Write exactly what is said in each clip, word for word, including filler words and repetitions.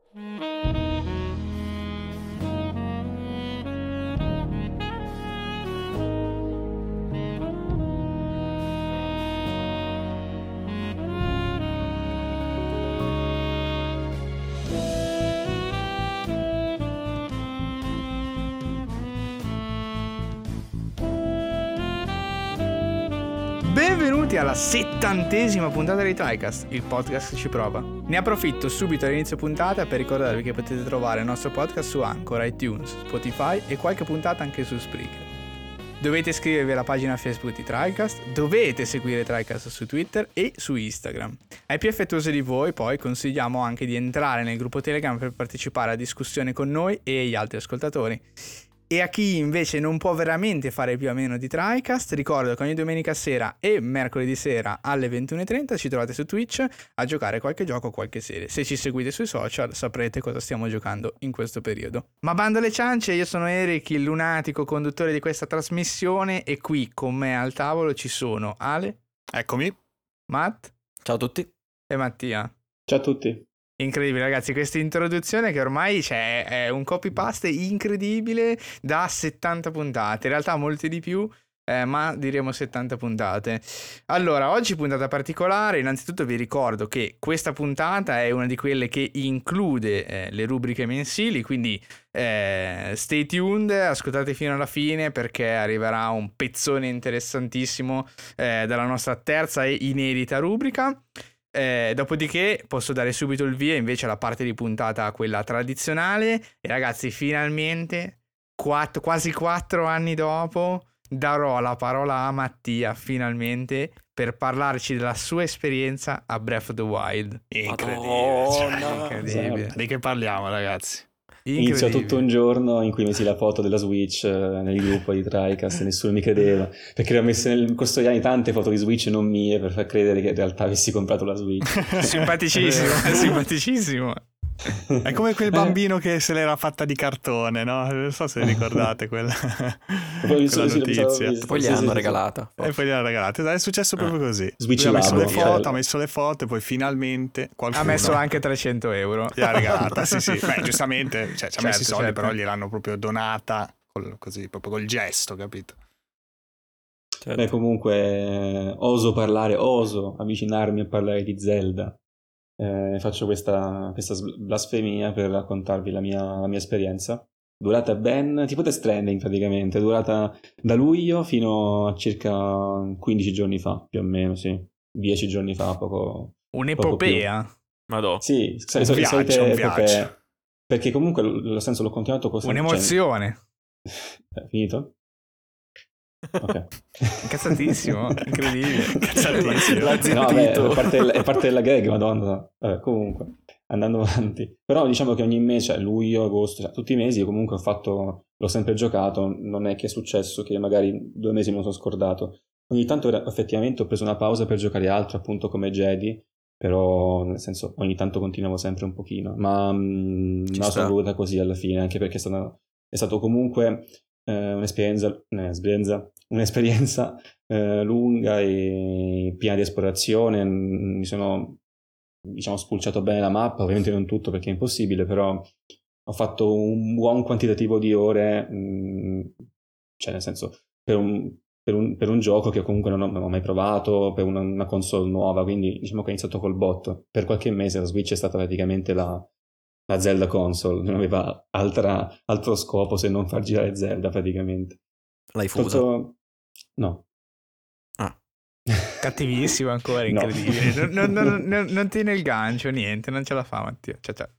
Benvenuti alla settantesima puntata di TriCast, il podcast che ci prova. Ne approfitto subito all'inizio puntata per ricordarvi che potete trovare il nostro podcast su Anchor, iTunes, Spotify e qualche puntata anche su Spreaker. Dovete iscrivervi alla pagina Facebook di TriCast, dovete seguire TriCast su Twitter e su Instagram. Ai più affettuosi di voi poi consigliamo anche di entrare nel gruppo Telegram per partecipare a discussioni con noi e gli altri ascoltatori. E a chi invece non può veramente fare più a meno di TriCast, ricordo che ogni domenica sera e mercoledì sera alle ventuno e trenta ci trovate su Twitch a giocare qualche gioco o qualche serie. Se ci seguite sui social saprete cosa stiamo giocando in questo periodo. Ma bando alle ciance, io sono Eric, il lunatico conduttore di questa trasmissione, e qui con me al tavolo ci sono Ale. Eccomi. Matt. Ciao a tutti. E Mattia. Ciao a tutti. Incredibile ragazzi, questa introduzione che ormai c'è, è un copy paste incredibile da settanta puntate, in realtà molte di più, eh, ma diremo settanta puntate. Allora, oggi puntata particolare. Innanzitutto vi ricordo che questa puntata è una di quelle che include eh, le rubriche mensili, quindi eh, stay tuned, ascoltate fino alla fine perché arriverà un pezzone interessantissimo eh, dalla nostra terza e inedita rubrica. Eh, dopodiché posso dare subito il via invece alla parte di puntata, quella tradizionale, e ragazzi finalmente quattro, quasi quattro anni dopo darò la parola a Mattia finalmente per parlarci della sua esperienza a Breath of the Wild. Incredibile, cioè, incredibile. Esatto. Di che parliamo ragazzi? Inizio tutto un giorno in cui mesi la foto della Switch eh, nel gruppo di TriCast e nessuno mi credeva, perché le ho messe nel corso degli anni tante foto di Switch non mie per far credere che in realtà avessi comprato la Switch. Simpaticissimo, simpaticissimo. È come quel bambino che se l'era fatta di cartone, no? Non so se ricordate quella, poi quella notizia. Visto, poi gli sì, hanno sì, regalata. Sì. E poi gli hanno regalata. È successo proprio ah. così. Switch ha messo Labo, le foto, yeah. ha messo le foto e poi finalmente qualcuno ha messo anche trecento euro. Gli ha regalata, sì sì. Beh, giustamente, cioè, ci ha certo, messo i soldi, certo. però gliel'hanno proprio donata col, così, proprio col gesto, capito? Certo. Beh, comunque oso parlare, oso avvicinarmi a parlare di Zelda. Eh, faccio questa, questa blasfemia per raccontarvi la mia, la mia esperienza, durata ben tipo Death Stranding praticamente, durata da luglio fino a circa quindici giorni fa, più o meno, sì, dieci giorni fa, poco. Un'epopea? Madò. Sì, un so, viaggio, solite un epopee, viaggio. perché comunque lo senso l'ho continuato così. Un'emozione. Cioè, è finito? Ok. Incazzatissimo, incredibile. Incazzatissimo. No, vabbè, è, parte, è parte della gag, madonna. Vabbè, comunque, andando avanti. Però diciamo che ogni mese, cioè luglio, agosto, cioè, tutti i mesi io comunque ho fatto, l'ho sempre giocato, non è che è successo che magari due mesi me lo sono scordato. Ogni tanto effettivamente ho preso una pausa per giocare altro, appunto come Jedi, però nel senso ogni tanto continuavo sempre un pochino, ma mh, me la sono voluta così alla fine, anche perché è stato, è stato comunque eh, un'esperienza, eh, sbrenza, un'esperienza eh, lunga e piena di esplorazione. Mi sono, diciamo, spulciato bene la mappa, ovviamente non tutto perché è impossibile, però ho fatto un buon quantitativo di ore, mh, cioè nel senso per un, per, un, per un gioco che comunque non ho, non ho mai provato, per una, una console nuova, quindi diciamo che ho iniziato col botto. Per qualche mese la Switch è stata praticamente la, la Zelda console, non aveva altra, altro scopo se non far girare Zelda praticamente. L'hai fusa? Tutto... No. Ah. Cattivissimo ancora, incredibile. No. non, non, non, non tiene il gancio, niente, non ce la fa Mattia. Ciao, ciao.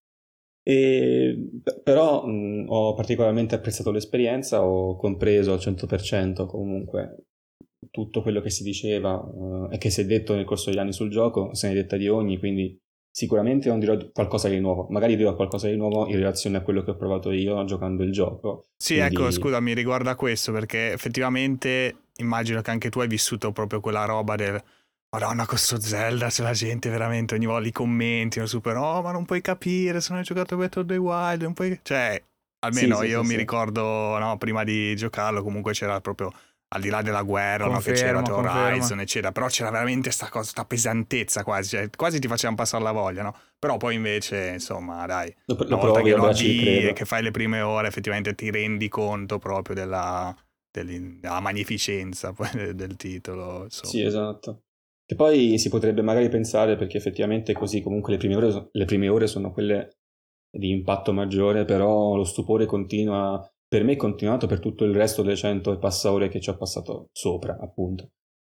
E, però mh, ho particolarmente apprezzato l'esperienza, ho compreso al cento per cento comunque tutto quello che si diceva uh, e che si è detto nel corso degli anni sul gioco, se ne è detta di ogni, quindi sicuramente non dirò qualcosa di nuovo, magari dirò qualcosa di nuovo in relazione a quello che ho provato io giocando il gioco. Sì, quindi... ecco, scusami, riguardo a questo, perché effettivamente immagino che anche tu hai vissuto proprio quella roba del Madonna, questo Zelda, c'è la gente veramente ogni volta i commenti, non super, oh ma non puoi capire, se non hai giocato Breath of the Wild, non puoi... Cioè, almeno sì, sì, io sì, mi sì. ricordo, no, prima di giocarlo comunque c'era proprio al di là della guerra, no, che c'era Confermo, Horizon, confermo. eccetera, però c'era veramente sta cosa, sta pesantezza quasi, cioè, quasi ti facevano passare la voglia, no? Però poi invece, insomma, dai, Lo, una lo volta provi, che lo allora ci avvii credo. e che fai le prime ore, effettivamente ti rendi conto proprio della, della magnificenza poi del, del titolo, insomma. Sì, esatto. Che poi si potrebbe magari pensare, perché effettivamente così comunque le prime ore, le prime ore sono quelle di impatto maggiore, però lo stupore continua, per me è continuato per tutto il resto delle cento e passa ore che ci ho passato sopra, appunto.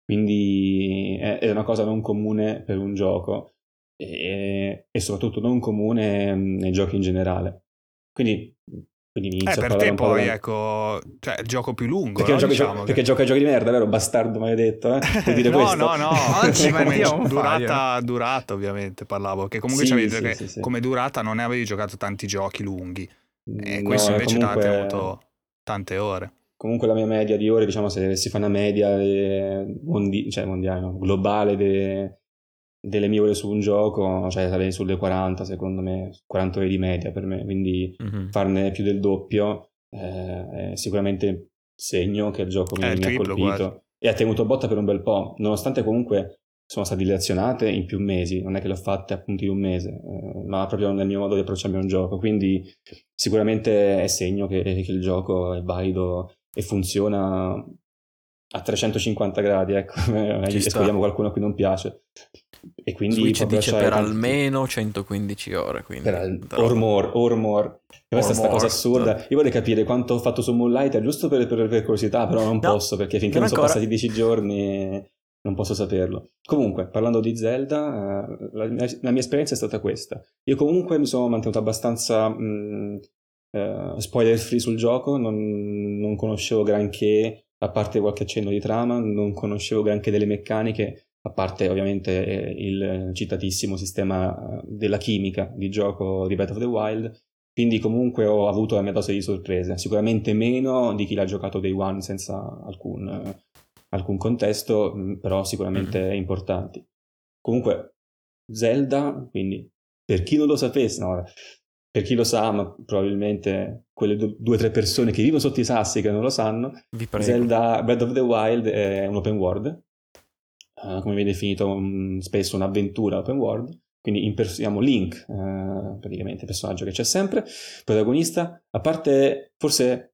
Quindi è, è una cosa non comune per un gioco e, e soprattutto non comune mh, nei giochi in generale. Quindi, quindi Eh, inizio a per parlare te un po' poi, della... ecco, cioè il gioco più lungo, Perché, no? giochi, Diciamo perché che... gioca ai giochi di merda, vero? Bastardo maledetto, eh? Vuoi dire no, questo? no, no, Oggi come Mattia on durata, durata ovviamente parlavo, che comunque Sì, c'avevi sì, gioca- sì, sì. come durata non ne avevi giocato tanti giochi lunghi, e questo No, è invece t'ha comunque, tenuto tante ore. comunque la mia media di ore, diciamo, se si fa una media eh, mondi- cioè mondiale, no, globale de- delle mie ore su un gioco, cioè sarei sulle quaranta, secondo me, quaranta ore di media per me, quindi Mhm. farne più del doppio eh, è sicuramente segno che il gioco È mi, il mi ha triplo quasi. colpito e ha tenuto botta per un bel po', nonostante comunque sono state dilazionate in più mesi, non è che l'ho fatte appunto in un mese, eh, ma proprio nel mio modo di approcciarmi a un gioco, quindi sicuramente è segno che, che il gioco è valido e funziona a trecentocinquanta gradi, ecco, Ci sta. escludiamo qualcuno a cui non piace. E quindi Switch può dice abbracciare per tanti tipi. almeno centoquindici ore, quindi Per al- tanta roba. or more, or more. Questa è sta Or cosa more. assurda. Io vorrei capire quanto ho fatto su Moonlighter, giusto per, per, per curiosità, però non No, posso, perché finché non non sono ancora. passati dieci giorni non posso saperlo. Comunque, parlando di Zelda, eh, la, mia, la mia esperienza è stata questa. Io comunque mi sono mantenuto abbastanza mh, eh, spoiler free sul gioco, non, non conoscevo granché, a parte qualche accenno di trama, non conoscevo granché delle meccaniche, a parte ovviamente eh, il citatissimo sistema della chimica di gioco di Breath of the Wild, quindi comunque ho avuto la mia dose di sorprese, sicuramente meno di chi l'ha giocato Day One senza alcun, eh, alcun contesto, mh, però sicuramente Mm. importanti. Comunque Zelda, quindi per chi non lo sapesse, no, per chi lo sa, ma probabilmente quelle due o tre persone che vivono sotto i sassi che non lo sanno, Vi prego. Zelda Breath of the Wild è un open world, uh, come viene definito um, spesso un'avventura open world, quindi impersiamo Link, uh, praticamente il personaggio che c'è sempre, protagonista, a parte forse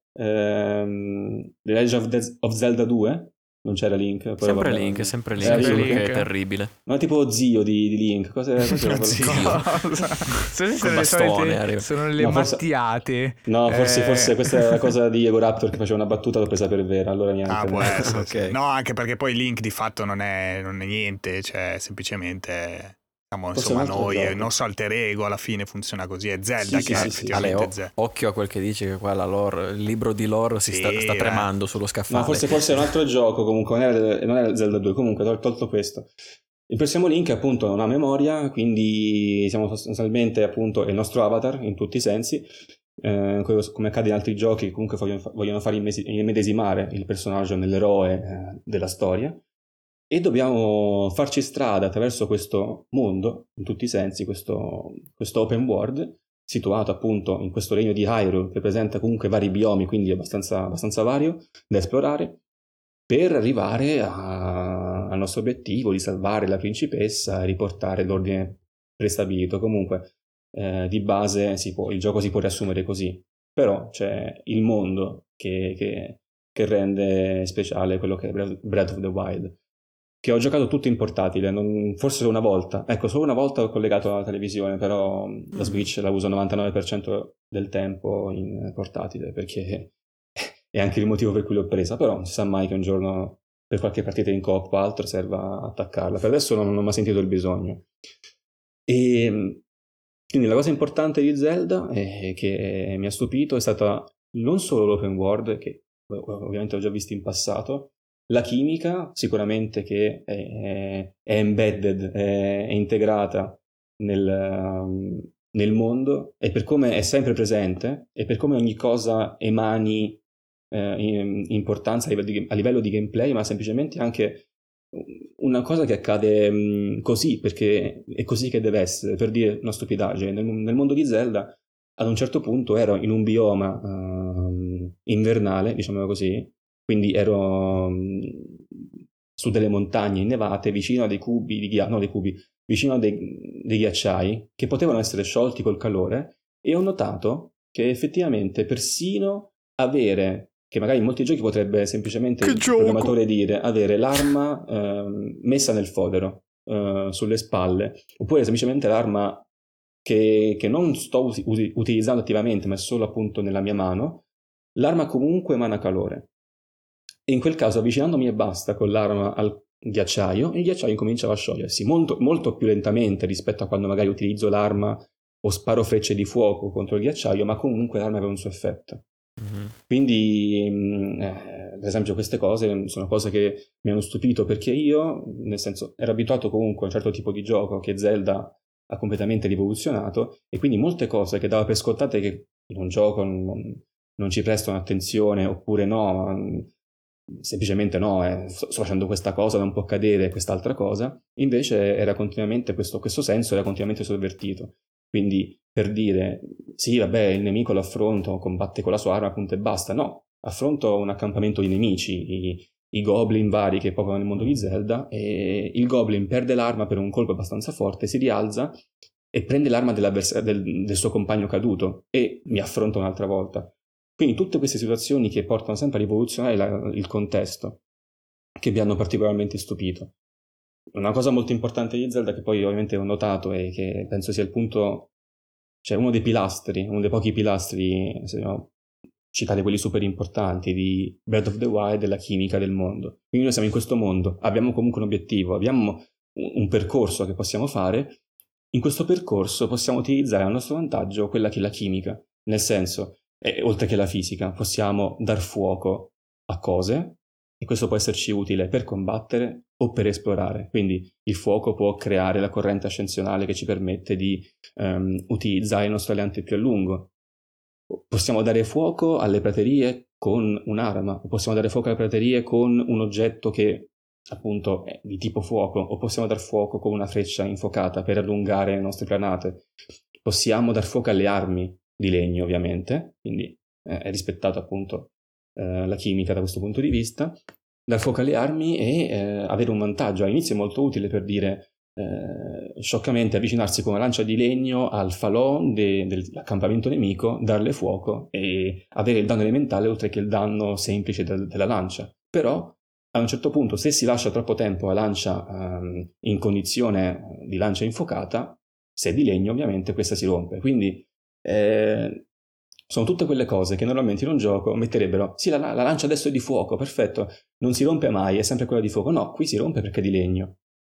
um, The Legend of, De- of Zelda due, non c'era Link. Però Sempre vabbè, Link, sempre Link, era Sempre solo Link. che è terribile. Ma è tipo zio di, di Link, cos'è, cos'era quello? Zio. Cosa? Sono, Col sono le bastone, solite, arriva. sono le No, forse- mattiate. No, forse, Eh, forse questa è la cosa di Ego Raptor che faceva una battuta, l'ho presa per vera, allora niente. Ah, può no. essere, Ok. sì. No, anche perché poi Link di fatto non è, non è niente, cioè semplicemente siamo Forse è un insomma altro noi, gioco. il nostro alter ego alla fine funziona così, è Zelda Sì, che sì, è sì, sì, effettivamente Ale, o- Zelda. occhio a quel che dice che qua la lore, il libro di lore si Sì, sta, sta eh. tremando sullo scaffale. No, forse, forse è un altro gioco, comunque non era, non era Zelda due, comunque ho tolto questo. Il prossimo Link appunto non ha memoria, quindi siamo sostanzialmente appunto il nostro avatar in tutti i sensi, eh, come accade in altri giochi che comunque vogliono, vogliono far immedesimare il personaggio nell'eroe eh, della storia. E dobbiamo farci strada attraverso questo mondo, in tutti i sensi, questo, questo open world, situato appunto in questo regno di Hyrule, che presenta comunque vari biomi, quindi abbastanza, abbastanza vario da esplorare, per arrivare a, al nostro obiettivo di salvare la principessa e riportare l'ordine prestabilito. Comunque, eh, di base si può, il gioco si può riassumere così, però c'è il mondo che, che, che rende speciale quello che è Breath of the Wild, che ho giocato tutto in portatile, non, forse solo una volta. Ecco, solo una volta ho collegato alla televisione, però la Mm. Switch la uso il novantanove per cento del tempo in portatile, perché è anche il motivo per cui l'ho presa, però non si sa mai che un giorno per qualche partita in coop o altro serva attaccarla. Per adesso non, non ho mai sentito il bisogno. E quindi la cosa importante di Zelda e che mi ha stupito è stata non solo l'open world, che ovviamente ho già visto in passato, la chimica sicuramente che è, è embedded, è, è integrata nel, nel mondo, e per come è sempre presente e per come ogni cosa emani eh, importanza a livello, di, a livello di gameplay, ma semplicemente anche una cosa che accade mh, così, perché è così che deve essere. Per dire una stupidaggine, nel, nel mondo di Zelda ad un certo punto ero in un bioma uh, invernale, diciamo così, quindi ero mh, su delle montagne innevate vicino a dei cubi di ghiaccio, no dei cubi, vicino a dei, dei ghiacciai che potevano essere sciolti col calore, e ho notato che effettivamente persino avere, che magari in molti giochi potrebbe semplicemente Che il gioco! programmatore dire, avere l'arma ehm, messa nel fodero, eh, sulle spalle, oppure semplicemente l'arma che, che non sto usi- usi- utilizzando attivamente, ma è solo appunto nella mia mano, l'arma comunque emana calore. E in quel caso, avvicinandomi e basta con l'arma al ghiacciaio, il ghiacciaio cominciava a sciogliersi molto, molto più lentamente rispetto a quando magari utilizzo l'arma o sparo frecce di fuoco contro il ghiacciaio, ma comunque l'arma aveva un suo effetto. Mhm. Quindi, mh, eh, ad esempio, queste cose sono cose che mi hanno stupito, perché io, nel senso, ero abituato comunque a un certo tipo di gioco che Zelda ha completamente rivoluzionato, e quindi molte cose che davo per scontate che in un gioco non, non ci prestano attenzione, oppure no, mh, semplicemente no, eh, sto, sto facendo questa cosa, non può accadere quest'altra cosa, invece era continuamente questo, questo senso era continuamente sovvertito. Quindi, per dire, sì, vabbè, il nemico lo affronto, combatte con la sua arma, appunto, e basta. No, affronto un accampamento di nemici, i, i goblin vari che popolano il mondo di Zelda, e il goblin perde l'arma per un colpo abbastanza forte, si rialza e prende l'arma del, del suo compagno caduto e mi affronta un'altra volta. Quindi tutte queste situazioni che portano sempre a rivoluzionare la, il contesto, che mi hanno particolarmente stupito. Una cosa molto importante di Zelda, che poi ovviamente ho notato e che penso sia il punto, cioè uno dei pilastri, uno dei pochi pilastri, se no, citate quelli super importanti di Breath of the Wild, è la chimica del mondo. Quindi noi siamo in questo mondo, abbiamo comunque un obiettivo, abbiamo un, un percorso che possiamo fare. In questo percorso possiamo utilizzare a nostro vantaggio quella che è la chimica, nel senso, eh, oltre che la fisica, possiamo dar fuoco a cose, e questo può esserci utile per combattere o per esplorare. Quindi il fuoco può creare la corrente ascensionale che ci permette di um, utilizzare il nostro aliante più a lungo. Possiamo dare fuoco alle praterie con un'arma, o possiamo dare fuoco alle praterie con un oggetto che appunto è di tipo fuoco, o possiamo dar fuoco con una freccia infuocata per allungare le nostre granate. Possiamo dar fuoco alle armi di legno, ovviamente, quindi eh, è rispettata appunto eh, la chimica da questo punto di vista. Dar fuoco alle armi e eh, avere un vantaggio. All'inizio è molto utile per dire eh, scioccamente avvicinarsi con una lancia di legno al falò de- dell'accampamento nemico, darle fuoco e avere il danno elementale oltre che il danno semplice de- della lancia. Però a un certo punto, se si lascia troppo tempo la lancia um, in condizione di lancia infuocata, se è di legno ovviamente questa si rompe. Quindi eh, sono tutte quelle cose che normalmente in un gioco metterebbero, sì, la, la lancia adesso è di fuoco, perfetto, non si rompe mai, è sempre quella di fuoco. No, qui si rompe perché è di legno.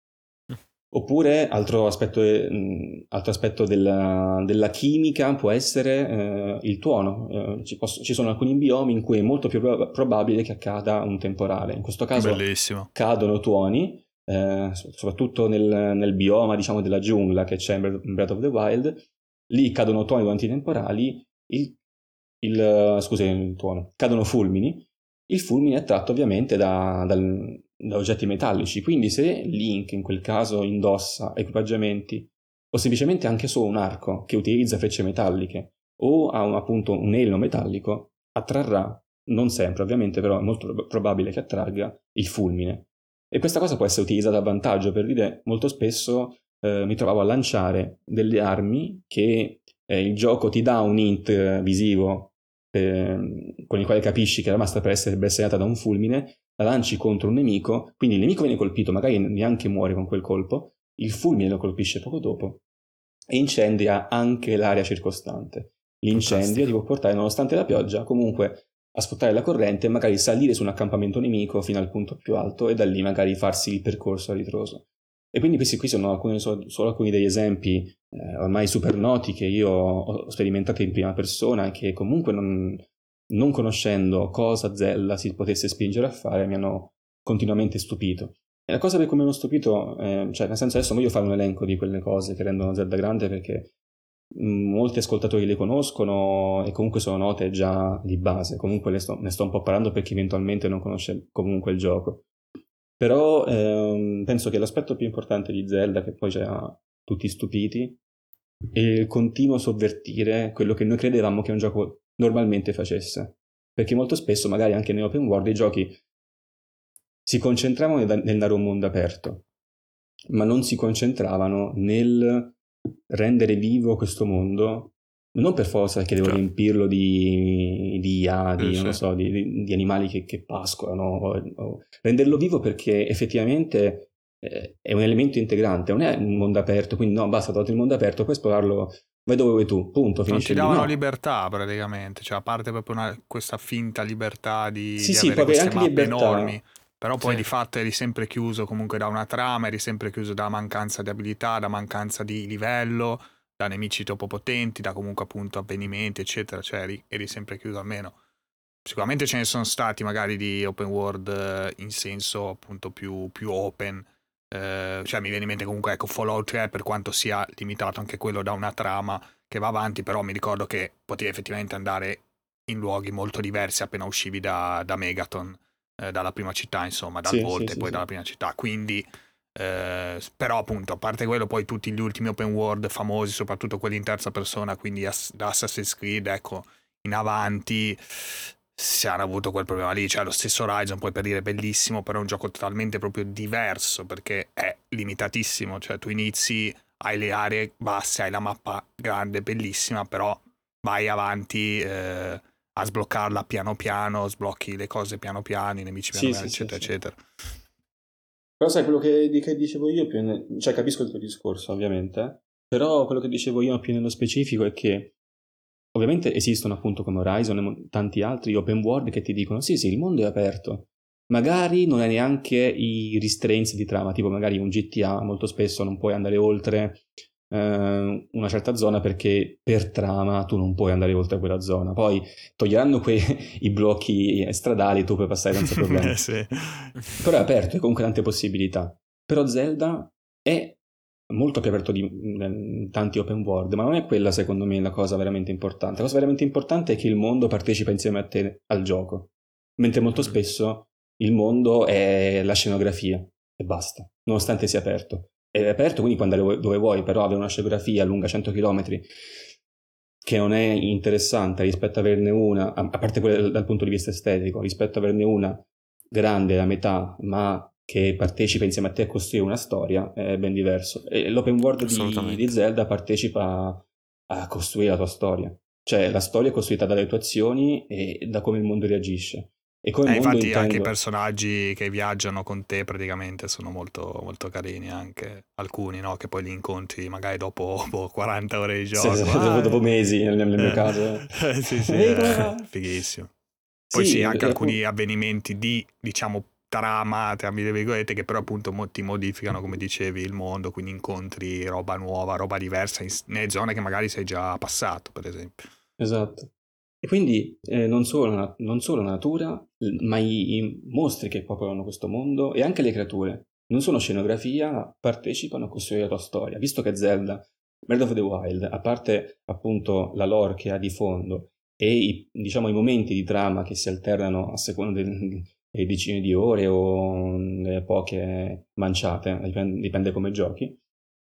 Oppure, altro aspetto, mh, altro aspetto della, della chimica può essere eh, il tuono. Eh, ci, posso, ci sono alcuni biomi in cui è molto più prob- probabile che accada un temporale. In questo caso Bellissimo. cadono tuoni, eh, soprattutto nel, nel bioma, diciamo, della giungla che c'è in Breath of the Wild. Lì cadono tuoni durante i temporali, il, il, scusa, il tuono, cadono fulmini. Il fulmine è attratto ovviamente da, dal, da oggetti metallici, quindi se Link in quel caso indossa equipaggiamenti o semplicemente anche solo un arco che utilizza frecce metalliche o ha un, appunto un elmo metallico, attrarrà, non sempre ovviamente, però è molto probabile che attragga il fulmine. E questa cosa può essere utilizzata a vantaggio, per dire, molto spesso eh, mi trovavo a lanciare delle armi che eh, il gioco ti dà un hint eh, visivo eh, con il quale capisci che la massa per essere bersagliata da un fulmine, la lanci contro un nemico, quindi il nemico viene colpito, magari neanche muore con quel colpo, il fulmine lo colpisce poco dopo e incendia anche l'area circostante. L'incendio Fantastico. ti può portare, nonostante la pioggia, comunque a sfruttare la corrente e magari salire su un accampamento nemico fino al punto più alto e da lì magari farsi il percorso a ritroso. E quindi questi qui sono alcuni, solo alcuni degli esempi eh, ormai super noti che io ho sperimentato in prima persona e che comunque non, non conoscendo cosa Zelda si potesse spingere a fare mi hanno continuamente stupito. E la cosa per cui mi hanno stupito, eh, cioè nel senso adesso voglio fare un elenco di quelle cose che rendono Zelda grande perché mh, molti ascoltatori le conoscono e comunque sono note già di base, comunque ne sto, ne sto un po' parlando per chi eventualmente non conosce comunque il gioco. Però ehm, penso che l'aspetto più importante di Zelda, che poi ci ha tutti stupiti, è il continuo sovvertire quello che noi credevamo che un gioco normalmente facesse. perché molto spesso magari anche nei open world i giochi si concentravano nel, nel dare un mondo aperto, ma non si concentravano nel rendere vivo questo mondo, non per forza che devo Certo. riempirlo di, di I A, di, Sì, non sì. so, di, di- di animali che, che pascolano, o- o- renderlo vivo perché effettivamente eh, è un elemento integrante, non è un mondo aperto, quindi no, basta, tolti il mondo aperto, puoi esplorarlo, vai dove vuoi tu, punto, Non finisce ti lì. davano No. libertà praticamente, cioè a parte proprio una- questa finta libertà di, Sì, di sì, avere puoi avere queste anche mappe libertà. enormi, però poi Sì. di fatto eri sempre chiuso comunque da una trama, eri sempre chiuso da mancanza di abilità, da mancanza di livello, da nemici troppo potenti, da comunque appunto avvenimenti eccetera, cioè eri, eri sempre chiuso almeno. Sicuramente ce ne sono stati magari di open world eh, in senso appunto più, più open, eh, cioè mi viene in mente comunque ecco Fallout tre, per quanto sia limitato anche quello da una trama che va avanti, però mi ricordo che potevi effettivamente andare in luoghi molto diversi appena uscivi da, da Megaton, eh, dalla prima città, insomma, dal Sì, sì, Vault e sì, poi sì. dalla prima città, quindi eh, però appunto a parte quello poi tutti gli ultimi open world famosi, soprattutto quelli in terza persona, quindi Ass- da Assassin's Creed, ecco, in avanti si hanno avuto quel problema lì, cioè lo stesso Horizon poi per dire bellissimo, però è un gioco totalmente proprio diverso perché è limitatissimo, cioè tu inizi, hai le aree basse, hai la mappa grande, bellissima, però vai avanti eh, a sbloccarla piano piano, sblocchi le cose piano piano, i nemici piano Sì, piano, sì, sì, eccetera, sì. eccetera. Però sai, quello che, di- che dicevo io, più ne- cioè capisco il tuo discorso ovviamente, eh, però quello che dicevo io più nello specifico è che ovviamente esistono appunto come Horizon e mo- tanti altri open world che ti dicono sì sì il mondo è aperto, magari non hai neanche i restraints di trama, tipo magari un G T A molto spesso non puoi andare oltre eh, una certa zona perché per trama tu non puoi andare oltre quella zona, poi toglieranno quei, i blocchi stradali e tu puoi passare senza problemi. Eh, sì. Però è aperto e comunque tante possibilità. Però Zelda è molto più aperto di mm, tanti open world, ma non è quella secondo me la cosa veramente importante. La cosa veramente importante è che il mondo partecipa insieme a te al gioco, mentre molto Mm. spesso il mondo è la scenografia e basta, nonostante sia aperto. È aperto, quindi puoi andare dove vuoi, però avere una scenografia lunga cento chilometri che non è interessante rispetto a averne una, a a parte quella dal punto di vista estetico, rispetto a averne una grande a metà, ma che partecipa insieme a te a costruire una storia, è ben diverso. E l'open world di, Assolutamente. di Zelda partecipa a costruire la tua storia. Cioè, la storia è costruita dalle tue azioni e da come il mondo reagisce. E come Eh, mondo infatti anche i intendo... personaggi che viaggiano con te praticamente sono molto, molto carini, anche alcuni, no? Che poi li incontri magari dopo boh, quaranta ore di Se, gioco. se- dopo, Ah, dopo mesi, nel, nel mio eh, caso. eh, sì, sì, Ehi, come è va? fighissimo. Poi Sì, sì, e- anche e alcuni appunto- avvenimenti di, diciamo, trama, tra mille virgolette, che però appunto mo- ti modificano, come dicevi, il mondo, quindi incontri roba nuova, roba diversa, in, nelle zone che magari sei già passato, per esempio. Esatto. E quindi eh, non solo la, non solo la natura, l- ma i, i mostri che popolano questo mondo e anche le creature non sono scenografia, partecipano a costruire la tua storia. Visto che Zelda, Breath of the Wild, a parte appunto la lore che ha di fondo e i, diciamo, i momenti di trama che si alternano a seconda del- delle decine di ore o delle poche manciate, dipende, dipende come giochi,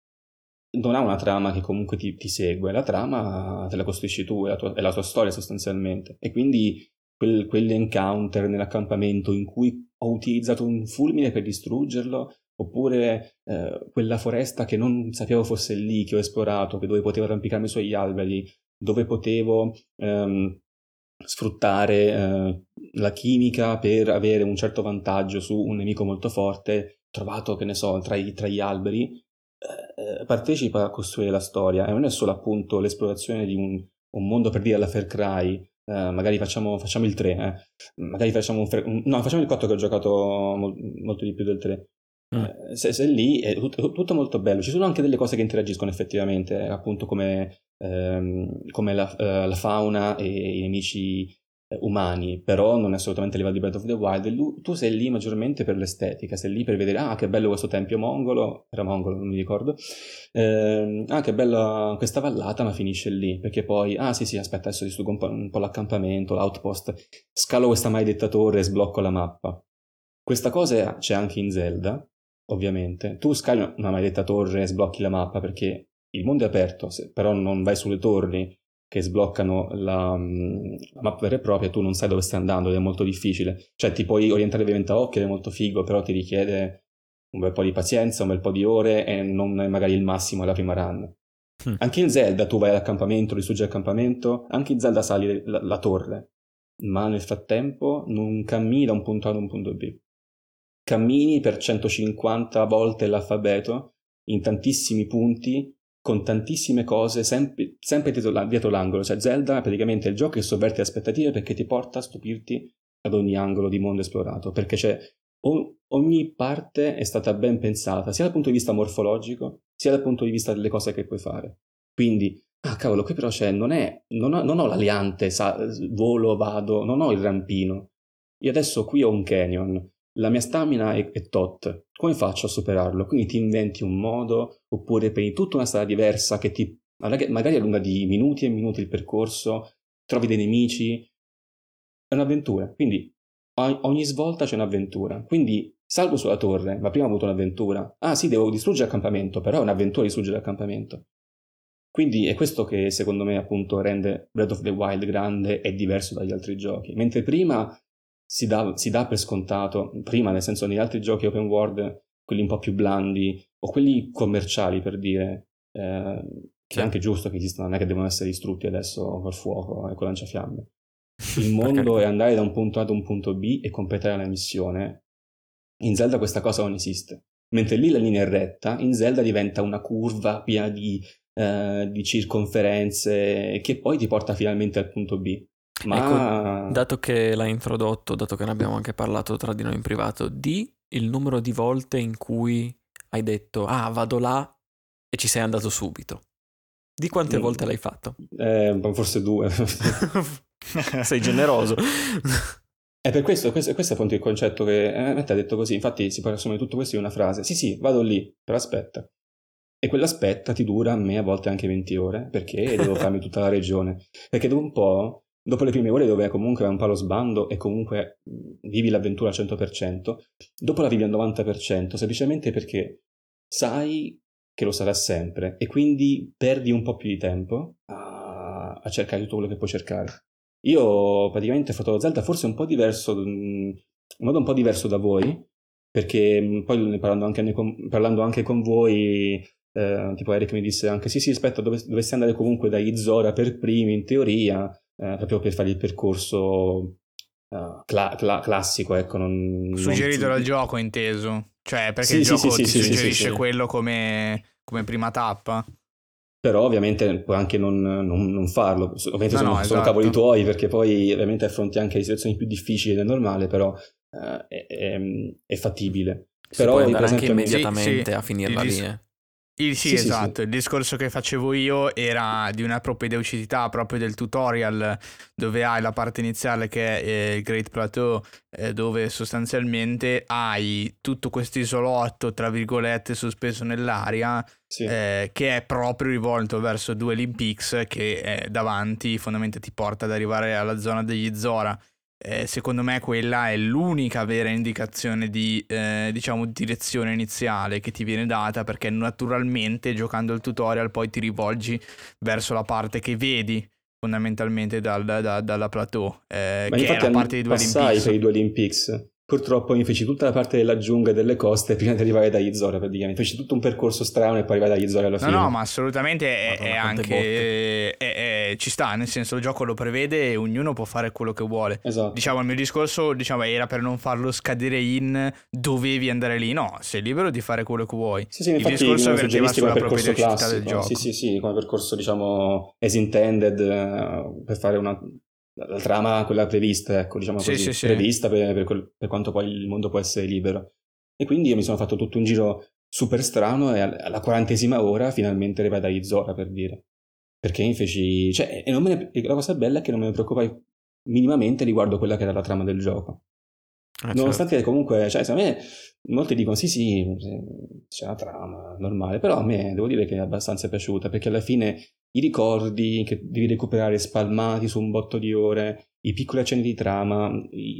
non ha una trama che comunque ti, ti segue, la trama te la costruisci tu, è la tua, è la tua storia sostanzialmente. E quindi quel, quell'encounter nell'accampamento in cui ho utilizzato un fulmine per distruggerlo, oppure eh, quella foresta che non sapevo fosse lì, che ho esplorato, che dove potevo arrampicarmi sugli alberi, dove potevo ehm, sfruttare eh, la chimica per avere un certo vantaggio su un nemico molto forte, trovato, che ne so, tra, i, tra gli alberi, eh, partecipa a costruire la storia e non è solo appunto l'esplorazione di un, un mondo, per dire alla Far Cry, eh, magari facciamo, facciamo il tre, eh. magari facciamo un, Far- un- no, facciamo il quattro che ho giocato mol- molto di più del tre. Mm. Eh, se, se lì è tutto, tutto molto bello, ci sono anche delle cose che interagiscono effettivamente, eh, appunto come, ehm, come la, eh, la fauna e i nemici eh, umani, però non è assolutamente a livello di Breath of the Wild. E lu- tu sei lì maggiormente per l'estetica, sei lì per vedere, ah che bello questo tempio mongolo, era mongolo, non mi ricordo, Ehm, ah che bella questa vallata, ma finisce lì, perché poi, ah sì sì, aspetta, adesso distruggo un po', un po' l'accampamento, l'outpost, scalo questa maledetta torre e sblocco la mappa. Questa cosa c'è anche in Zelda, ovviamente. Tu scali una maledetta torre e sblocchi la mappa perché il mondo è aperto, se però non vai sulle torri che sbloccano la, la mappa vera e propria, tu non sai dove stai andando ed è molto difficile. Cioè ti puoi orientare ovviamente a occhio, è molto figo, però ti richiede un bel po' di pazienza, un bel po' di ore e non è magari il massimo alla prima run. Mm. Anche in Zelda tu vai all'accampamento, distruggi l'accampamento, anche in Zelda sali la, la torre, ma nel frattempo non cammini da un punto A ad un punto B. Cammini per centocinquanta volte l'alfabeto in tantissimi punti, con tantissime cose, sempre, sempre dietro, dietro l'angolo. Cioè Zelda praticamente è il gioco che sovverte le aspettative perché ti porta a stupirti ad ogni angolo di mondo esplorato, perché c'è o, ogni parte è stata ben pensata, sia dal punto di vista morfologico, sia dal punto di vista delle cose che puoi fare. Quindi, ah cavolo, qui però c'è, non è, non ho, non ho l'aliante, sa, volo, vado, non ho il rampino. Io adesso qui ho un canyon, la mia stamina è, è tot, come faccio a superarlo? Quindi ti inventi un modo, oppure prendi tutta una strada diversa che ti magari allunga di minuti e minuti il percorso, trovi dei nemici, è un'avventura. Quindi ogni svolta c'è un'avventura. Quindi salgo sulla torre, ma prima ho avuto un'avventura. Ah sì, devo distruggere l'accampamento, però è un'avventura distruggere l'accampamento. Quindi è questo che secondo me appunto rende Breath of the Wild grande e diverso dagli altri giochi. Mentre prima si dà, si dà per scontato, prima nel senso negli altri giochi open world, quelli un po' più blandi, o quelli commerciali per dire, eh, che sì. È anche giusto che esistano, non è che devono essere distrutti adesso col fuoco e con lanciafiamme. Il mondo è andare da un punto A ad un punto B e completare la missione. In Zelda questa cosa non esiste. Mentre lì la linea è retta, in Zelda diventa una curva piena di, eh, di circonferenze che poi ti porta finalmente al punto B. Ma ecco, dato che l'hai introdotto, dato che ne abbiamo anche parlato tra di noi in privato, di il numero di volte in cui hai detto ah vado là e ci sei andato subito. Di quante mm. volte l'hai fatto? Eh, forse due. Sei generoso. È per questo, questo, questo è appunto il concetto che eh, a te ha detto così. Infatti si può assumere tutto questo in una frase. Sì, sì, vado lì, però aspetta. E quell'aspetta ti dura a me a volte anche venti ore, perché devo farmi tutta la regione. Perché dopo un po', dopo le prime ore dove comunque è un po' lo sbando e comunque vivi l'avventura al cento per cento, dopo la vivi al novanta per cento, semplicemente perché sai che lo sarà sempre e quindi perdi un po' più di tempo a, a cercare tutto quello che puoi cercare. Io praticamente ho fatto lo Zelda forse un po' diverso, in modo un po' diverso da voi, perché poi parlando anche, parlando anche con voi, eh, tipo Eric mi disse anche sì sì aspetta dove, dovresti andare comunque dagli Zora per primi in teoria, eh, proprio per fare il percorso uh, cla- cla- classico, ecco. Non, Suggerito non... dal gioco inteso, cioè perché sì, il sì, gioco sì, ti sì, suggerisce sì, sì, sì. quello come, come prima tappa. Però ovviamente puoi anche non, non, non farlo, ovviamente no, sono, no, sono esatto. cavoli tuoi, perché poi ovviamente affronti anche le situazioni più difficili del normale, però uh, è, è, è fattibile. Si però può andare per esempio, anche immediatamente sì, sì, a finirla dis- lì eh. Il, sì, sì, esatto, sì, sì. Il discorso che facevo io era di una propedeucità proprio del tutorial, dove hai la parte iniziale che è eh, il Great Plateau, eh, dove sostanzialmente hai tutto questo isolotto, tra virgolette, sospeso nell'aria, Sì. eh, che è proprio rivolto verso Dwelling Peaks, che è davanti, fondamentalmente ti porta ad arrivare alla zona degli Zora. Eh, secondo me quella è l'unica vera indicazione di eh, diciamo direzione iniziale che ti viene data, perché naturalmente giocando il tutorial poi ti rivolgi verso la parte che vedi fondamentalmente dal, da, dalla plateau, eh, Ma che infatti è la parte di Dwelling passai Peaks. per i Dwelling Peaks. Purtroppo mi feci tutta la parte della giungla e delle coste prima di arrivare dagli Zora, praticamente. Feci tutto un percorso strano e poi arrivai dagli Zora alla No, fine. no, ma assolutamente è, Madonna, è anche è, è, ci sta, nel senso il gioco lo prevede e ognuno può fare quello che vuole. Esatto. Diciamo il mio discorso diciamo, era per non farlo scadere in dovevi andare lì, no, sei libero di fare quello che vuoi. Sì, sì, il infatti discorso mi verteva suggeristi sulla come percorso propedeucità del classico. gioco. Sì, sì, sì, come percorso diciamo as intended, uh, per fare una la trama quella prevista, ecco, diciamo Sì, così, sì, sì. prevista per, per, quel, per quanto poi il mondo può essere libero. E quindi io mi sono fatto tutto un giro super strano e alla quarantesima ora finalmente arrivai dagli Zora, per dire. Perché mi feci... Cioè, e non me ne, la cosa bella è che non me ne preoccupai minimamente riguardo quella che era la trama del gioco. Ah, Nonostante certo. comunque, cioè, secondo me molti dicono sì sì, c'è una trama normale, però a me devo dire che è abbastanza piaciuta, perché alla fine i ricordi che devi recuperare spalmati su un botto di ore, i piccoli accenni di trama,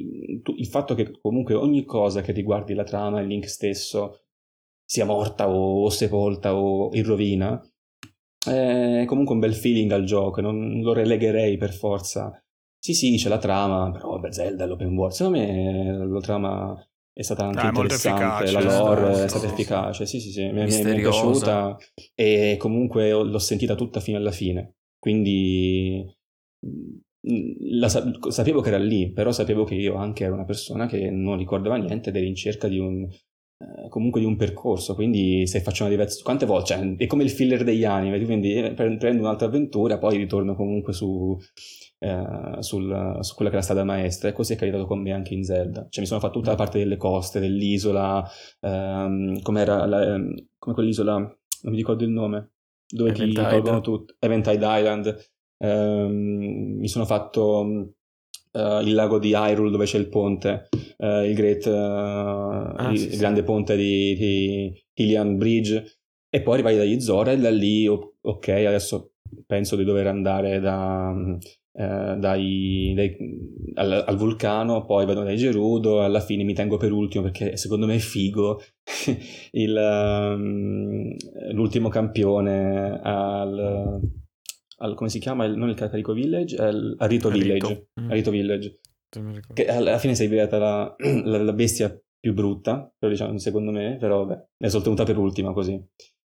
il fatto che comunque ogni cosa che riguardi la trama, il Link stesso, sia morta o, o sepolta o in rovina, è comunque un bel feeling al gioco, non lo relegherei per forza. Sì, sì, c'è la trama, però vabbè, Zelda è l'open world. Secondo me la trama è stata anche Ah, è molto interessante, efficace, la eh, lore sì, è stata sì, efficace, sì, sì, sì, mi, mi- mi è Misteriosa. piaciuta e comunque l'ho sentita tutta fino alla fine. Quindi mh, la sa- sapevo che era lì, però sapevo che io anche ero una persona che non ricordava niente ed era in cerca di un eh, comunque di un percorso, quindi se faccio una diversa quante volte, cioè, è come il filler degli anime, quindi eh, pre- prendo un'altra avventura, poi ritorno comunque su, eh, sul- su quella che era stata maestra, e così è capitato con me anche in Zelda, cioè mi sono fatto tutta la parte delle coste, dell'isola, ehm, com'era la, ehm, come quell'isola, non mi ricordo il nome, dove ti Eventide. tolgono tutto, Eventide Island. Ehm, mi sono fatto eh, il lago di Hyrule dove c'è il ponte, eh, il, great, eh, Ah, il, sì, il sì. grande ponte di, di Hylian Bridge, e poi arrivai dagli Zora e da lì o- ok, adesso penso di dover andare da, eh, dai, dai- al, al vulcano, poi vado dai Gerudo, alla fine mi tengo per ultimo perché secondo me è figo il, um, l'ultimo campione al, al come si chiama, il, non il Kakariko Village, è il, a Rito Village, Mm. a Rito Village, Non mi ricordo. che alla fine sei diventata la, la, la bestia più brutta, però diciamo secondo me, però vabbè, ne sono tenuta per ultima così.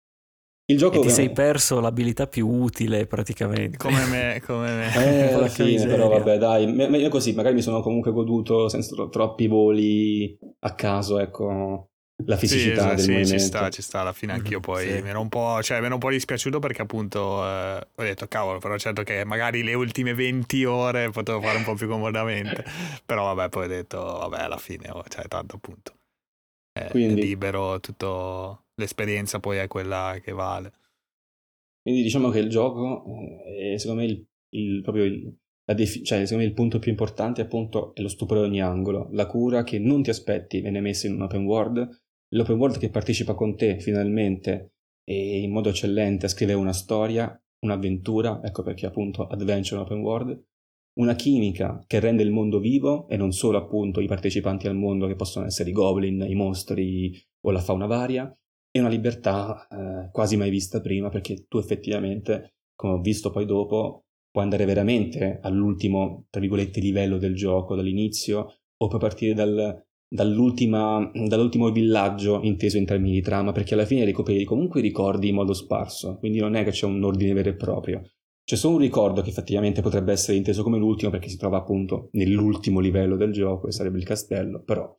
Il E gioco ti sei perso l'abilità più utile praticamente. Come me, come me. eh, alla Porca fine, però miseria. vabbè, dai, me- meglio così, magari mi sono comunque goduto senza tro- troppi voli a caso, ecco, la Sì, fisicità es- del sì, ci movimento. sta, ci sta. Alla fine anch'io Mhm, poi sì. mi ero un po', cioè, mi ero un po' dispiaciuto perché appunto eh, ho detto cavolo, però certo che magari le ultime venti ore potevo fare un po' più comodamente. Però vabbè, poi ho detto vabbè, alla fine, oh, cioè tanto appunto è, è Quindi, libero, tutto l'esperienza poi è quella che vale. quindi diciamo che il gioco eh, è secondo me il, il- proprio il, la defi- cioè, secondo me il punto più importante appunto è lo stupore ad ogni angolo, la cura che non ti aspetti viene messa in un open world, l'open world che partecipa con te finalmente e in modo eccellente a scrivere una storia, un'avventura, ecco perché appunto Adventure Open World, una chimica che rende il mondo vivo e non solo appunto i partecipanti al mondo che possono essere i goblin, i mostri o la fauna varia, e una libertà eh, quasi mai vista prima, perché tu effettivamente, come ho visto poi dopo, puoi andare veramente all'ultimo, tra virgolette, livello del gioco dall'inizio, o puoi partire dal, dall'ultima, dall'ultimo villaggio inteso in termini di trama, perché alla fine recuperi comunque i ricordi in modo sparso, quindi non è che c'è un ordine vero e proprio. C'è solo un ricordo che effettivamente potrebbe essere inteso come l'ultimo perché si trova appunto nell'ultimo livello del gioco, che sarebbe il castello, però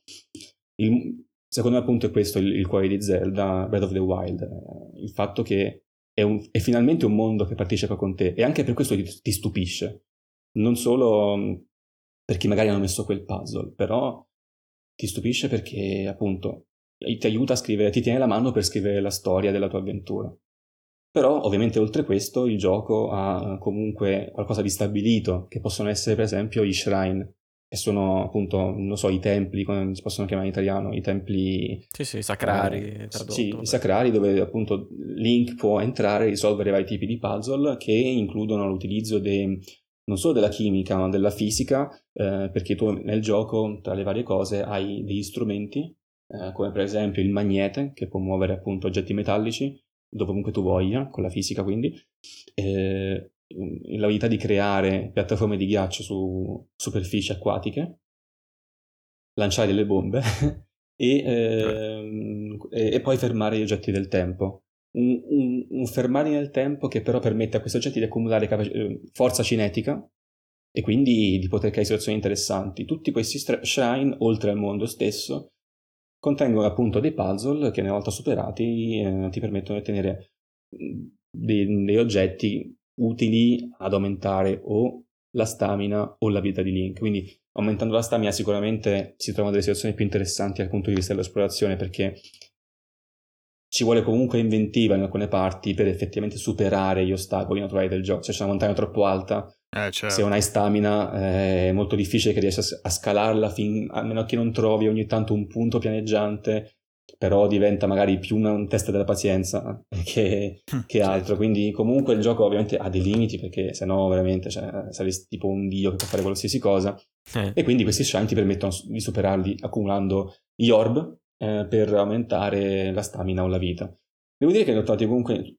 il, secondo me appunto è questo il, il cuore di Zelda, Breath of the Wild, eh, il fatto che è, un, è finalmente un mondo che partecipa con te e anche per questo ti, ti stupisce, non solo mh, perché magari hanno messo quel puzzle, però ti stupisce perché appunto ti aiuta a scrivere, ti tiene la mano per scrivere la storia della tua avventura. Però ovviamente oltre questo il gioco ha comunque qualcosa di stabilito, che possono essere per esempio i shrine, che sono appunto, non so, i templi, come si possono chiamare in italiano, i templi Sì, sì, sacrari, eh, tradotto. sì, vabbè. i sacrari, dove appunto Link può entrare e risolvere vari tipi di puzzle che includono l'utilizzo de, non solo della chimica ma della fisica, eh, perché tu nel gioco tra le varie cose hai degli strumenti, eh, come per esempio il magnete che può muovere appunto oggetti metallici dovunque tu voglia, con la fisica quindi, eh, l'abilità di creare piattaforme di ghiaccio su superfici acquatiche, lanciare delle bombe e, ehm, e, e poi fermare gli oggetti del tempo. Un, un, un fermare nel tempo che però permette a questi oggetti di accumulare capac- eh, forza cinetica e quindi di poter creare situazioni interessanti. Tutti questi stra- shrine, oltre al mondo stesso, contengono appunto dei puzzle che una volta superati eh, ti permettono di ottenere dei, dei oggetti utili ad aumentare o la stamina o la vita di Link. Quindi aumentando la stamina sicuramente si trovano delle situazioni più interessanti dal punto di vista dell'esplorazione, perché ci vuole comunque inventiva in alcune parti per effettivamente superare gli ostacoli naturali del gioco. Se c'è una montagna troppo alta, Eh, certo. se non hai stamina eh, è molto difficile che riesci a, a scalarla, fin, a meno che non trovi ogni tanto un punto pianeggiante, però diventa magari più una, un test della pazienza che, che altro. Sì, sì. Quindi comunque il gioco ovviamente ha dei limiti, perché sennò veramente cioè, saresti tipo un dio che può fare qualsiasi cosa. Eh. E quindi questi shrine ti permettono di superarli accumulando gli orb eh, per aumentare la stamina o la vita. Devo dire che ne ho trovati comunque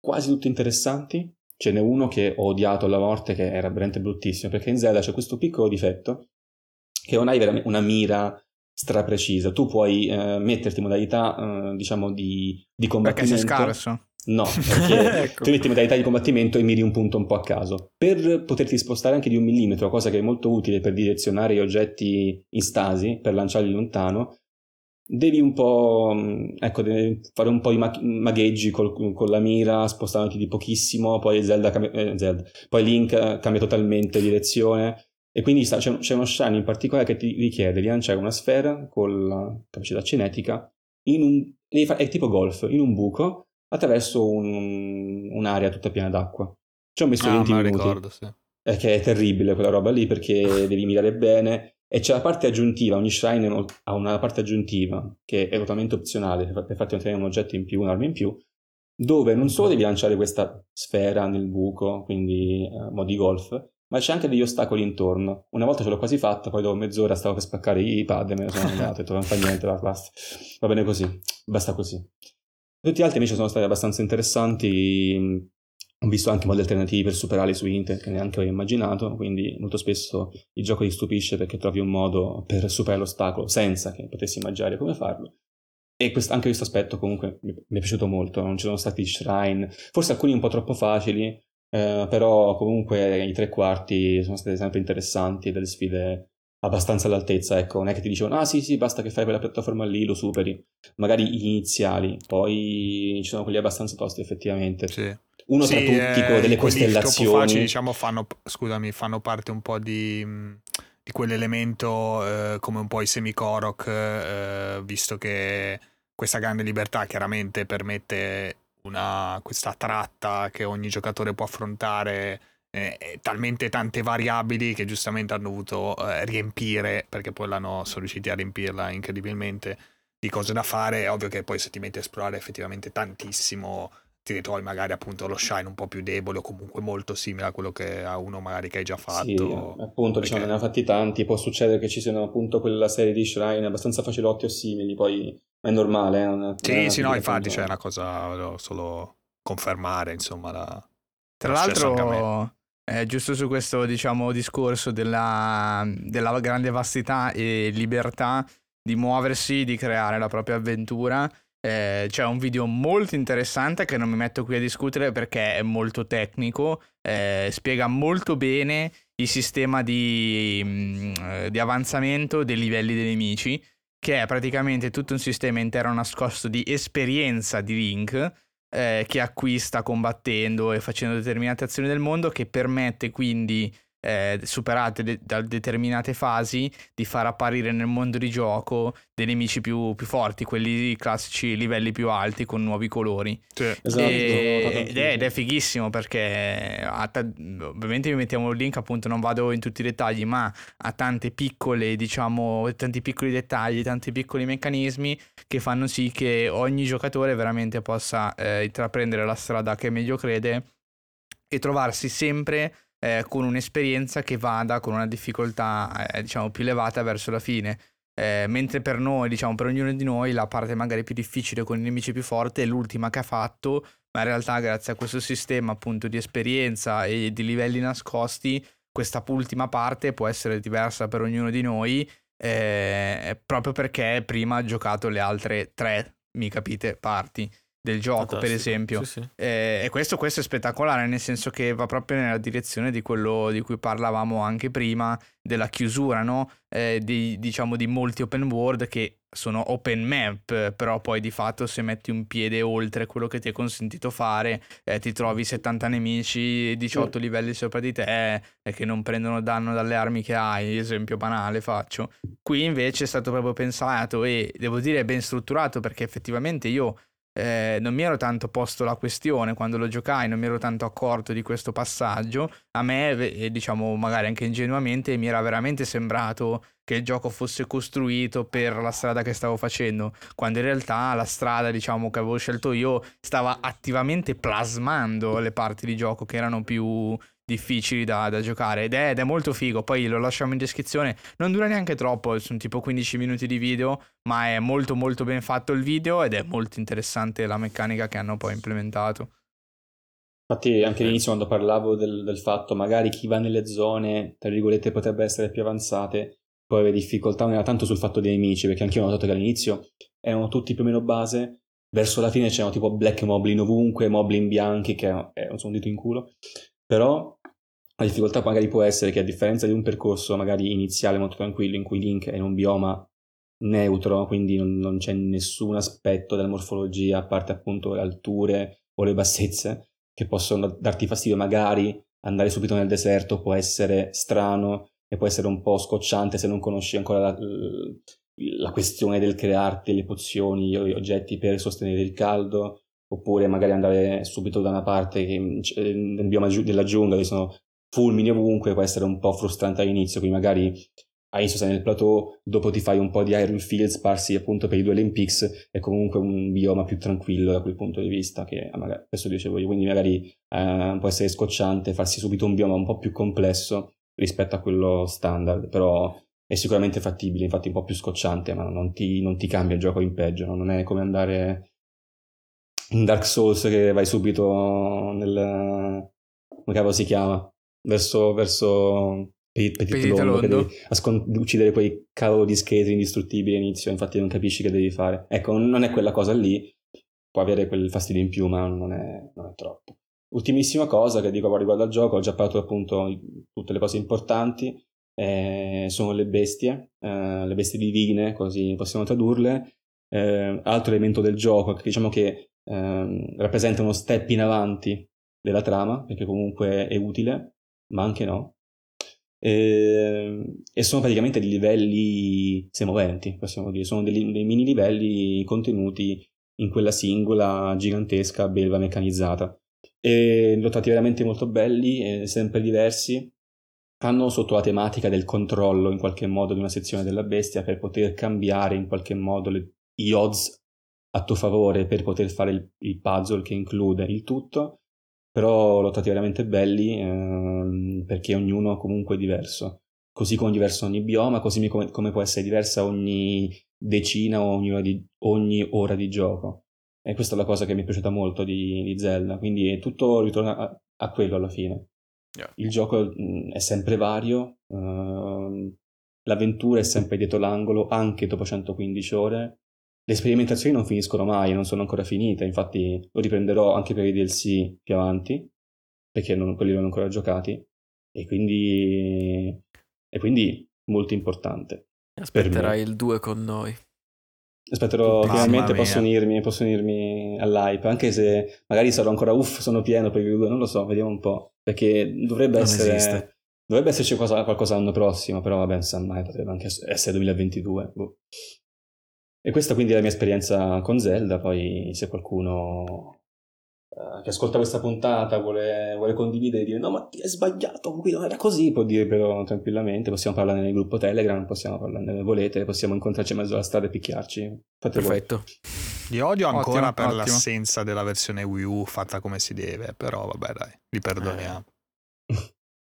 quasi tutti interessanti. Ce n'è uno che ho odiato alla morte, che era veramente bruttissimo, perché in Zelda c'è questo piccolo difetto che non hai veramente una mira straprecisa. Tu puoi eh, metterti in modalità eh, diciamo di, di combattimento. Perché sei scarso? No, perché Ecco. tu metti in modalità di combattimento e miri un punto un po' a caso. Per poterti spostare anche di un millimetro, cosa che è molto utile per direzionare gli oggetti in stasi, per lanciarli lontano, devi un po', ecco, devi fare un po' di mag- magheggi col, con la mira, spostandoti di pochissimo, poi Zelda, cambia, eh, Zelda, poi Link cambia totalmente direzione. E quindi sta, c'è, c'è uno shrine in particolare che ti richiede di lanciare una sfera con la capacità cinetica in un, è tipo golf, in un buco, attraverso un, un'area tutta piena d'acqua. Ci ho messo Ah, venti me lo minuti. ricordo, sì. È che è terribile quella roba lì, perché devi mirare bene, e c'è la parte aggiuntiva, ogni shrine ha una parte aggiuntiva che è totalmente opzionale per farti ottenere un oggetto in più, un'arma in più, dove non solo devi lanciare questa sfera nel buco, quindi eh, modi golf, ma c'è anche degli ostacoli intorno. Una volta ce l'ho quasi fatta, poi dopo mezz'ora stavo per spaccare i pad e me ne sono andato, e ho detto non fa niente, basta, va bene così, basta così. Tutti gli altri invece sono stati abbastanza interessanti. Ho visto anche modi alternativi per superarli su internet che neanche avevo immaginato, quindi molto spesso il gioco ti stupisce perché trovi un modo per superare l'ostacolo senza che potessi immaginare come farlo. E quest- anche questo aspetto comunque mi, mi è piaciuto molto. Non ci sono stati shrine, forse alcuni un po' troppo facili, eh, però comunque i tre quarti sono stati sempre interessanti, delle sfide abbastanza all'altezza, ecco. Non è che ti dicevano ah sì sì basta che fai quella piattaforma lì, lo superi, magari gli iniziali, poi ci sono quelli abbastanza tosti effettivamente. Sì. Uno Sì, tra tutti, eh, quello delle quelli costellazioni. troppo facili, diciamo, fanno, scusami, fanno parte un po' di, di quell'elemento eh, come un po' i semi-Korok, eh, visto che questa grande libertà chiaramente permette una, questa tratta che ogni giocatore può affrontare, eh, talmente tante variabili che giustamente hanno dovuto eh, riempire, perché poi l'hanno, sono riusciti a riempirla incredibilmente di cose da fare. È ovvio che poi se ti metti a esplorare effettivamente tantissimo ti ritrovi magari appunto lo shine un po' più debole o comunque molto simile a quello che a uno magari che hai già fatto. Sì, appunto, perché... diciamo, ne ha fatti tanti, può succedere che ci siano appunto quella serie di shrine abbastanza facilotti o simili, poi è normale. Eh? Non è, Sì, non è sì, no, infatti appunto... c'è una cosa, volevo solo confermare, insomma, la... Tra l'altro, eh, giusto su questo, diciamo, discorso della, della grande vastità e libertà di muoversi, di creare la propria avventura, eh, c'è un video molto interessante che non mi metto qui a discutere perché è molto tecnico, eh, spiega molto bene il sistema di, mh, di avanzamento dei livelli dei nemici, che è praticamente tutto un sistema intero nascosto di esperienza di Link, Eh, che acquista combattendo e facendo determinate azioni del mondo, che permette quindi, eh, superate de- da determinate fasi, di far apparire nel mondo di gioco dei nemici più, più forti, quelli classici livelli più alti con nuovi colori. Sì. Esatto, E, ed, è, ed è fighissimo perché ha ta- ovviamente vi mettiamo il link, appunto non vado in tutti i dettagli, ma ha tante piccole, diciamo, tanti piccoli dettagli, tanti piccoli meccanismi che fanno sì che ogni giocatore veramente possa eh, intraprendere la strada che meglio crede e trovarsi sempre eh, con un'esperienza che vada con una difficoltà eh, diciamo più elevata verso la fine. Eh, mentre per noi, diciamo per ognuno di noi, la parte magari più difficile con i nemici più forti è l'ultima che ha fatto, ma in realtà grazie a questo sistema appunto di esperienza e di livelli nascosti, questa ultima parte può essere diversa per ognuno di noi, eh, proprio perché prima ha giocato le altre tre, mi capite, parti del gioco. Fantastico. Per esempio, sì, sì. Eh, e questo, questo è spettacolare, nel senso che va proprio nella direzione di quello di cui parlavamo anche prima, della chiusura, no? Eh, di, diciamo di molti open world che sono open map, però poi di fatto se metti un piede oltre quello che ti è consentito fare, eh, ti trovi settanta nemici, diciotto mm. livelli sopra di te, eh, che non prendono danno dalle armi che hai, esempio banale faccio. Qui invece è stato proprio pensato e devo dire ben strutturato, perché effettivamente io Eh, non mi ero tanto posto la questione quando lo giocai, non mi ero tanto accorto di questo passaggio. A me, eh, diciamo magari anche ingenuamente, mi era veramente sembrato che il gioco fosse costruito per la strada che stavo facendo, quando in realtà la strada, diciamo, che avevo scelto io stava attivamente plasmando le parti di gioco che erano più difficili da, da giocare, ed è, ed è molto figo. Poi lo lasciamo in descrizione, non dura neanche troppo, sono tipo quindici minuti di video, ma è molto molto ben fatto il video ed è molto interessante la meccanica che hanno poi implementato. Infatti anche all'inizio quando parlavo del, del fatto magari chi va nelle zone, tra virgolette, potrebbe essere più avanzate, poi avere difficoltà non era tanto sul fatto dei nemici, perché anch'io ho notato che all'inizio erano tutti più o meno base, verso la fine c'erano tipo black moblin ovunque, moblin bianchi che eh, non sono un dito in culo, però la difficoltà magari può essere che a differenza di un percorso magari iniziale molto tranquillo in cui Link è in un bioma neutro, quindi non, non c'è nessun aspetto della morfologia a parte appunto le alture o le bassezze che possono darti fastidio, magari andare subito nel deserto può essere strano e può essere un po' scocciante se non conosci ancora la, la questione del crearti le pozioni, gli oggetti per sostenere il caldo, oppure magari andare subito da una parte che nel bioma della giungla dove sono fulmini ovunque può essere un po' frustrante all'inizio, quindi magari all'inizio sei nel plateau, dopo ti fai un po' di Iron Field sparsi appunto per i due Olympics, è comunque un bioma più tranquillo da quel punto di vista, che magari, questo dicevo io, quindi magari eh, può essere scocciante farsi subito un bioma un po' più complesso rispetto a quello standard, però è sicuramente fattibile, infatti un po' più scocciante, ma non ti, non ti cambia il gioco in peggio, no? Non è come andare in Dark Souls che vai subito nel... come cavolo si chiama? Verso... verso Petit, petit, petit Londo, che devi ascon- uccidere quei cavolo di scheletri indistruttibili all'inizio, infatti non capisci che devi fare. Ecco, non è quella cosa lì, può avere quel fastidio in più, ma non è, non è troppo. Ultimissima cosa che dico riguardo al gioco, ho già parlato appunto di tutte le cose importanti, eh, sono le bestie, eh, le bestie divine, così possiamo tradurle. Eh, altro elemento del gioco che diciamo che eh, rappresenta uno step in avanti della trama, perché comunque è utile, ma anche no. E, e sono praticamente dei livelli semoventi, possiamo dire, sono dei, dei mini livelli contenuti in quella singola gigantesca belva meccanizzata, e li ho trovati veramente molto belli e sempre diversi. Hanno sotto la tematica del controllo in qualche modo di una sezione della bestia per poter cambiare in qualche modo le, gli odds a tuo favore per poter fare il, il puzzle che include il tutto. Però l'ho trovati veramente belli ehm, perché ognuno comunque è diverso, così come è diverso ogni bioma, così come, come può essere diversa ogni decina o ogni ora di, ogni ora di gioco, e questa è la cosa che mi è piaciuta molto di, di Zelda, quindi è tutto ritorna a, a quello alla fine. Yeah. Il gioco mh, è sempre vario, ehm, l'avventura è sempre dietro l'angolo anche dopo centoquindici ore. Le sperimentazioni non finiscono mai, non sono ancora finite, infatti lo riprenderò anche per i D L C più avanti, perché non, quelli non ho ancora giocati, e quindi e quindi molto importante. Aspetterai il due con noi. Aspetterò, finalmente posso unirmi, posso unirmi all'hype, anche se magari sarò ancora uff, sono pieno per il due, non lo so, vediamo un po', perché dovrebbe non essere esiste. Dovrebbe esserci qualcosa, qualcosa l'anno prossimo, però vabbè, non sa mai, potrebbe anche essere duemilaventidue. Boh. E questa quindi è la mia esperienza con Zelda. Poi se qualcuno uh, che ascolta questa puntata vuole, vuole condividere e dire no ma ti hai sbagliato, qui non era così, può dire però tranquillamente, possiamo parlare nel gruppo Telegram, possiamo parlare dove volete, possiamo incontrarci in mezzo alla strada e picchiarci. Fate perfetto. Li odio ancora ottimo, per ottimo. l'assenza della versione Wii U fatta come si deve, però vabbè dai, li perdoniamo. Eh.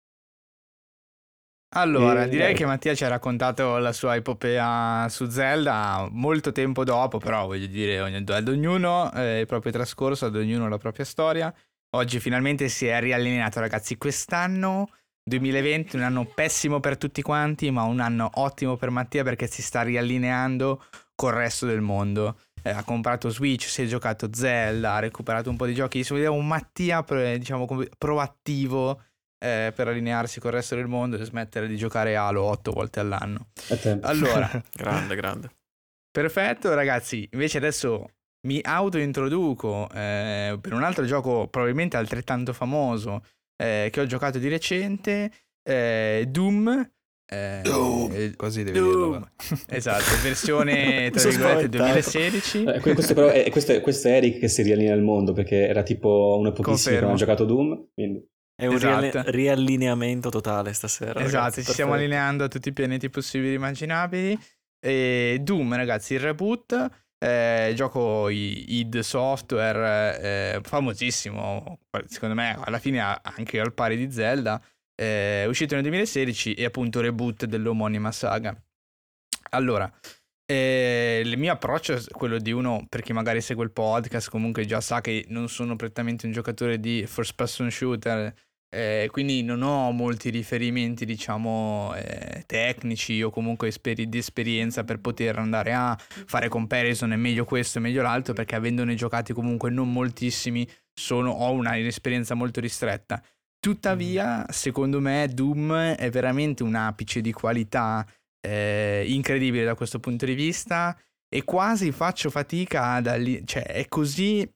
Allora, Eh, direi dai. che Mattia ci ha raccontato la sua epopea su Zelda molto tempo dopo, però voglio dire, ogni- ad ognuno eh, il proprio trascorso, ad ognuno la propria storia. Oggi finalmente si è riallineato, ragazzi. Quest'anno, duemilaventi, un anno pessimo per tutti quanti, ma un anno ottimo per Mattia perché si sta riallineando col resto del mondo. Eh, ha comprato Switch, si è giocato Zelda, ha recuperato un po' di giochi. Si vedeva un Mattia, pro- diciamo, come proattivo, Eh, per allinearsi col resto del mondo e smettere di giocare Halo otto volte all'anno. Allora, grande, grande. Perfetto, ragazzi. Invece adesso mi autointroduco eh, per un altro gioco probabilmente altrettanto famoso eh, che ho giocato di recente, eh, Doom. Eh, Doom. Così devi Doom. dirlo. Esatto, versione tra virgolette duemilasedici. Eh, questo però è, questo, è, questo è Eric che si riallinea al mondo, perché era tipo uno pochissimo che non ha giocato Doom, quindi... È un esatto. riallineamento totale stasera. Esatto, ragazzi, ci perfetto. stiamo allineando a tutti i pianeti possibili e immaginabili. E Doom, ragazzi, il reboot, eh, gioco I D Software, eh, famosissimo, secondo me alla fine anche al pari di Zelda, eh, uscito nel duemilasedici e appunto reboot dell'omonima saga. Allora, E il mio approccio è quello di uno, per chi magari segue il podcast, comunque già sa che non sono prettamente un giocatore di first person shooter, eh, quindi non ho molti riferimenti, diciamo, eh, tecnici o comunque esperi- di esperienza per poter andare a fare comparison, è meglio questo, è meglio l'altro, perché avendone giocati comunque non moltissimi, sono, ho una esperienza molto ristretta. Tuttavia, secondo me, Doom è veramente un apice di qualità eh, incredibile da questo punto di vista, e quasi faccio fatica ad alli- cioè è così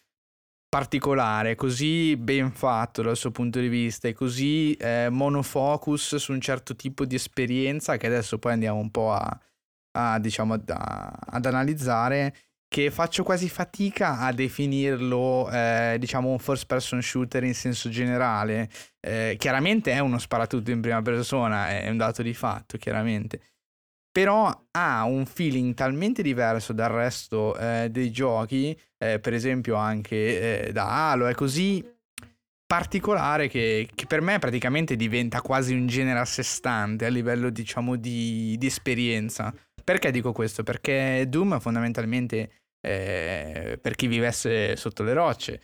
particolare, così ben fatto dal suo punto di vista, è così eh, monofocus su un certo tipo di esperienza, che adesso poi andiamo un po' a, a, diciamo ad, a- ad analizzare, che faccio quasi fatica a definirlo eh, diciamo un first person shooter in senso generale. Eh, chiaramente è uno sparatutto in prima persona, è un dato di fatto, chiaramente. Però ha un feeling talmente diverso dal resto eh, dei giochi, eh, per esempio anche eh, da Halo, è così particolare che, che per me praticamente diventa quasi un genere a sé stante a livello, diciamo, di, di esperienza. Perché dico questo? Perché Doom fondamentalmente, eh, per chi vivesse sotto le rocce,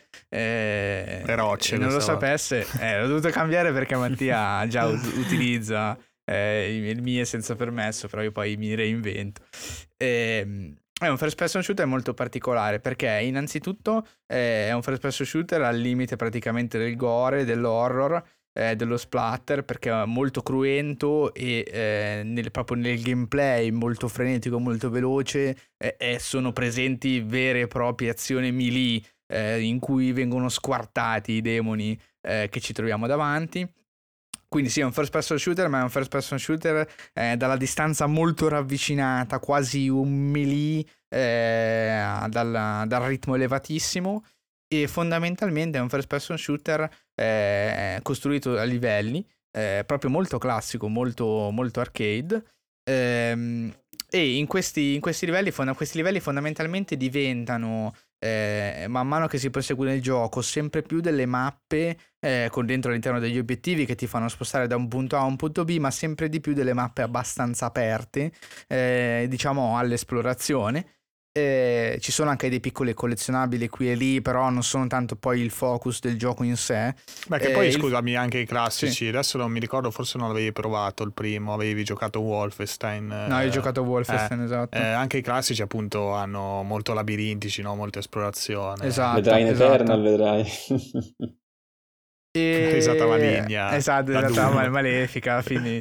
eh, Le rocce, e non lo questa volta. sapesse, eh, l'ho dovuto cambiare perché Mattia già us- utilizza eh, i- il mie senza permesso, però io poi mi reinvento. Ehm, è un first person shooter molto particolare perché innanzitutto eh, è un first person shooter al limite praticamente del gore, dell'horror, eh, dello splatter, perché è molto cruento e eh, nel- proprio nel gameplay molto frenetico, molto veloce, eh, e sono presenti vere e proprie azioni melee eh, in cui vengono squartati i demoni eh, che ci troviamo davanti. Quindi sì, è un first person shooter, ma è un first person shooter eh, dalla distanza molto ravvicinata, quasi un melee eh, dal, dal ritmo elevatissimo, e fondamentalmente è un first person shooter eh, costruito a livelli, eh, proprio molto classico, molto, molto arcade. ehm, e in questi, in questi livelli, fonda- questi livelli fondamentalmente diventano, eh, man mano che si prosegue nel gioco, sempre più delle mappe eh, con dentro all'interno degli obiettivi che ti fanno spostare da un punto A a un punto B, ma sempre di più delle mappe abbastanza aperte, eh, diciamo all'esplorazione. Eh, ci sono anche dei piccoli collezionabili qui e lì, però non sono tanto poi il focus del gioco in sé. Beh, che Eh, poi il- scusami, anche i classici, Sì. adesso non mi ricordo, forse non l'avevi provato il primo, avevi giocato Wolfenstein. No, io ho eh, giocato a Wolfenstein, eh, esatto. eh, anche i classici appunto hanno molto labirintici, no? Molta esplorazione. Esatto. Vedrai in esatto. Eternal, vedrai. E... Risata maligna Esatto, da risata Doom. mal- malefica. Quindi...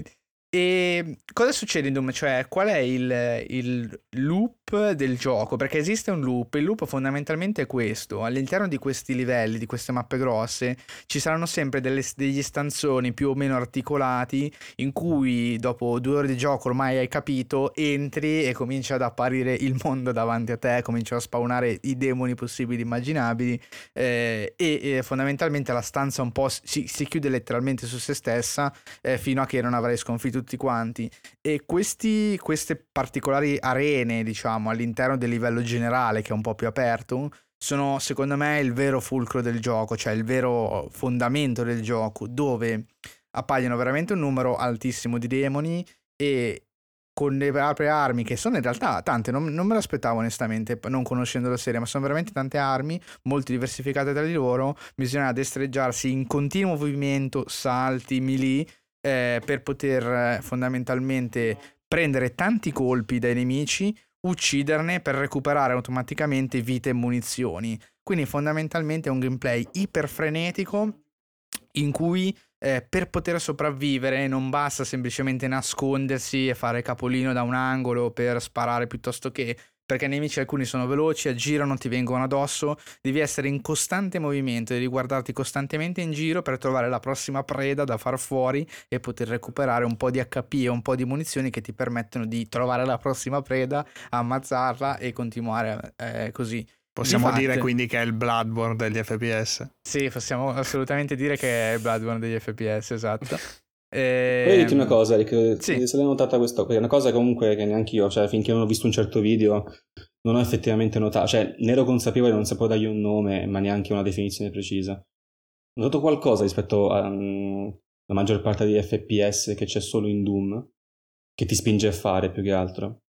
E cosa succede in Doom? Cioè, qual è il, il loop del gioco? Perché esiste un loop. Il loop fondamentalmente è questo: all'interno di questi livelli, di queste mappe grosse, ci saranno sempre delle, degli stanzoni più o meno articolati in cui dopo due ore di gioco ormai hai capito, entri e comincia ad apparire il mondo davanti a te, cominciano a spawnare i demoni possibili immaginabili, eh, e, e fondamentalmente la stanza un po' si, si chiude letteralmente su se stessa eh, fino a che non avrai sconfitto tutti quanti. E questi, queste particolari arene, diciamo, all'interno del livello generale, che è un po' più aperto, sono secondo me il vero fulcro del gioco, cioè il vero fondamento del gioco, dove appaiono veramente un numero altissimo di demoni, e con le proprie armi, che sono in realtà tante, non, non me lo aspettavo onestamente, non conoscendo la serie, ma sono veramente tante armi, molto diversificate tra di loro. Bisogna destreggiarsi in continuo movimento, salti, melee, eh, per poter eh, fondamentalmente prendere tanti colpi dai nemici, ucciderne per recuperare automaticamente vite e munizioni. Quindi fondamentalmente è un gameplay iper frenetico in cui eh, per poter sopravvivere non basta semplicemente nascondersi e fare capolino da un angolo per sparare, piuttosto che, perché i nemici alcuni sono veloci, aggirano, ti vengono addosso, devi essere in costante movimento, devi guardarti costantemente in giro per trovare la prossima preda da far fuori e poter recuperare un po' di acca pi e un po' di munizioni che ti permettono di trovare la prossima preda, ammazzarla e continuare eh, così. Possiamo Difatti- dire quindi che è il Bloodborne degli F P S. Sì, possiamo assolutamente dire che è Bloodborne degli F P S, esatto. E... Voglio dirti una cosa, Rick, Sì. se l'hai notata questa, perché è una cosa comunque che neanche io, cioè finché non ho visto un certo video, non ho effettivamente notato, cioè ne ero consapevole, non sapevo dargli un nome, ma neanche una definizione precisa. Ho notato qualcosa rispetto alla maggior parte degli F P S che c'è solo in Doom, che ti spinge a fare più che altro?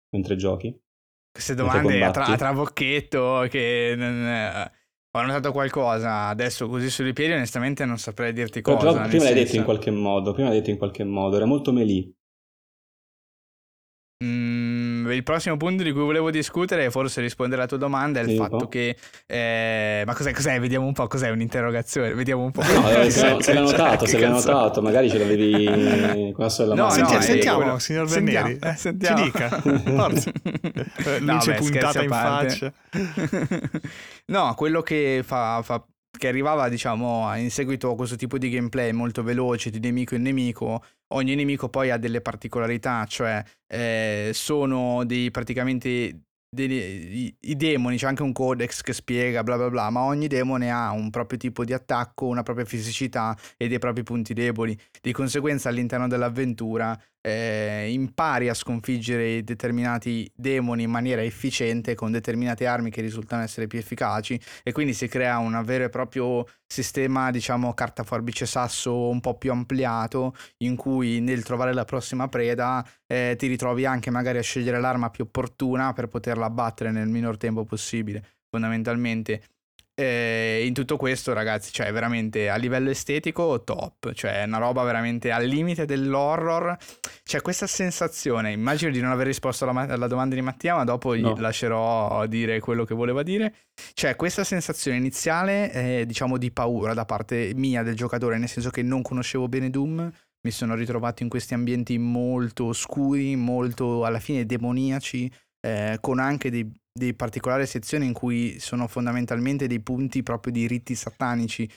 mentre giochi? Queste domande a, tra- a trabocchetto che non, eh, ho notato qualcosa adesso così sui piedi, onestamente non saprei dirti cosa. Però, però prima l'hai senso... detto in qualche modo, prima l'hai detto in qualche modo, era molto melee. Mm, il prossimo punto di cui volevo discutere e forse rispondere alla tua domanda è il Sì, fatto che eh, ma cos'è, cos'è? Vediamo un po', cos'è un'interrogazione? Vediamo un po'. No, eh, se, Cioè, se l'hai notato, che se l'hai cazzo- notato, magari ce l'avevi con la sola No, mano. no, Senti- è sentiamo, quello- signor sentiamo, Vernieri, eh, sentiamo. ci dica, forza. Eh, No, luce beh, puntata scherzi a in parte. faccia. No, quello che fa, fa- che arrivava, diciamo, in seguito a questo tipo di gameplay molto veloce di nemico in nemico, ogni nemico poi ha delle particolarità, cioè eh, sono dei praticamente dei, i, i demoni, c'è anche un codex che spiega bla bla bla, ma ogni demone ha un proprio tipo di attacco, una propria fisicità e dei propri punti deboli. Di conseguenza all'interno dell'avventura eh, impari a sconfiggere determinati demoni in maniera efficiente con determinate armi che risultano essere più efficaci, e quindi si crea un vero e proprio sistema, diciamo, carta forbice sasso un po' più ampliato, in cui nel trovare la prossima preda eh, ti ritrovi anche magari a scegliere l'arma più opportuna per poterla abbattere nel minor tempo possibile, fondamentalmente. Eh, in tutto questo, ragazzi, cioè veramente a livello estetico top, cioè una roba veramente al limite dell'horror. C'è questa sensazione, immagino di non aver risposto alla, alla domanda di Mattia, ma dopo gli No. lascerò dire quello che voleva dire. C'è questa sensazione iniziale, eh, diciamo, di paura da parte mia del giocatore, nel senso che non conoscevo bene Doom, mi sono ritrovato in questi ambienti molto oscuri, molto alla fine demoniaci, eh, con anche dei, dei particolari sezioni in cui sono fondamentalmente dei punti proprio di riti satanici,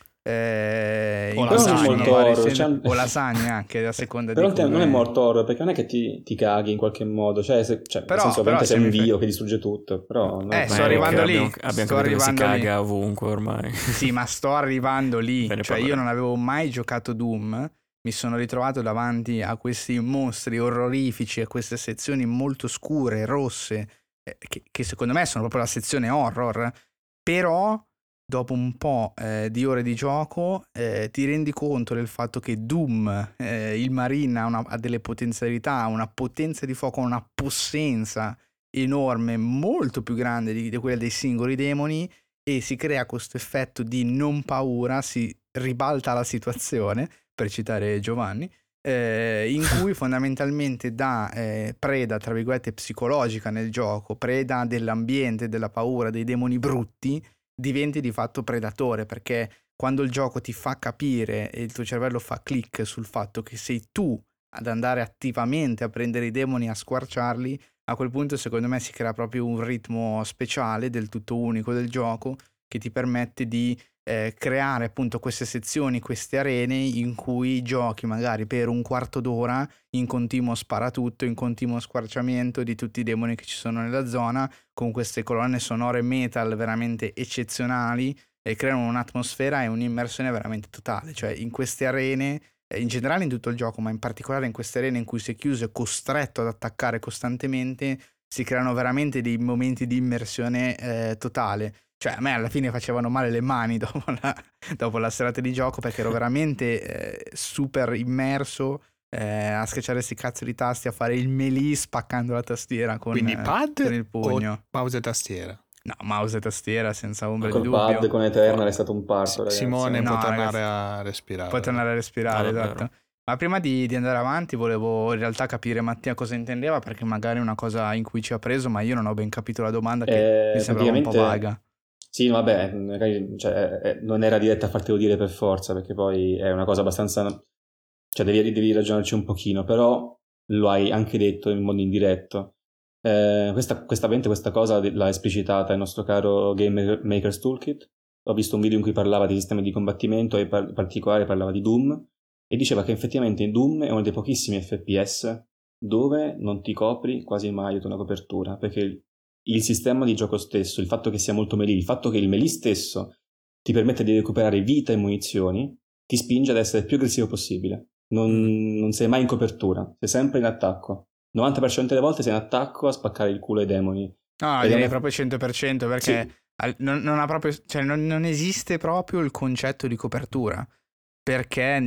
eh, O in lasagne. cui ci sono Molto varie horror, scene- cioè- o lasagne anche a seconda Però di non te- come... non è molto horror, perché non è che ti, ti caghi in qualche modo, cioè, se, cioè Però- nel senso, però ovviamente se sei un mi fai- dio che distrugge tutto, però... non è Eh, che- sto arrivando lì, abbiamo, abbiamo sto capito che si arrivando lì. caga ovunque ormai. Sì, ma sto arrivando lì, Ve ne cioè io parleremo. non avevo mai giocato Doom, mi sono ritrovato davanti a questi mostri orrorifici, a queste sezioni molto scure, rosse, eh, che, che secondo me sono proprio la sezione horror, però dopo un po' eh, di ore di gioco eh, ti rendi conto del fatto che Doom, eh, il Marine, ha, una- ha delle potenzialità, una potenza di fuoco, una possenza enorme, molto più grande di, di quella dei singoli demoni, e si crea questo effetto di non paura, si ribalta la situazione, per citare Giovanni, eh, in cui fondamentalmente da eh, preda, tra virgolette, psicologica nel gioco, preda dell'ambiente, della paura, dei demoni brutti, diventi di fatto predatore, perché quando il gioco ti fa capire e il tuo cervello fa click sul fatto che sei tu ad andare attivamente a prendere i demoni e a squarciarli, a quel punto secondo me si crea proprio un ritmo speciale del tutto unico del gioco, che ti permette di eh, creare appunto queste sezioni, queste arene in cui giochi magari per un quarto d'ora in continuo sparatutto, in continuo squarciamento di tutti i demoni che ci sono nella zona, con queste colonne sonore metal veramente eccezionali, e creano un'atmosfera e un'immersione veramente totale. Cioè in queste arene, in generale in tutto il gioco, ma in particolare in queste arene in cui sei chiuso e costretto ad attaccare costantemente, si creano veramente dei momenti di immersione eh, totale. Cioè a me alla fine facevano male le mani dopo la, dopo la serata di gioco, perché ero veramente eh, super immerso eh, a schiacciare questi cazzo di tasti, a fare il melee spaccando la tastiera con, Quindi eh, pad con il pugno. o mouse e tastiera? No, mouse e tastiera senza ombra di Col dubbio. pad con Eternal è stato un parto, ragazzi. Simone No, può tornare ragazzi, a respirare. Puoi tornare a respirare, Ah, davvero? esatto. Ma prima di, di andare avanti volevo in realtà capire Mattia cosa intendeva, perché magari è una cosa in cui ci ha preso, ma io non ho ben capito la domanda, che Eh, mi sembrava un po' praticamente- vaga. Sì, no, vabbè, magari, cioè, eh, non era diretta a fartelo dire per forza, perché poi è una cosa abbastanza... Cioè, devi, devi ragionarci un pochino, però lo hai anche detto in modo indiretto. Eh, questa, questa, questa cosa l'ha esplicitata il nostro caro Game Maker's Toolkit. Ho visto un video in cui parlava di sistemi di combattimento e in particolare parlava di Doom, e diceva che effettivamente Doom è uno dei pochissimi F P S dove non ti copri quasi mai di una copertura, perché il sistema di gioco stesso, il fatto che sia molto melee, il fatto che il melee stesso ti permette di recuperare vita e munizioni, ti spinge ad essere il più aggressivo possibile. Non, Mm. non sei mai in copertura, sei sempre in attacco. novanta per cento delle volte sei in attacco a spaccare il culo ai demoni. No, no, Ed è direi una- proprio cento per cento, perché Sì. al- non, non ha proprio, cioè non, non esiste proprio il concetto di copertura, perché n-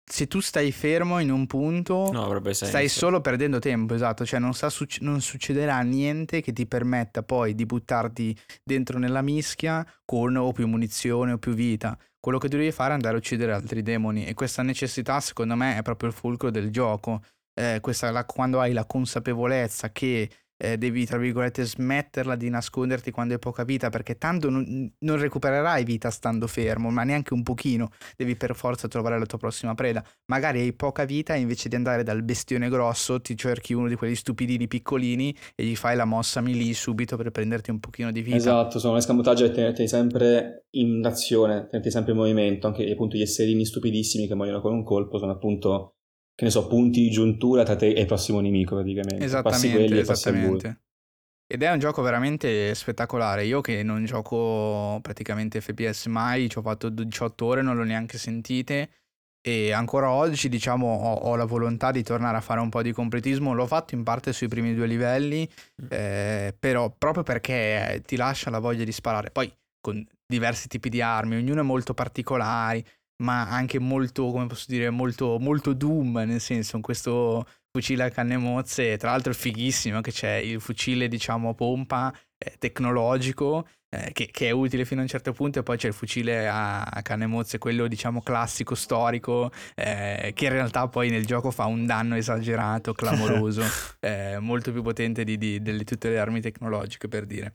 se tu stai fermo in un punto, No, avrebbe senso. stai solo perdendo tempo, esatto, cioè non, sta succe- non succederà niente che ti permetta poi di buttarti dentro nella mischia con o più munizione o più vita. Quello che tu devi fare è andare a uccidere altri demoni, e questa necessità secondo me è proprio il fulcro del gioco. Eh, questa, la- quando hai la consapevolezza che eh, devi, tra virgolette, smetterla di nasconderti quando hai poca vita, perché tanto non, non recupererai vita stando fermo, ma neanche un pochino, devi per forza trovare la tua prossima preda. Magari hai poca vita e invece di andare dal bestione grosso ti cerchi uno di quelli stupidini piccolini e gli fai la mossa melee subito per prenderti un pochino di vita. Esatto, sono l'escamotage e tenerti sempre in azione, tenerti sempre in movimento. Anche appunto gli esserini stupidissimi che muoiono con un colpo sono appunto, che ne so, punti di giuntura tra te e il prossimo nemico praticamente. Passi Esattamente, quelli e passi a lui. esattamente. Ed è un gioco veramente spettacolare. Io che non gioco praticamente F P S mai, ci ho fatto diciotto ore, non l'ho neanche sentite, e ancora oggi, diciamo, ho, ho la volontà di tornare a fare un po' di completismo. L'ho fatto in parte sui primi due livelli, eh, però proprio perché ti lascia la voglia di sparare. Poi con diversi tipi di armi, ognuno è molto particolari, ma anche molto, come posso dire, molto, molto Doom, nel senso, in questo fucile a canne mozze, tra l'altro è fighissimo che c'è il fucile, diciamo, a pompa eh, tecnologico, eh, che, che è utile fino a un certo punto, e poi c'è il fucile a, a canne mozze, quello, diciamo, classico, storico, eh, che in realtà poi nel gioco fa un danno esagerato, clamoroso, eh, molto più potente di, di, delle tutte le armi tecnologiche, per dire.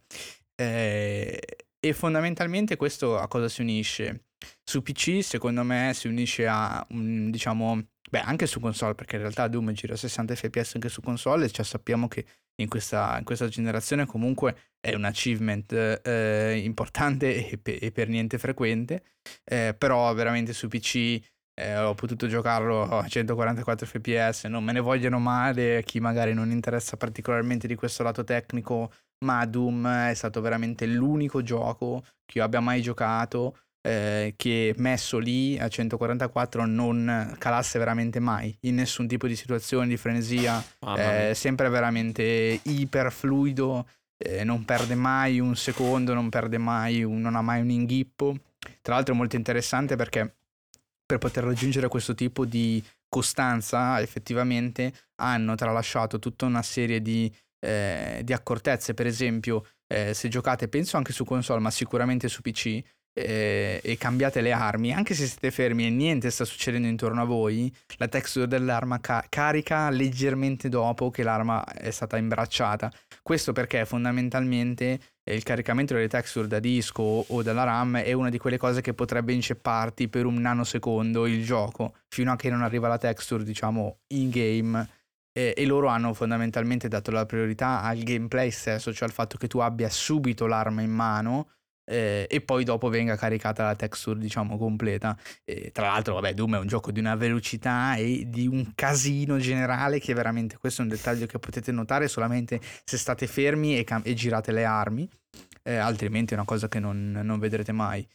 Eh, e fondamentalmente questo a cosa si unisce? Su P C secondo me si unisce a un, diciamo, beh, anche su console, perché in realtà Doom gira a sessanta F P S anche su console, e cioè sappiamo che in questa, in questa generazione comunque è un achievement eh, importante e, pe- e per niente frequente, eh, però veramente su P C eh, ho potuto giocarlo a centoquarantaquattro F P S, non me ne vogliono male chi magari non interessa particolarmente di questo lato tecnico, ma Doom è stato veramente l'unico gioco che io abbia mai giocato eh, che messo lì a centoquarantaquattro non calasse veramente mai in nessun tipo di situazione di frenesia, Mamma eh, mia. sempre veramente iper fluido, eh, non perde mai un secondo, non perde mai un, non ha mai un inghippo. Tra l'altro è molto interessante perché per poter raggiungere questo tipo di costanza effettivamente hanno tralasciato tutta una serie di, eh, di accortezze. Per esempio, eh, se giocate, penso anche su console, ma sicuramente su P C, eh, e cambiate le armi, anche se siete fermi e niente sta succedendo intorno a voi, la texture dell'arma ca- carica leggermente dopo che l'arma è stata imbracciata. Questo perché fondamentalmente il caricamento delle texture da disco o dalla RAM è una di quelle cose che potrebbe incepparti per un nanosecondo il gioco, fino a che non arriva la texture, diciamo, in game. E, e loro hanno fondamentalmente dato la priorità al gameplay stesso, cioè al fatto che tu abbia subito l'arma in mano eh, e poi dopo venga caricata la texture, diciamo, completa. E, tra l'altro, vabbè, Doom è un gioco di una velocità e di un casino generale che veramente, questo è un dettaglio che potete notare solamente se state fermi e, cam- e girate le armi, eh, altrimenti è una cosa che non, non vedrete mai.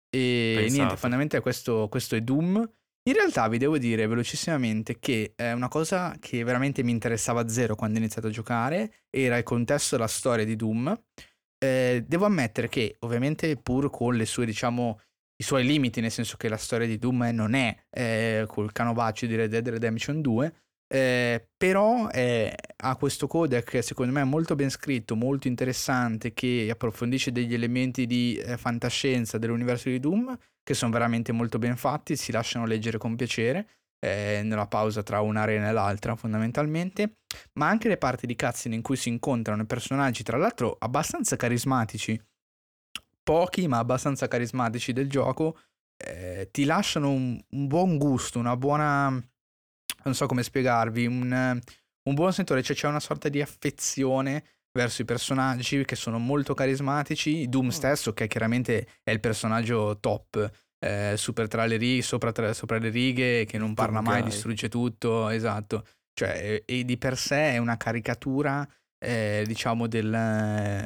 E Pensato. niente, fondamentalmente questo, questo è Doom. In realtà vi devo dire velocissimamente che è una cosa che veramente mi interessava zero quando ho iniziato a giocare, era il contesto e la storia di Doom. Eh, devo ammettere che ovviamente pur con le sue, diciamo, i suoi limiti, nel senso che la storia di Doom non è eh, col canovaccio di Red Dead Redemption due, eh, però eh, ha questo codec secondo me molto ben scritto, molto interessante, che approfondisce degli elementi di eh, fantascienza dell'universo di Doom che sono veramente molto ben fatti, si lasciano leggere con piacere eh, nella pausa tra un'arena e l'altra fondamentalmente, ma anche le parti di cutscene in cui si incontrano i personaggi, tra l'altro abbastanza carismatici, pochi ma abbastanza carismatici del gioco, eh, ti lasciano un, un buon gusto, una buona, non so come spiegarvi, un, un buon sentore, cioè c'è una sorta di affezione verso i personaggi che sono molto carismatici. Doom stesso, che chiaramente è il personaggio top, eh, super tra le righe, sopra, tra, sopra le righe, che non parla mai, guy. distrugge tutto, esatto. Cioè, e, e di per sé è una caricatura, eh, diciamo, del,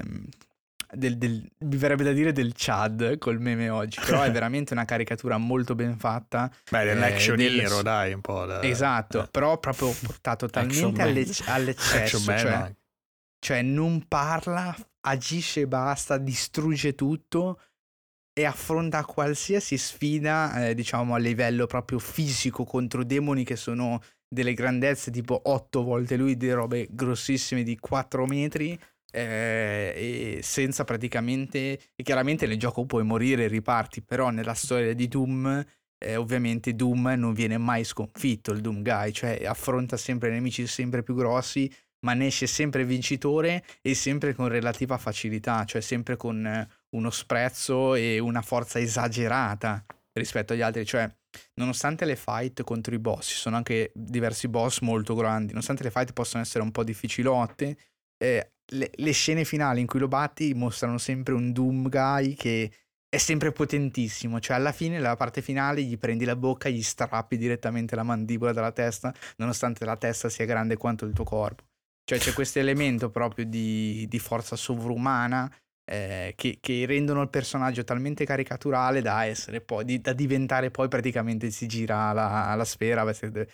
del, del, mi verrebbe da dire del Chad col meme oggi, però è veramente una caricatura molto ben fatta. Beh, è un eh, action del- hero, dai, un po'. Da, Esatto, eh. però proprio portato Action talmente Man. all'ec- all'eccesso, Action Man cioè, anche. cioè non parla, agisce e basta, distrugge tutto, e affronta qualsiasi sfida, eh, diciamo a livello proprio fisico, contro demoni che sono delle grandezze tipo otto volte lui, di robe grossissime di quattro metri, eh, e senza praticamente, e chiaramente nel gioco puoi morire e riparti, però nella storia di Doom eh, ovviamente Doom non viene mai sconfitto, il Doom Guy, cioè affronta sempre nemici sempre più grossi, ma ne esce sempre vincitore e sempre con relativa facilità, cioè sempre con eh, uno sprezzo e una forza esagerata rispetto agli altri, cioè nonostante le fight contro i boss, ci sono anche diversi boss molto grandi, nonostante le fight possono essere un po' difficilotte, eh, le, le scene finali in cui lo batti mostrano sempre un Doom Guy che è sempre potentissimo, cioè alla fine, la parte finale, gli prendi la bocca, gli strappi direttamente la mandibola dalla testa, nonostante la testa sia grande quanto il tuo corpo. Cioè c'è questo elemento proprio di, di forza sovrumana eh, che, che rendono il personaggio talmente caricaturale da essere poi, di, da diventare poi praticamente si gira la, la sfera,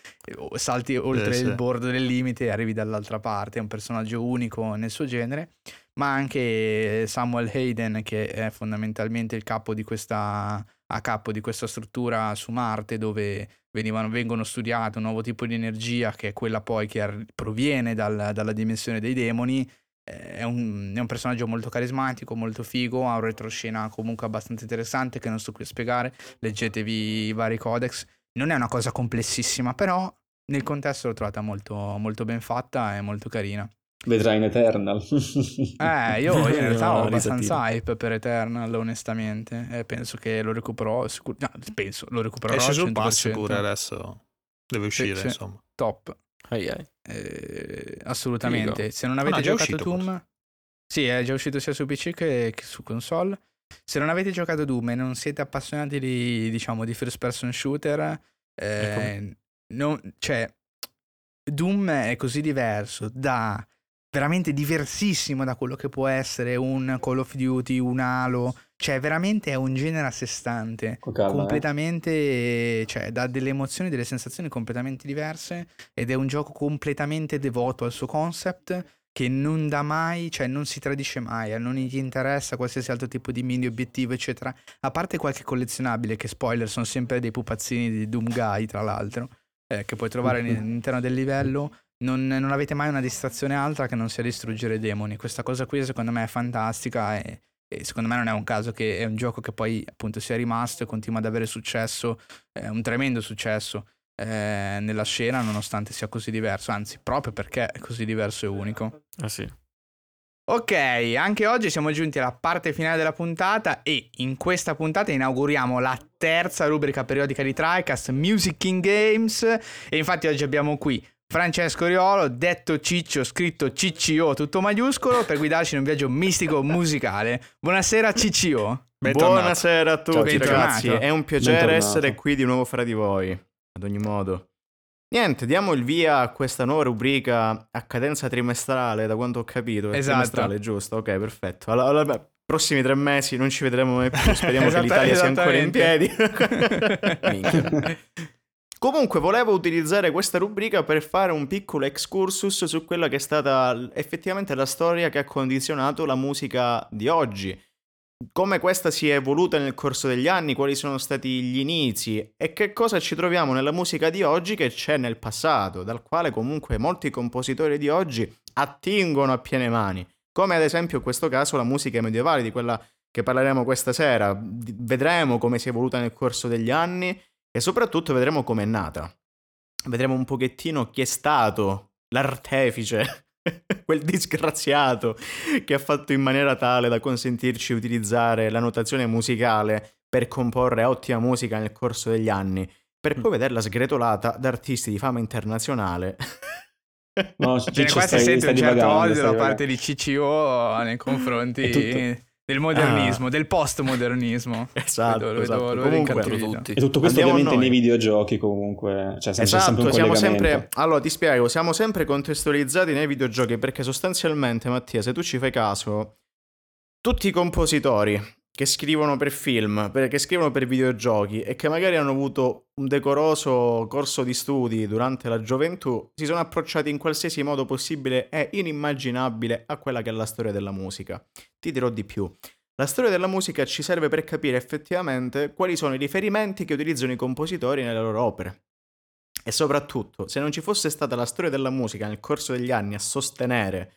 salti oltre sì, il sì. bordo del limite e arrivi dall'altra parte. È un personaggio unico nel suo genere, ma anche Samuel Hayden, che è fondamentalmente il capo di questa, a capo di questa struttura su Marte, dove venivano, vengono studiate un nuovo tipo di energia, che è quella poi che ar- proviene dal- dalla dimensione dei demoni. È un, è un personaggio molto carismatico, molto figo, ha un retroscena comunque abbastanza interessante che non sto qui a spiegare, leggetevi i vari codex. Non è una cosa complessissima, però nel contesto l'ho trovata molto, molto ben fatta e molto carina. Vedrai in Eternal. Eh, io, io in realtà ho No, abbastanza risatina. hype per Eternal, onestamente. E penso che lo recupererò. Sicur- no, penso, lo recupererò Esce al sul cento per pass cento. pure adesso. Deve Sì, uscire, sì, insomma. top. Ai ai. Eh, assolutamente. Figo. Se non Ah, avete no, è già giocato uscito, Doom, sì, è già uscito sia su P C che, che su console. Se non avete giocato Doom e non siete appassionati di, diciamo, di first person shooter, eh, non, cioè, Doom è così diverso da veramente diversissimo da quello che può essere un Call of Duty, un Halo, cioè veramente è un genere a sé stante, Con calma, eh. completamente, cioè dà delle emozioni, delle sensazioni completamente diverse, ed è un gioco completamente devoto al suo concept, che non dà mai, cioè non si tradisce mai, eh, non gli interessa qualsiasi altro tipo di mini obiettivo eccetera, a parte qualche collezionabile che, spoiler, sono sempre dei pupazzini di Doom Guy, tra l'altro, eh, che puoi trovare all'interno del livello. Non, non avete mai una distrazione altra che non sia distruggere demoni. Questa cosa qui secondo me è fantastica, e, e secondo me non è un caso che è un gioco che poi appunto sia rimasto e continua ad avere successo, eh, un tremendo successo eh, nella scena, nonostante sia così diverso, anzi proprio perché è così diverso e unico. Ah sì. Ok, anche oggi siamo giunti alla parte finale della puntata, e in questa puntata inauguriamo la terza rubrica periodica di TriCast, Music in Games, e infatti oggi abbiamo qui Francesco Riolo, detto Ciccio, scritto C C O tutto maiuscolo, per guidarci in un viaggio mistico musicale. Buonasera C C O. Bentornato. Buonasera a tutti, Bentornato. ragazzi. È un piacere Bentornato. essere qui di nuovo fra di voi. Ad ogni modo, niente, diamo il via a questa nuova rubrica a cadenza trimestrale, da quanto ho capito. È Esatto. trimestrale, giusto? Ok, perfetto. Allora, allora, prossimi tre mesi non ci vedremo mai più. Speriamo che Esatta- l'Italia sia ancora in esattamente. piedi. Comunque, volevo utilizzare questa rubrica per fare un piccolo excursus su quella che è stata effettivamente la storia che ha condizionato la musica di oggi. Come questa si è evoluta nel corso degli anni, quali sono stati gli inizi e che cosa ci troviamo nella musica di oggi che c'è nel passato, dal quale comunque molti compositori di oggi attingono a piene mani, come ad esempio in questo caso la musica medievale, di quella che parleremo questa sera. Vedremo come si è evoluta nel corso degli anni e soprattutto vedremo come è nata. Vedremo un pochettino chi è stato l'artefice, quel disgraziato che ha fatto in maniera tale da consentirci di utilizzare la notazione musicale per comporre ottima musica nel corso degli anni, per poi vederla sgretolata da artisti di fama internazionale. No, Bene, Ciccio, qua si stai, sente stai un certo divagando, odio stai da divagando. parte di C C O nei confronti È tutto- del modernismo, Ah. del postmodernismo. Esatto, Lo vedo, esatto. lo vedo Comunque- incantierito. Tutti. E tutto questo Andiamo ovviamente noi. nei videogiochi comunque, cioè c'è sempre Esatto, un siamo collegamento. sempre. Allora ti spiego, siamo sempre contestualizzati nei videogiochi perché sostanzialmente, Mattia, se tu ci fai caso, tutti i compositori che scrivono per film, per- che scrivono per videogiochi e che magari hanno avuto un decoroso corso di studi durante la gioventù, si sono approcciati in qualsiasi modo possibile e inimmaginabile a quella che è la storia della musica. Ti dirò di più. La storia della musica ci serve per capire effettivamente quali sono i riferimenti che utilizzano i compositori nelle loro opere. E soprattutto, se non ci fosse stata la storia della musica nel corso degli anni a sostenere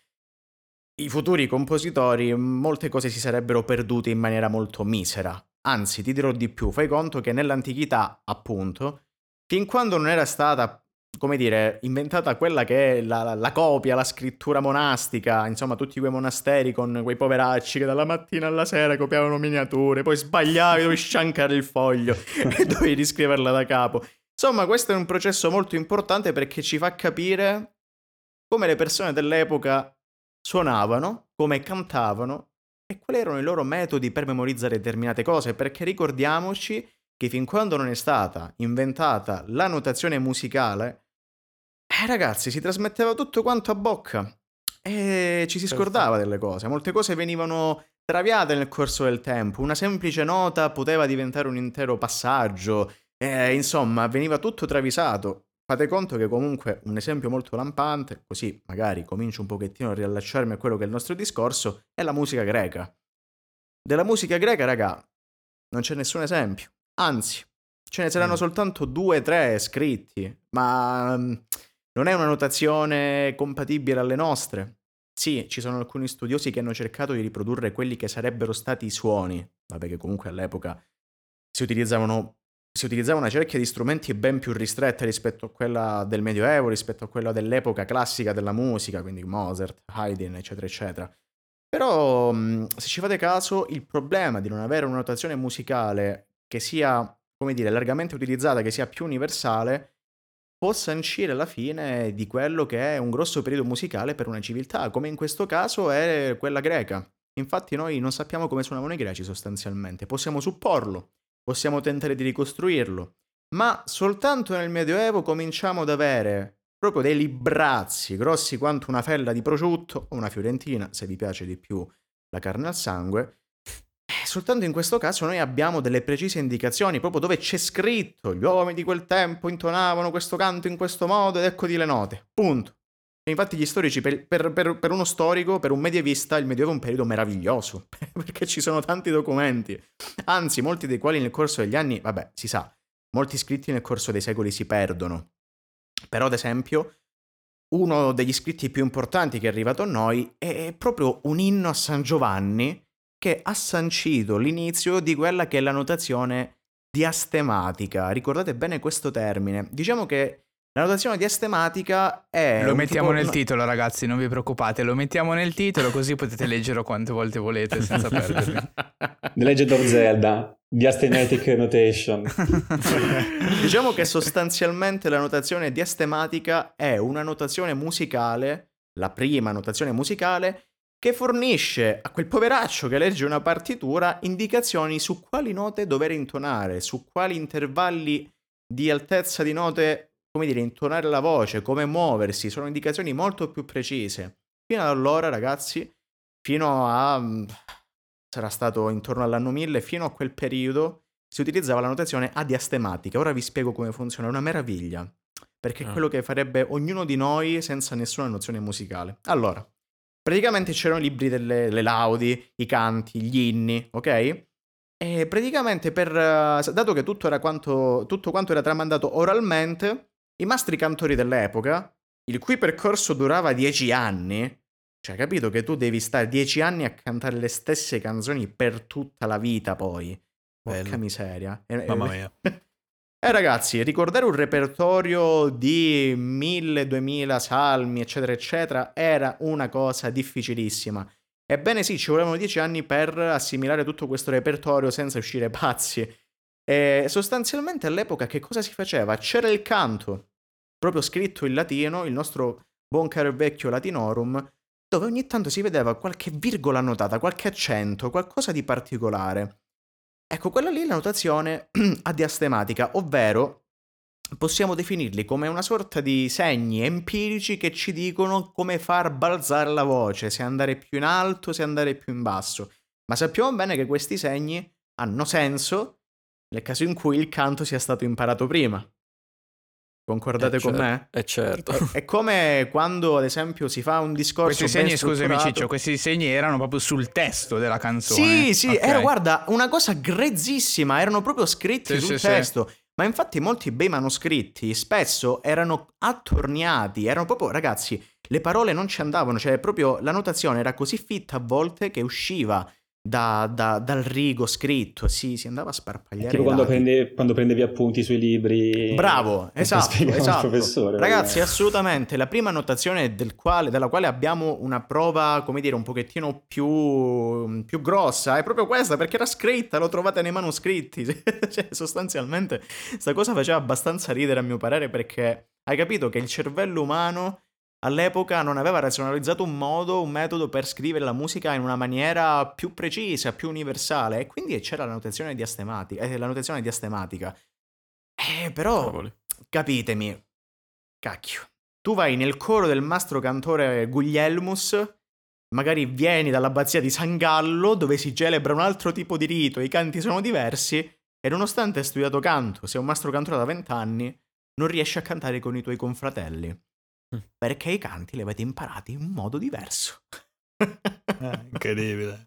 i futuri compositori, molte cose si sarebbero perdute in maniera molto misera. Anzi, ti dirò di più, fai conto che nell'antichità, appunto, fin quando non era stata, come dire, inventata quella che è la, la copia, la scrittura monastica, insomma tutti quei monasteri con quei poveracci che dalla mattina alla sera copiavano miniature, poi sbagliavi, dovevi sciancare il foglio e dovevi riscriverla da capo. Insomma, questo è un processo molto importante perché ci fa capire come le persone dell'epoca suonavano, come cantavano e quali erano i loro metodi per memorizzare determinate cose, perché ricordiamoci che fin quando non è stata inventata la notazione musicale, eh ragazzi, si trasmetteva tutto quanto a bocca e ci si scordava delle cose, molte cose venivano traviate nel corso del tempo, una semplice nota poteva diventare un intero passaggio, eh, insomma veniva tutto travisato. Fate conto che comunque un esempio molto lampante, così magari comincio un pochettino a riallacciarmi a quello che è il nostro discorso, è la musica greca. Della musica greca, raga, non c'è nessun esempio. Anzi, ce ne saranno mm. soltanto due o tre scritti, ma um, non è una notazione compatibile alle nostre. Sì, ci sono alcuni studiosi che hanno cercato di riprodurre quelli che sarebbero stati i suoni, vabbè che comunque all'epoca si utilizzavano... Si utilizzava una cerchia di strumenti ben più ristretta rispetto a quella del Medioevo, rispetto a quella dell'epoca classica della musica, quindi Mozart, Haydn, eccetera, eccetera. Però, se ci fate caso, il problema di non avere una notazione musicale che sia, come dire, largamente utilizzata, che sia più universale, può sancire la fine di quello che è un grosso periodo musicale per una civiltà, come in questo caso è quella greca. Infatti noi non sappiamo come suonavano i greci sostanzialmente, possiamo supporlo. Possiamo tentare di ricostruirlo, ma soltanto nel Medioevo cominciamo ad avere proprio dei librazzi grossi quanto una fella di prosciutto o una fiorentina, se vi piace di più la carne al sangue. E soltanto in questo caso noi abbiamo delle precise indicazioni, proprio dove c'è scritto gli uomini di quel tempo intonavano questo canto in questo modo ed eccoti le note, punto. E infatti gli storici, per, per, per, per uno storico, per un medievista, il Medioevo è un periodo meraviglioso, perché ci sono tanti documenti, anzi molti dei quali nel corso degli anni, vabbè, si sa, molti scritti nel corso dei secoli si perdono, però ad esempio uno degli scritti più importanti che è arrivato a noi è proprio un inno a San Giovanni che ha sancito l'inizio di quella che è la notazione diastematica. Ricordate bene questo termine, diciamo che la notazione diastematica è... Lo mettiamo tipo... nel no. titolo, ragazzi, non vi preoccupate, lo mettiamo nel titolo così potete leggerlo quante volte volete senza perdervi. The Legend of Zelda, Diastematic Notation. Diciamo che sostanzialmente la notazione diastematica è una notazione musicale, la prima notazione musicale, che fornisce a quel poveraccio che legge una partitura indicazioni su quali note dover intonare, su quali intervalli di altezza di note, come dire, intonare la voce, come muoversi, sono indicazioni molto più precise. Fino ad allora, ragazzi, fino a... sarà stato intorno all'anno mille, fino a quel periodo si utilizzava la notazione adiastematica. Ora vi spiego come funziona, è una meraviglia, perché è Ah. quello che farebbe ognuno di noi senza nessuna nozione musicale. Allora, praticamente c'erano i libri delle le laudi, i canti, gli inni, ok? E praticamente per... dato che tutto era quanto, tutto quanto era tramandato oralmente, i mastri cantori dell'epoca, il cui percorso durava dieci anni, cioè capito che tu devi stare dieci anni a cantare le stesse canzoni per tutta la vita poi. Porca Bello. miseria. E, Mamma mia. Eh ragazzi, ricordare un repertorio di mille, duemila salmi, eccetera, eccetera, era una cosa difficilissima. Ebbene sì, ci volevano dieci anni per assimilare tutto questo repertorio senza uscire pazzi. E sostanzialmente all'epoca che cosa si faceva? C'era il canto, proprio scritto in latino, il nostro buon caro e vecchio latinorum, dove ogni tanto si vedeva qualche virgola annotata, qualche accento, qualcosa di particolare. Ecco, quella lì è la notazione adiastematica, ovvero possiamo definirli come una sorta di segni empirici che ci dicono come far balzare la voce, se andare più in alto, se andare più in basso. Ma sappiamo bene che questi segni hanno senso nel caso in cui il canto sia stato imparato prima. Concordate Eh, con cer- me? Eh certo. È, è come quando, ad esempio, si fa un discorso Questi ben segni, scusami strutturato. Ciccio, questi segni erano proprio sul testo della canzone. Sì, sì, Ok. era, guarda, una cosa grezzissima, erano proprio scritti Sì, sul sì, testo. Ma infatti molti bei manoscritti spesso erano attorniati, erano proprio, ragazzi, le parole non ci andavano, cioè proprio la notazione era così fitta a volte che usciva da, da- dal rigo scritto, sì, si andava a sparpagliare Tipo i quando, lati. prende, quando prendevi appunti sui libri. Bravo, e esatto, spiegava il esatto. professore. Ragazzi, praticamente. assolutamente, la prima annotazione del quale, della quale abbiamo una prova, come dire, un pochettino più, più grossa, è proprio questa, perché era scritta, l'ho trovata nei manoscritti. Cioè, sostanzialmente, sta cosa faceva abbastanza ridere a mio parere, perché hai capito che il cervello umano all'epoca non aveva razionalizzato un modo, un metodo per scrivere la musica in una maniera più precisa, più universale, e quindi c'era la notazione diastematica, eh, la notazione diastematica. Eh, però, Cavoli. capitemi, cacchio, tu vai nel coro del mastro cantore Guglielmus, magari vieni dall'abbazia di San Gallo, dove si celebra un altro tipo di rito, i canti sono diversi, e nonostante hai studiato canto, sei un mastro cantore da vent'anni, non riesci a cantare con i tuoi confratelli, Mm. perché i canti li avete imparati in modo diverso. Eh, incredibile.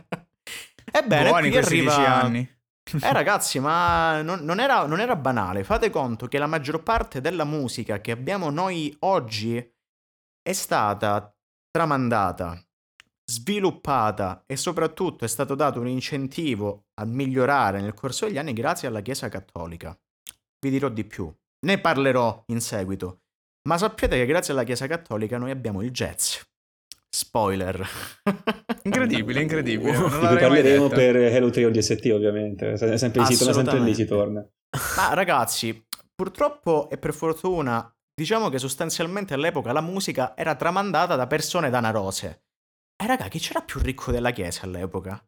Ebbene, Buoni qui questi arriva... dieci anni. Eh ragazzi, ma non, non era, non era banale. Fate conto che la maggior parte della musica che abbiamo noi oggi è stata tramandata, sviluppata e soprattutto è stato dato un incentivo a migliorare nel corso degli anni grazie alla Chiesa Cattolica. Vi dirò di più, ne parlerò in seguito, ma sappiate che grazie alla Chiesa Cattolica noi abbiamo il jazz. Spoiler. Incredibile, incredibile. Uh, Non Di cui l'avrei mai parleremo detto. per Hello Trio D S T, ovviamente. Se- Sempre lì si torna, sempre lì si torna. Ma ragazzi, purtroppo e per fortuna, diciamo che sostanzialmente all'epoca la musica era tramandata da persone danarose. E raga, chi c'era più ricco della Chiesa all'epoca?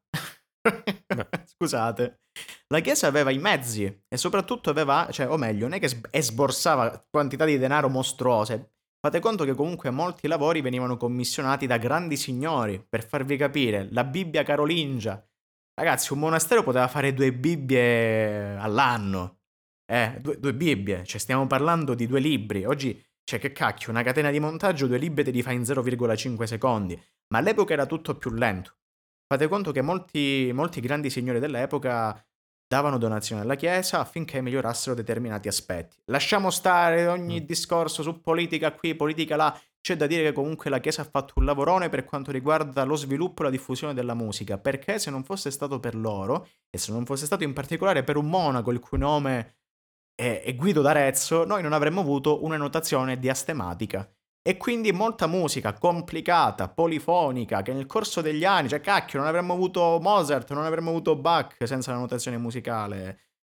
Scusate. La Chiesa aveva i mezzi e soprattutto aveva, cioè, o meglio, non è che sb- esborsava quantità di denaro mostruose. Fate conto che comunque molti lavori venivano commissionati da grandi signori. Per farvi capire, la Bibbia carolingia. Ragazzi, un monastero poteva fare due Bibbie all'anno. Eh, due, due Bibbie. Cioè, stiamo parlando di due libri. Oggi, cioè, che cacchio, una catena di montaggio, due libri te li fa in zero virgola cinque secondi. Ma all'epoca era tutto più lento. Fate conto che molti, molti grandi signori dell'epoca davano donazioni alla Chiesa affinché migliorassero determinati aspetti. Lasciamo stare ogni Mm. discorso su politica qui, politica là. C'è da dire che comunque la Chiesa ha fatto un lavorone per quanto riguarda lo sviluppo e la diffusione della musica, perché se non fosse stato per loro, e se non fosse stato in particolare per un monaco il cui nome è, è Guido d'Arezzo, noi non avremmo avuto una notazione diastematica. E quindi molta musica complicata, polifonica, che nel corso degli anni, cioè cacchio, non avremmo avuto Mozart, non avremmo avuto Bach senza la notazione musicale.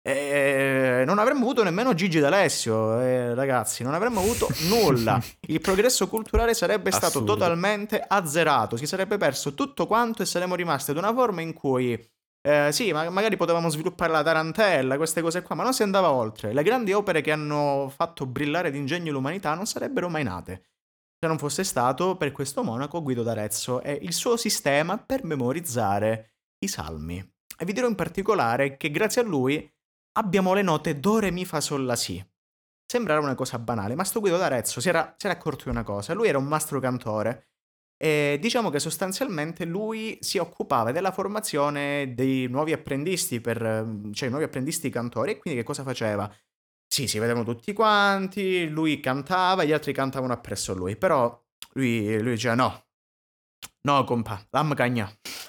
E non avremmo avuto nemmeno Gigi D'Alessio, eh, ragazzi, non avremmo avuto nulla. Il progresso culturale sarebbe stato Assurdo. totalmente azzerato, si sarebbe perso tutto quanto e saremmo rimasti ad una forma in cui, eh, sì, ma magari potevamo sviluppare la tarantella, queste cose qua, ma non si andava oltre. Le grandi opere che hanno fatto brillare d'ingegno l'umanità non sarebbero mai nate se non fosse stato per questo monaco Guido d'Arezzo e il suo sistema per memorizzare i salmi. E vi dirò in particolare che grazie a lui abbiamo le note do, re, mi, fa, sol, la, si. Sembrerà una cosa banale, ma sto Guido d'Arezzo si era, si era accorto di una cosa. Lui era un mastro cantore e diciamo che sostanzialmente lui si occupava della formazione dei nuovi apprendisti, per, cioè i nuovi apprendisti cantori, e quindi che cosa faceva? Sì, si vedevano tutti quanti, lui cantava, gli altri cantavano appresso a lui, però lui, lui diceva no, no compa, lam cagna.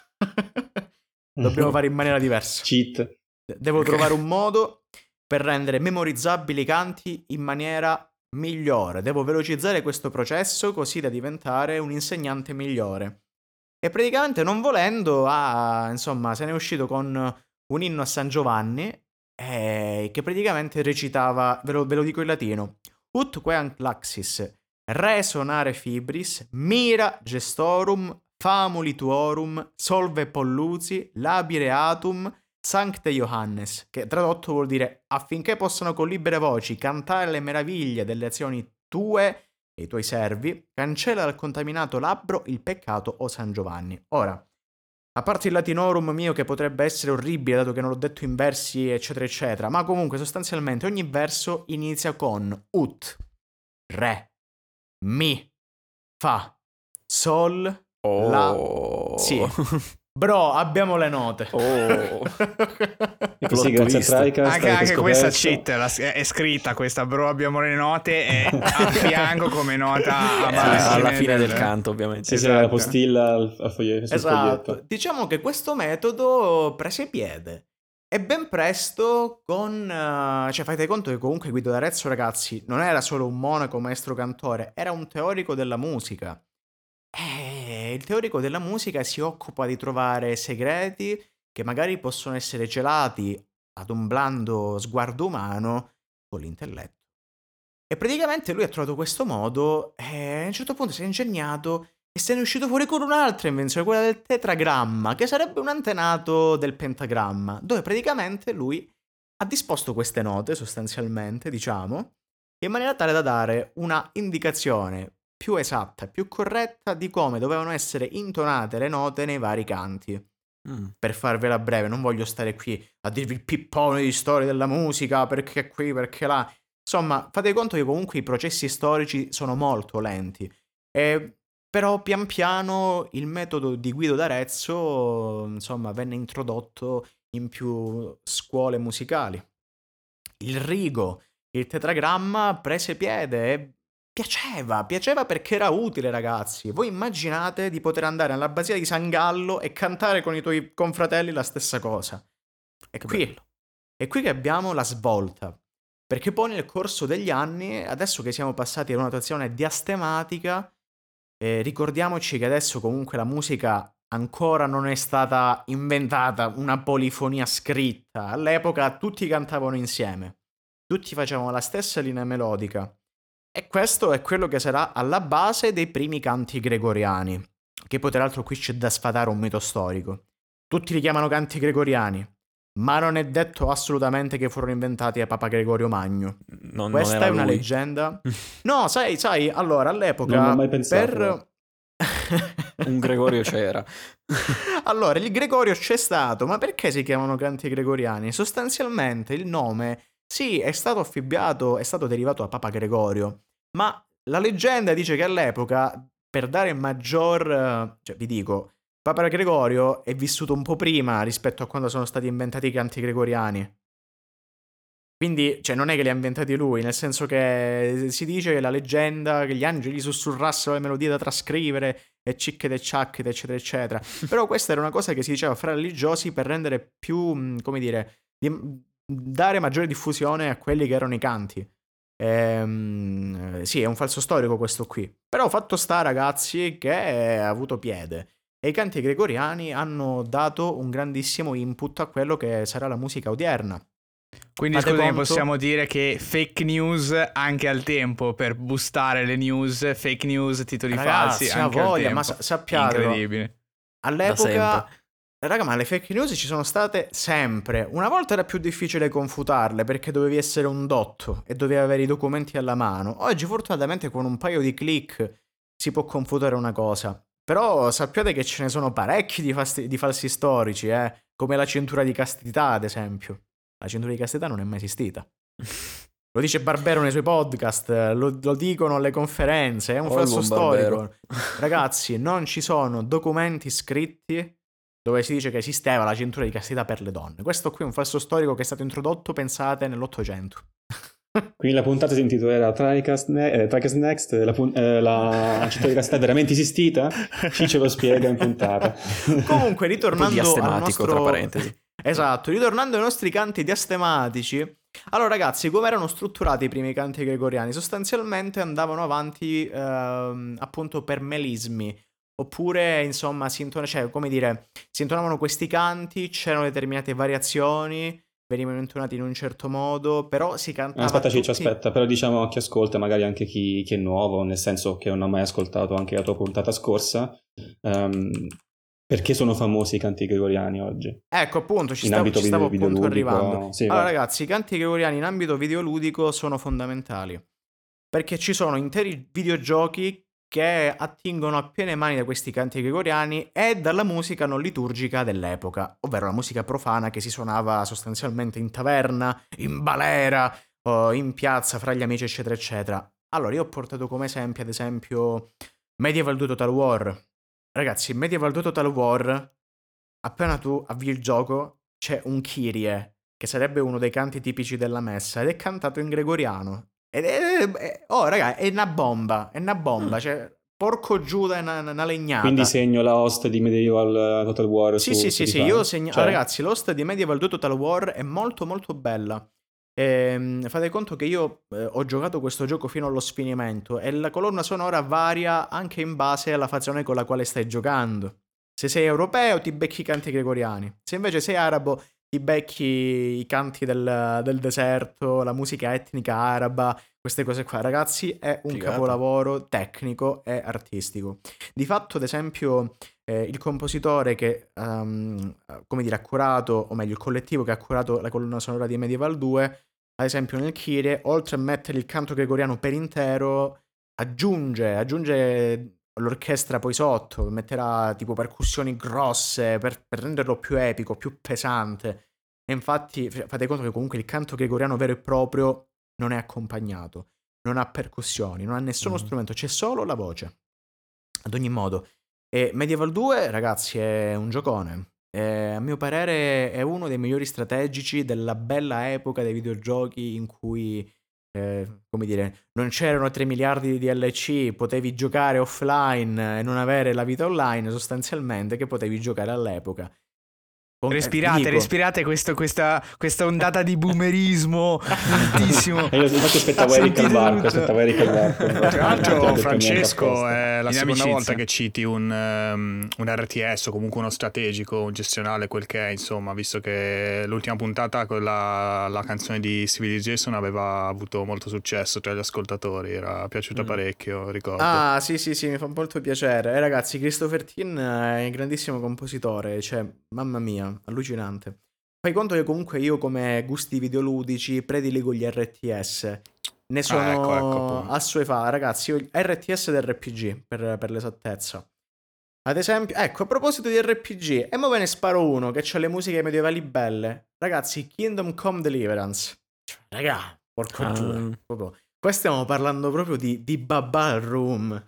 Dobbiamo fare in maniera diversa. Cheat. Devo Ok. trovare un modo per rendere memorizzabili i canti in maniera migliore. Devo velocizzare questo processo così da diventare un insegnante migliore. E praticamente non volendo, ah, insomma, se ne è uscito con un inno a San Giovanni eh, che praticamente recitava, ve lo, ve lo dico in latino, ut queant laxis, resonare fibris, mira gestorum, famuli tuorum, solve polluzi, labire atum, Sancte Johannes, che tradotto vuol dire affinché possano con libere voci cantare le meraviglie delle azioni tue e i tuoi servi, cancella dal contaminato labbro il peccato, o San Giovanni. Ora, A parte il latinorum mio che potrebbe essere orribile dato che non l'ho detto in versi eccetera eccetera, ma comunque sostanzialmente ogni verso inizia con ut, re, mi, fa, sol, Oh. la, si. Bro, abbiamo le note. Oh. E sì, grazie a Tricast Anche, avete anche questa scoperto- cheat la- è scritta questa, bro, abbiamo le note e a fianco come nota a Eh, margine alla fine del canto, ovviamente. Sì, sì, Esatto. la postilla al, al foglie- sul Esatto. foglietto. Diciamo che questo metodo prese piede e ben presto con... eh, cioè fate conto che comunque Guido d'Arezzo, ragazzi, non era solo un monaco maestro cantore, era un teorico della musica. E il teorico della musica si occupa di trovare segreti che magari possono essere celati ad un blando sguardo umano con l'intelletto. E praticamente lui ha trovato questo modo e a un certo punto si è ingegnato e se ne è uscito fuori con un'altra invenzione, quella del tetragramma, che sarebbe un antenato del pentagramma, dove praticamente lui ha disposto queste note, sostanzialmente, diciamo, in maniera tale da dare una indicazione più esatta, più corretta di come dovevano essere intonate le note nei vari canti. Mm. Per farvela breve, non voglio stare qui a dirvi il pippone di storia della musica, perché qui, perché là. Insomma, fate conto che comunque i processi storici sono molto lenti. E, però pian piano il metodo di Guido d'Arezzo, insomma, venne introdotto in più scuole musicali. Il rigo, il tetragramma prese piede e piaceva, piaceva perché era utile, ragazzi. Voi immaginate di poter andare alla Basilica di San Gallo e cantare con i tuoi confratelli la stessa cosa. E Che qui, bello. è qui che abbiamo la svolta. Perché poi nel corso degli anni, adesso che siamo passati ad una notazione diastematica, eh, ricordiamoci che adesso comunque la musica ancora non è stata inventata, una polifonia scritta. All'epoca tutti cantavano insieme, tutti facevano la stessa linea melodica. E questo è quello che sarà alla base dei primi canti gregoriani, che poi tra l'altro qui c'è da sfatare un mito storico. Tutti li chiamano canti gregoriani, ma non è detto assolutamente che furono inventati da Papa Gregorio Magno. Non, non Questa era è una lui. leggenda. No, sai, sai, allora all'epoca Non l'ho mai pensato, per Un Gregorio c'era. Allora, il Gregorio c'è stato, ma perché si chiamano canti gregoriani? Sostanzialmente il nome, sì, è stato affibbiato, è stato derivato da Papa Gregorio, ma la leggenda dice che all'epoca, per dare maggior... eh, cioè, vi dico, Papa Gregorio è vissuto un po' prima rispetto a quando sono stati inventati i canti gregoriani. Quindi, cioè, non è che li ha inventati lui, nel senso che si dice che la leggenda, che gli angeli sussurrassero le melodie da trascrivere, e cicchete e ciacchete, eccetera, eccetera. Però questa era una cosa che si diceva fra religiosi per rendere più, mh, come dire, di- dare maggiore diffusione a quelli che erano i canti. Ehm, sì, è un falso storico questo qui. Però fatto sta, ragazzi, che ha avuto piede. E i canti gregoriani hanno dato un grandissimo input a quello che sarà la musica odierna. Quindi Fate scusami, conto- possiamo dire che fake news anche al tempo, per boostare le news, fake news, titoli Ragazzi, falsi ha anche al voglia, tempo. ma sa- sappiatelo. Incredibile. All'epoca, sempre. raga, ma le fake news ci sono state sempre. Una volta era più difficile confutarle perché dovevi essere un dotto e dovevi avere i documenti alla mano. Oggi, fortunatamente, con un paio di click si può confutare una cosa. Però sappiate che ce ne sono parecchi di, fasti- di falsi storici, eh? Come la cintura di castità, ad esempio. La cintura di castità non è mai esistita. Lo dice Barbero nei suoi podcast, lo, lo dicono alle conferenze, è un Oh, il falso buon storico. Barbero. Ragazzi, non ci sono documenti scritti dove si dice che esisteva la cintura di castità per le donne. Questo qui è un falso storico che è stato introdotto, pensate, nell'Ottocento. Quindi la puntata si intitolerà Tricast, ne- eh, Tricast Next, la, pun- eh, la città di castità è veramente esistita? Ci ce lo spiega in puntata. Comunque, Un po' ritornando al diastematico, nostro... tra parentesi. Esatto, ritornando ai nostri canti diastematici. Allora, ragazzi, come erano strutturati i primi canti gregoriani? Sostanzialmente andavano avanti ehm, appunto per melismi. Oppure, insomma, si intona- cioè, come dire, si intonavano questi canti, c'erano determinate variazioni, venivano intonati in un certo modo, però si cantava Aspetta Ciccio, tutti... aspetta, però diciamo a chi ascolta, magari anche chi, chi è nuovo, nel senso che non ha mai ascoltato anche la tua puntata scorsa, ehm, perché sono famosi i canti gregoriani oggi? Ecco, appunto, ci In stavo, ambito ci stavo video- appunto videoludico, arrivando. sì, Allora, vai. ragazzi, i canti gregoriani in ambito videoludico sono fondamentali. Perché ci sono interi videogiochi che attingono a piene mani da questi canti gregoriani e dalla musica non liturgica dell'epoca, ovvero la musica profana che si suonava sostanzialmente in taverna, in balera, o in piazza fra gli amici, eccetera, eccetera. Allora, io ho portato come esempio, ad esempio, Medieval due Total War. Ragazzi, Medieval due Total War, appena tu avvii il gioco, c'è un Kyrie, che sarebbe uno dei canti tipici della messa, ed è cantato in gregoriano. Ed è, è- oh, raga, è una bomba, è una bomba, cioè, porco Giuda, è una, una legnata. Quindi segno la host di Medieval Total War Sì, su sì, sì, sì, Spotify? io segno... Cioè, ah, ragazzi, l'host di Medieval due Total War è molto molto bella. Ehm, fate conto che io eh, ho giocato questo gioco fino allo sfinimento e la colonna sonora varia anche in base alla fazione con la quale stai giocando. Se sei europeo ti becchi i canti gregoriani, se invece sei arabo ti becchi i canti del, del deserto, la musica etnica araba, queste cose qua. Ragazzi, è un Figata. capolavoro tecnico e artistico. Di fatto, ad esempio, eh, il compositore che, ehm, come dire, ha curato, o meglio, il collettivo che ha curato la colonna sonora di Medieval due, ad esempio nel Kyrie, oltre a mettere il canto gregoriano per intero, aggiunge, aggiunge l'orchestra poi sotto, metterà tipo percussioni grosse per, per renderlo più epico, più pesante. E infatti f- fate conto che comunque il canto gregoriano vero e proprio non è accompagnato, non ha percussioni, non ha nessuno Mm. strumento, c'è solo la voce. Ad ogni modo, e Medieval due, ragazzi, è un giocone. Eh, a mio parere è uno dei migliori strategici della bella epoca dei videogiochi in cui, eh, come dire, non c'erano tre miliardi di D L C, potevi giocare offline e non avere la vita online, sostanzialmente, che potevi giocare all'epoca. Con- eh, ti Respirate, dico- respirate questo- questa, questa ondata di boomerismo fortissimo. E io infatti aspettavo Eric al Sentite varco, tutto. aspettavo Eric al varco. Tra Ti ho l'altro, detto niente Francesco, apposta. è la In seconda amicizia. volta che citi un, um, un R T S o comunque uno strategico, un gestionale, quel che è, insomma, visto che l'ultima puntata, quella, la canzone di Civilization aveva avuto molto successo tra gli ascoltatori, era piaciuta Mm. parecchio, ricordo. Ah, sì, sì, sì, mi fa molto piacere. Eh, ragazzi, Christopher Tin è un grandissimo compositore, cioè, mamma mia, allucinante. Fai conto che comunque io come gusti videoludici prediligo gli R T S. Ne sono ecco, ecco, appunto. assuefa, ragazzi, io R T S ed R P G, per, per l'esattezza. Ad esempio, ecco, a proposito di R P G, e mo ve ne sparo uno che ha le musiche medievali belle. Ragazzi, Kingdom Come Deliverance. Cioè, raga, porco Ah. giù. Proprio. Qua stiamo parlando proprio di, di Babal Room.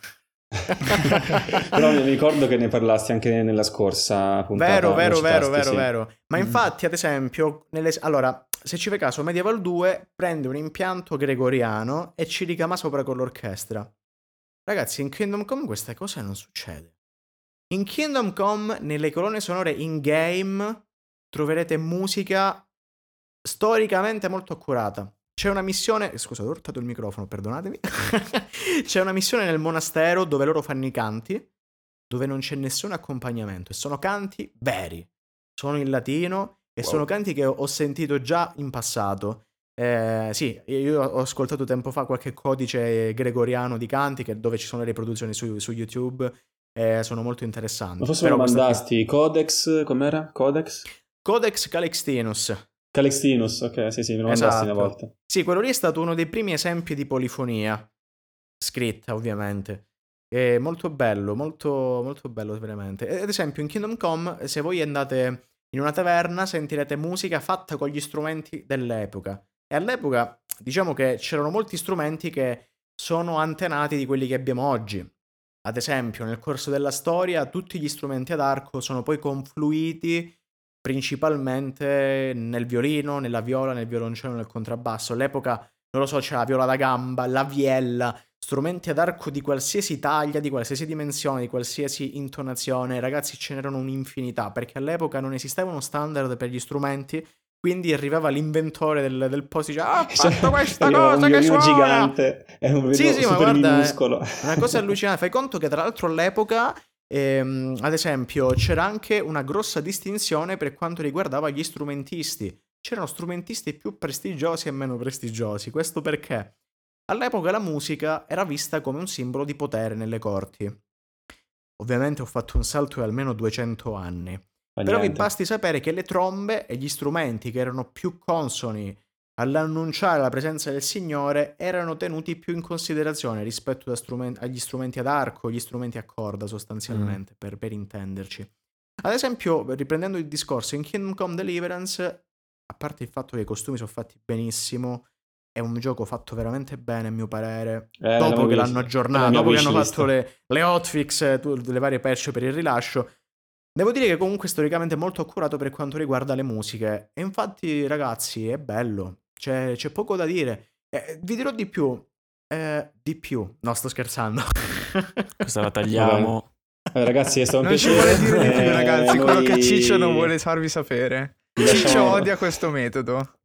Però mi ricordo che ne parlasti anche nella scorsa puntata. Vero, lo vero, vero, citasti, vero, sì. vero. Ma Mm. infatti, ad esempio, nelle... allora, se ci fai caso, Medieval due prende un impianto gregoriano e ci ricama sopra con l'orchestra. Ragazzi, in Kingdom Come questa cosa non succede. In Kingdom Come, nelle colonne sonore in-game, troverete musica storicamente molto accurata. C'è una missione... Scusa, ho urtato il microfono, perdonatemi. C'è una missione nel monastero dove loro fanno i canti, dove non c'è nessun accompagnamento, e sono canti veri. Sono in latino e Wow. sono canti che ho sentito già in passato. Eh, sì, io ho ascoltato tempo fa qualche codice gregoriano di canti che- dove ci sono le riproduzioni su, su YouTube. Eh, sono molto interessanti. Ma forse Però lo questo qui- mandasti Codex, com'era? Codex? Codex Calixtinus. Calixtinus, ok, sì, sì, me lo mandasti una Esatto. volta. Sì, quello lì è stato uno dei primi esempi di polifonia scritta, ovviamente. È molto bello, molto, molto bello veramente. E- Ad esempio, in Kingdom Come, se voi andate in una taverna, sentirete musica fatta con gli strumenti dell'epoca. E all'epoca, diciamo che c'erano molti strumenti che sono antenati di quelli che abbiamo oggi. Ad esempio, nel corso della storia, tutti gli strumenti ad arco sono poi confluiti principalmente nel violino, nella viola, nel violoncello, nel contrabbasso. All'epoca, non lo so, c'era la viola da gamba, la viella, strumenti ad arco di qualsiasi taglia, di qualsiasi dimensione, di qualsiasi intonazione. Ragazzi, ce n'erano un'infinità, perché all'epoca non esisteva uno standard per gli strumenti, quindi arrivava l'inventore del, del posto e diceva: ah, ho fatto questa Arrivava cosa un che violino suona! gigante, è un violino Sì, sì, ma super guarda, è minuscolo. una cosa allucinante. Fai conto che tra l'altro all'epoca, ehm, ad esempio, c'era anche una grossa distinzione per quanto riguardava gli strumentisti. C'erano strumentisti più prestigiosi e meno prestigiosi. Questo perché all'epoca la musica era vista come un simbolo di potere nelle corti. Ovviamente ho fatto un salto di almeno duecento anni. Fa Però vi niente. basti sapere che le trombe e gli strumenti che erano più consoni all'annunciare la presenza del Signore erano tenuti più in considerazione rispetto da strumen- agli strumenti ad arco, gli strumenti a corda sostanzialmente, mm. per, per intenderci. Ad esempio, riprendendo il discorso, in Kingdom Come Deliverance, a parte il fatto che i costumi sono fatti benissimo, è un gioco fatto veramente bene a mio parere, eh, dopo che visto. l'hanno aggiornato, dopo che hanno fatto le, le hotfix, le varie patch per il rilascio. Devo dire che comunque storicamente è molto accurato per quanto riguarda le musiche. E infatti, ragazzi, è bello. C'è, c'è poco da dire. Eh, vi dirò di più. Eh, di più. No, sto scherzando. Questa la tagliamo. Eh, ragazzi, è stato un non piacere. ci vuole dire di più, Eh, ragazzi. noi... Quello che Ciccio non vuole farvi sapere. Ciccio lasciamo... odia questo metodo.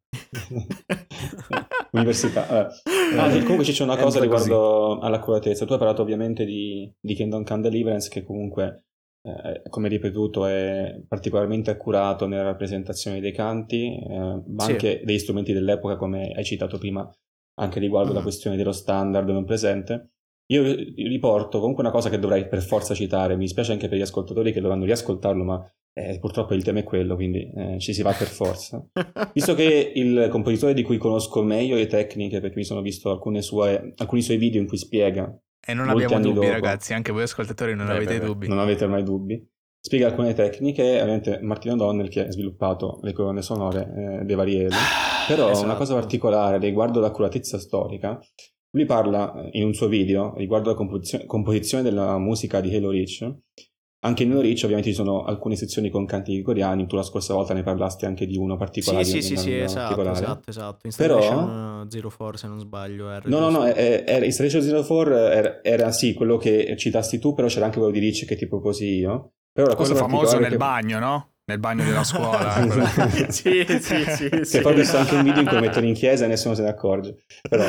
Università. Eh. Ah, comunque c'è una cosa riguardo all'accuratezza. Tu hai parlato ovviamente di, di Kingdom Come Deliverance, che comunque, eh, come ripetuto, è particolarmente accurato nella rappresentazione dei canti, eh, ma sì. anche degli strumenti dell'epoca, come hai citato prima, anche riguardo mm. la questione dello standard non presente. Io riporto comunque una cosa che dovrei per forza citare, mi dispiace anche per gli ascoltatori che dovranno riascoltarlo, ma eh, purtroppo il tema è quello, quindi eh, ci si va per forza. Visto che il compositore di cui conosco meglio le tecniche, perché mi sono visto alcune sue, alcuni suoi video in cui spiega, e non abbiamo dubbi dopo, ragazzi, anche voi ascoltatori non beh, avete beh, dubbi. Non avete mai dubbi. Spiega alcune tecniche, ovviamente Martin O'Donnell che ha sviluppato le colonne sonore eh, dei vari Halo, però esatto. Una cosa particolare riguardo l'accuratezza storica. Lui parla in un suo video riguardo la composizione, composizione della musica di Halo Reach. Anche in Halo Reach ovviamente ci sono alcune sezioni con canti gregoriani, tu la scorsa volta ne parlasti anche di uno particolare. Sì, sì, sì, sì, esatto, esatto, esatto. Installation Però... Zero Four, se non sbaglio. Era no, no, no, era Installation Zero Four era, era sì quello che citasti tu, però c'era anche quello di Reach che ti proposi io. Però la quello cosa famoso nel che... bagno, no? Nel bagno della scuola. sì, sì, sì. Che sì. poi ho visto anche un video in cui lo mettono in chiesa e nessuno se ne accorge. Però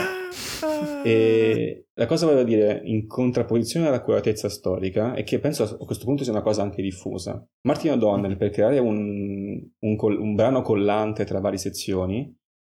e la cosa volevo dire in contrapposizione all'accuratezza storica è che penso a questo punto sia una cosa anche diffusa. Martin O'Donnell, per creare un, un, un brano collante tra varie sezioni,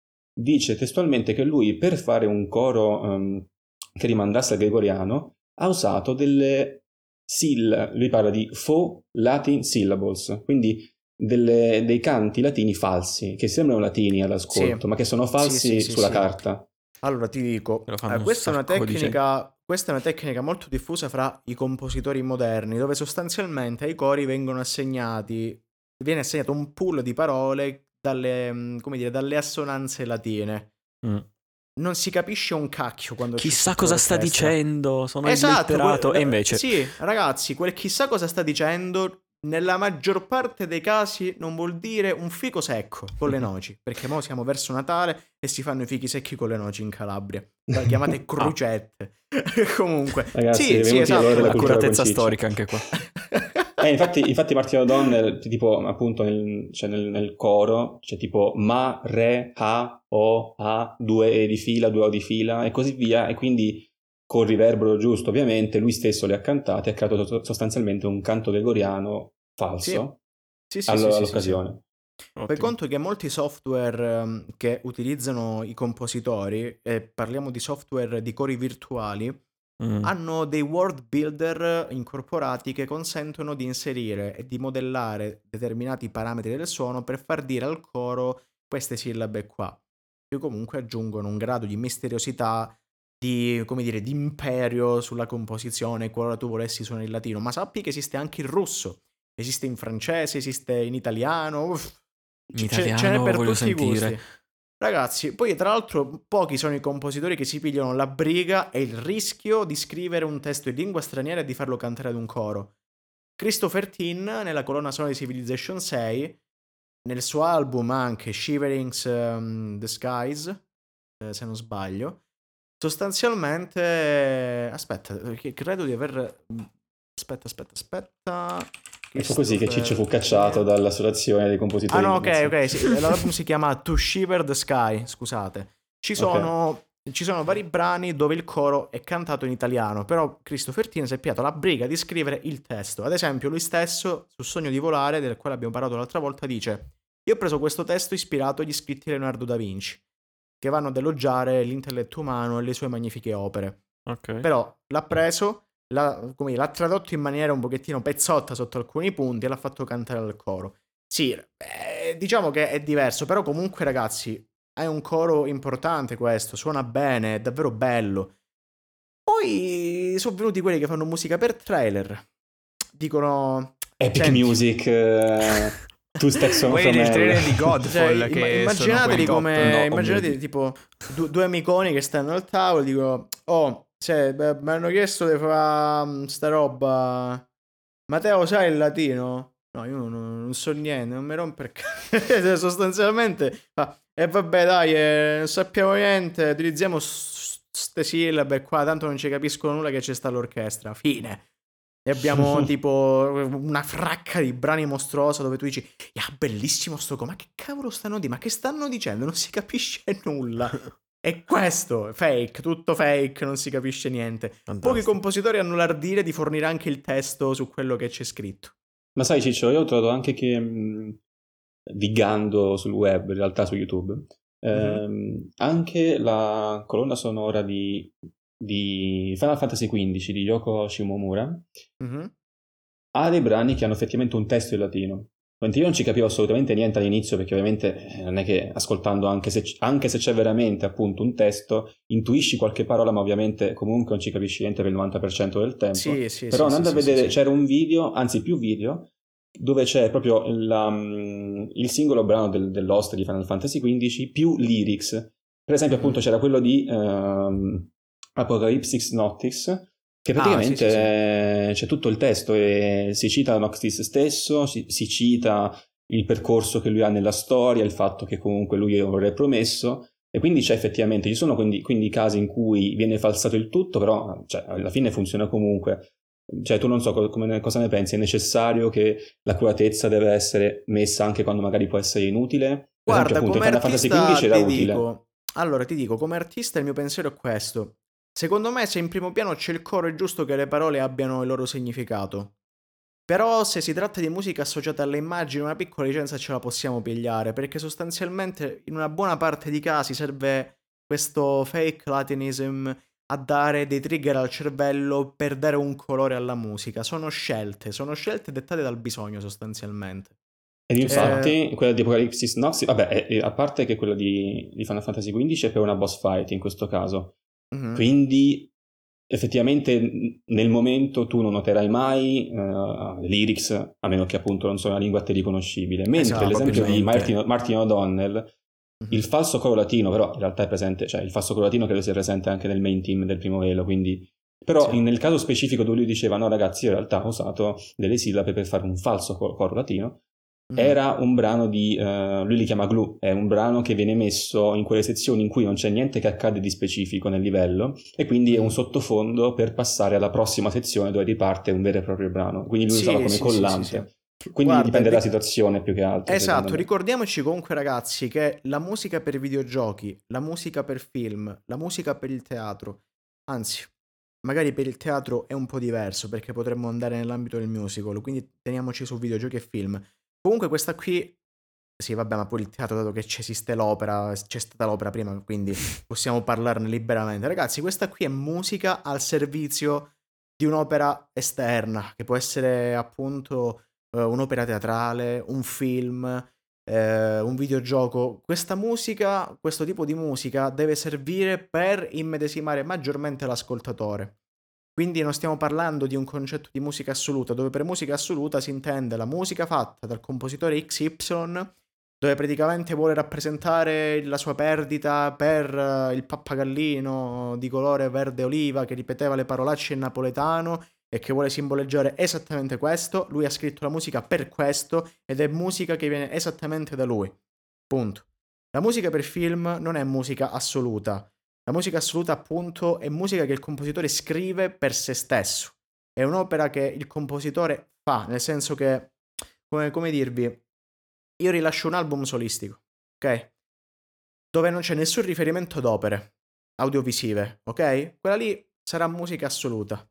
dice testualmente che lui per fare un coro um, che rimandasse al gregoriano ha usato delle Sill, lui parla di faux Latin syllables, quindi delle, dei canti latini falsi, che sembrano latini all'ascolto, sì. ma che sono falsi sì, sì, sulla sì, sì. carta. Allora ti dico, eh, questa, è una tecnica, questa è una tecnica molto diffusa fra i compositori moderni, dove sostanzialmente ai cori vengono assegnati, viene assegnato un pool di parole dalle, come dire, dalle assonanze latine. Mm. Non si capisce un cacchio quando chissà cosa sta dicendo, sono esatto, illutterato. Que- e invece sì, ragazzi, quel chissà cosa sta dicendo nella maggior parte dei casi non vuol dire un fico secco con le noci, perché mo siamo verso Natale e si fanno i fichi secchi con le noci in Calabria, chiamate crucette. Comunque ragazzi, sì, sì, esatto. L'accuratezza storica anche qua. Eh, infatti, infatti Martin O'Donnell, tipo appunto nel, cioè nel, nel coro c'è tipo ma, re, ha, o, a, due e di fila, due o di fila e così via, e quindi col riverbero giusto ovviamente lui stesso le ha cantate e ha creato sostanzialmente un canto gregoriano falso sì. Sì, sì, all- sì, all'occasione. Sì, sì. Fai conto che molti software um, che utilizzano i compositori, e parliamo di software di cori virtuali, Mm. hanno dei world builder incorporati che consentono di inserire e di modellare determinati parametri del suono per far dire al coro queste sillabe qua, che comunque aggiungono un grado di misteriosità, di, come dire, di imperio sulla composizione qualora tu volessi suonare in latino. Ma sappi che esiste anche in russo, esiste in francese, esiste in italiano, uff, in italiano ce n'è per tutti sentire. I gusti. Ragazzi, poi tra l'altro pochi sono i compositori che si pigliano la briga e il rischio di scrivere un testo in lingua straniera e di farlo cantare ad un coro. Christopher Tin, nella colonna sonora di Civilization sei, nel suo album anche Shiverings um, the Skies, eh, se non sbaglio, sostanzialmente... Aspetta, credo di aver... Aspetta, aspetta, aspetta... E fu così che Ciccio fu cacciato dall'associazione dei compositori. Ah no, ok, ok, sì. L'album si chiama To Shiver the Sky, scusate. Ci sono, okay. ci sono vari brani dove il coro è cantato in italiano, però Christopher Tin si è piato la briga di scrivere il testo. Ad esempio, lui stesso, su Sogno di volare, del quale abbiamo parlato l'altra volta, dice: io ho preso questo testo ispirato agli scritti di Leonardo da Vinci, che vanno ad elogiare l'intelletto umano e le sue magnifiche opere. Okay. Però l'ha preso... L'ha, come, l'ha tradotto in maniera un pochettino pezzotta sotto alcuni punti e l'ha fatto cantare al coro. Sì, eh, diciamo che è diverso, però comunque ragazzi, hai un coro importante questo, suona bene, è davvero bello. Poi sono venuti quelli che fanno musica per trailer, dicono... Epic senti, Music, uh, Two Steps From Quelli del Hell. trailer di cioè, Godfall imma- che sono immaginatevi quelli top. come No, immaginatevi music. tipo du- due amiconi che stanno al tavolo, dico oh, se, beh, mi hanno chiesto di fare sta roba, Matteo sai il latino? No, io non, non so niente, non mi romper c- sostanzialmente fa, e vabbè dai, eh, non sappiamo niente, utilizziamo ste sillabe qua, tanto non ci capiscono nulla che c'è sta l'orchestra, fine. E abbiamo tipo una fracca di brani mostruosa dove tu dici, ah, bellissimo sto co, ma che cavolo stanno di, ma che stanno dicendo? Non si capisce nulla. E questo, fake, tutto fake, non si capisce niente. Fantastico. Pochi compositori hanno l'ardire di fornire anche il testo su quello che c'è scritto. Ma sai Ciccio, io ho trovato anche che, mh, digando sul web, in realtà su YouTube, ehm, anche la colonna sonora di, di Final Fantasy quindici di Yoko Shimomura Mhm. ha dei brani che hanno effettivamente un testo in latino. Mentre io non ci capivo assolutamente niente all'inizio, perché ovviamente eh, non è che ascoltando, anche se, anche se c'è veramente appunto un testo, intuisci qualche parola, ma ovviamente comunque non ci capisci niente per il novanta per cento del tempo. Sì, sì, Però sì, andando sì, a sì, vedere, sì. c'era un video, anzi più video, dove c'è proprio la, um, il singolo brano del, dell'host di Final Fantasy quindici più lyrics. Per esempio Mhm. appunto c'era quello di um, Apocalypsis Noctis, che praticamente Ah, sì, sì, sì. eh, c'è tutto il testo e si cita Noctis stesso, si, si cita il percorso che lui ha nella storia, il fatto che comunque lui è un re promesso, e quindi c'è effettivamente, ci sono quindi, quindi casi in cui viene falsato il tutto, però cioè, alla fine funziona comunque. Cioè tu non so co- come, cosa ne pensi, è necessario che l'accuratezza deve essere messa anche quando magari può essere inutile? Per Guarda, esempio appunto in come Final Fantasy artista quindici era ti utile. dico, allora ti dico, come artista il mio pensiero è questo. Secondo me se in primo piano c'è il coro è giusto che le parole abbiano il loro significato. Però se si tratta di musica associata alle immagini, una piccola licenza ce la possiamo pigliare, perché sostanzialmente in una buona parte di casi serve questo fake latinism a dare dei trigger al cervello per dare un colore alla musica. Sono scelte, sono scelte dettate dal bisogno sostanzialmente. Ed Eh, infatti quella di Apocalypsis Nox, vabbè, è- è- a parte che quella di, di Final Fantasy quindici è per una boss fight in questo caso, mhm. quindi effettivamente n- nel momento tu non noterai mai uh, lyrics, a meno che appunto non sia una lingua a te riconoscibile. Mentre Esatto, l'esempio di probabilmente. Martin, Martin O'Donnell, Mhm. il falso coro latino, però in realtà è presente, cioè il falso coro latino credo sia presente anche nel main team del primo Halo, quindi... Però Sì. in- nel caso specifico dove lui diceva no ragazzi, io in realtà ho usato delle sillabe per fare un falso coro, coro latino, Mhm. era un brano di, uh, lui li chiama glue, è un brano che viene messo in quelle sezioni in cui non c'è niente che accade di specifico nel livello e quindi è un Mhm. sottofondo per passare alla prossima sezione dove riparte un vero e proprio brano, quindi lui Sì, usava come sì, sì, collante, sì, sì. quindi Guarda, dipende dalla ric- situazione più che altro. Esatto, secondo me. ricordiamoci comunque ragazzi che la musica per i videogiochi, la musica per film, la musica per il teatro, anzi, magari per il teatro è un po' diverso perché potremmo andare nell'ambito del musical, quindi teniamoci su videogiochi e film. Comunque questa qui, sì vabbè, ma poi il teatro, dato che c'è esiste l'opera, c'è stata l'opera prima, quindi possiamo parlarne liberamente. Ragazzi, questa qui è musica al servizio di un'opera esterna, che può essere appunto eh, un'opera teatrale, un film, eh, un videogioco. Questa musica, questo tipo di musica deve servire per immedesimare maggiormente l'ascoltatore. Quindi non stiamo parlando di un concetto di musica assoluta, dove per musica assoluta si intende la musica fatta dal compositore X Y, dove praticamente vuole rappresentare la sua perdita per eh, il pappagallino di colore verde oliva che ripeteva le parolacce in napoletano e che vuole simboleggiare esattamente questo. Lui ha scritto la musica per questo ed è musica che viene esattamente da lui. Punto. La musica per film non è musica assoluta. La musica assoluta, appunto, è musica che il compositore scrive per se stesso. È un'opera che il compositore fa, nel senso che, come, come dirvi, io rilascio un album solistico, ok? Dove non c'è nessun riferimento ad opere audiovisive, ok? Quella lì sarà musica assoluta.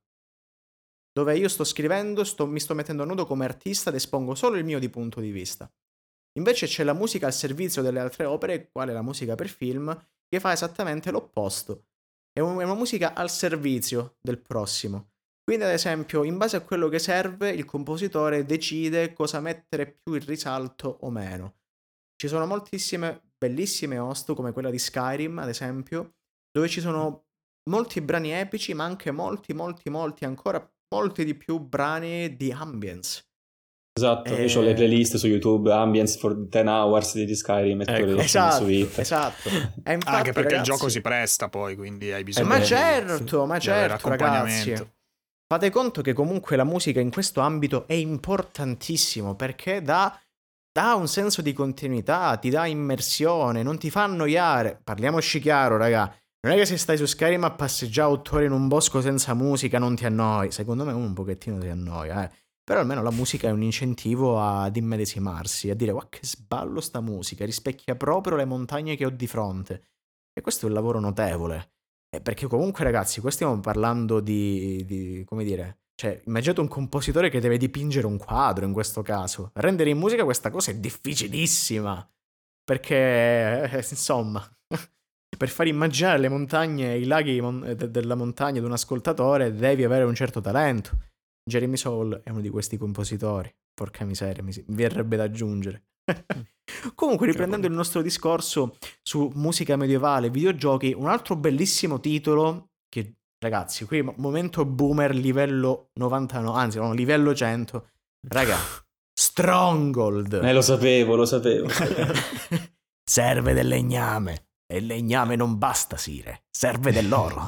Dove io sto scrivendo, sto, mi sto mettendo a nudo come artista ed espongo solo il mio di punto di vista. Invece c'è la musica al servizio delle altre opere, quale la musica per film, che fa esattamente l'opposto. È, un, è una musica al servizio del prossimo. Quindi, ad esempio, in base a quello che serve, il compositore decide cosa mettere più in risalto o meno. Ci sono moltissime bellissime host come quella di Skyrim, ad esempio, dove ci sono molti brani epici, ma anche molti, molti, molti, ancora molti di più brani di ambience. Esatto, Eh, io ho le playlist su YouTube, Ambience for ten hours di Skyrim, e Ecco. tutto Esatto, su It. esatto. E infatti, Anche perché ragazzi, il gioco si presta poi, quindi hai eh, bisogno ma di, certo, ma di avere certo, ragazzi. accompagnamento. Fate conto che comunque la musica in questo ambito è importantissimo perché dà, dà un senso di continuità, ti dà immersione, non ti fa annoiare. Parliamoci chiaro, raga. Non è che se stai su Skyrim a passeggiare otto ore in un bosco senza musica non ti annoi. Secondo me uno un pochettino si annoia, eh. Però almeno la musica è un incentivo ad immedesimarsi, a dire "Guarda che sballo sta musica, rispecchia proprio le montagne che ho di fronte". E questo è un lavoro notevole. Eh, perché comunque, ragazzi, qua stiamo parlando di, di- come dire, cioè, immaginate un compositore che deve dipingere un quadro in questo caso. Rendere in musica questa cosa è difficilissima. Perché, eh, insomma, per far immaginare le montagne, i laghi mon- de- della montagna ad un ascoltatore devi avere un certo talento. Jeremy Soule è uno di questi compositori. Porca miseria, mi si- mi verrebbe da aggiungere. Comunque, riprendendo il nostro discorso su musica medievale, videogiochi, un altro bellissimo titolo che, ragazzi, qui mo- momento boomer livello novantanove, anzi no, livello cento. Raga, Stronghold. Eh, lo sapevo, lo sapevo. Serve del legname. E il legname non basta, sire. Serve dell'oro.